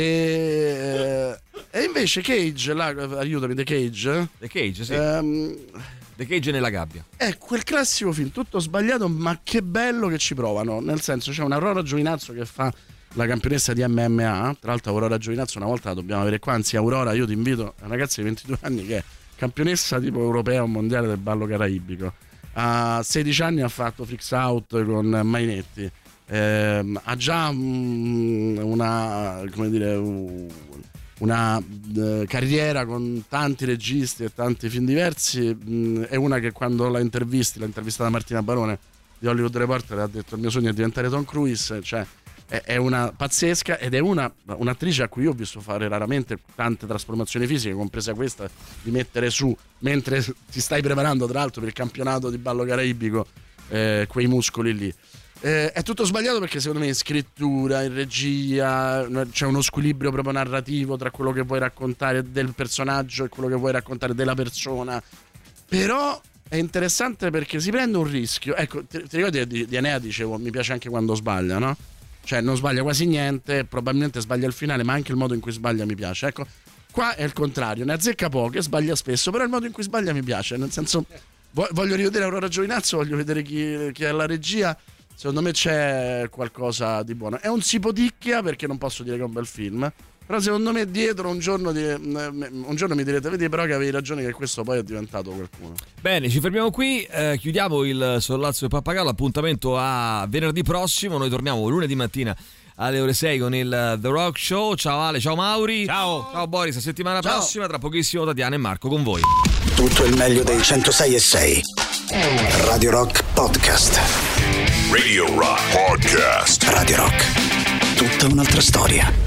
E invece Cage, aiutami, The Cage. The Cage, sì. The Cage nella gabbia. È quel classico film, tutto sbagliato, ma che bello che ci provano. Nel senso, c'è una Aurora Giovinazzo che fa la campionessa di MMA. Tra l'altro Aurora Giovinazzo una volta la dobbiamo avere qua. Anzi, Aurora, io ti invito, è una ragazza di 22 anni che è campionessa tipo europea o mondiale del ballo caraibico. A 16 anni ha fatto Freaks Out con Mainetti, ha già una carriera con tanti registi e tanti film diversi. È una che quando l'ha intervistata Martina Barone di Hollywood Reporter ha detto il mio sogno è diventare Tom Cruise, cioè è una pazzesca, ed è un'attrice a cui io ho visto fare raramente tante trasformazioni fisiche, compresa questa di mettere su, mentre ti stai preparando tra l'altro per il campionato di ballo caraibico, quei muscoli lì. È tutto sbagliato perché secondo me in scrittura, in regia c'è uno squilibrio proprio narrativo tra quello che vuoi raccontare del personaggio e quello che vuoi raccontare della persona, però è interessante perché si prende un rischio. Ecco, ti ricordi di Enea dicevo mi piace anche quando sbaglia, no? Cioè non sbaglia quasi niente, probabilmente sbaglia il finale, ma anche il modo in cui sbaglia mi piace. Ecco, qua è il contrario, ne azzecca poche, sbaglia spesso, però il modo in cui sbaglia mi piace, nel senso voglio rivedere Aurora Giovinazzo, voglio vedere chi è la regia. Secondo me c'è qualcosa di buono. È un sipoticchia perché non posso dire che è un bel film, però secondo me dietro un giorno mi direte vedi però che avevi ragione che questo poi è diventato qualcuno. Bene, ci fermiamo qui, chiudiamo il Sollazzo del Pappagallo, appuntamento a venerdì prossimo, noi torniamo lunedì mattina alle ore 6 con il The Rock Show. Ciao Ale, ciao Mauri, ciao Boris, a settimana prossima, tra pochissimo Tatiana e Marco con voi. Tutto il meglio dei 106.6 Radio Rock Podcast. Radio Rock Podcast. Radio Rock, tutta un'altra storia.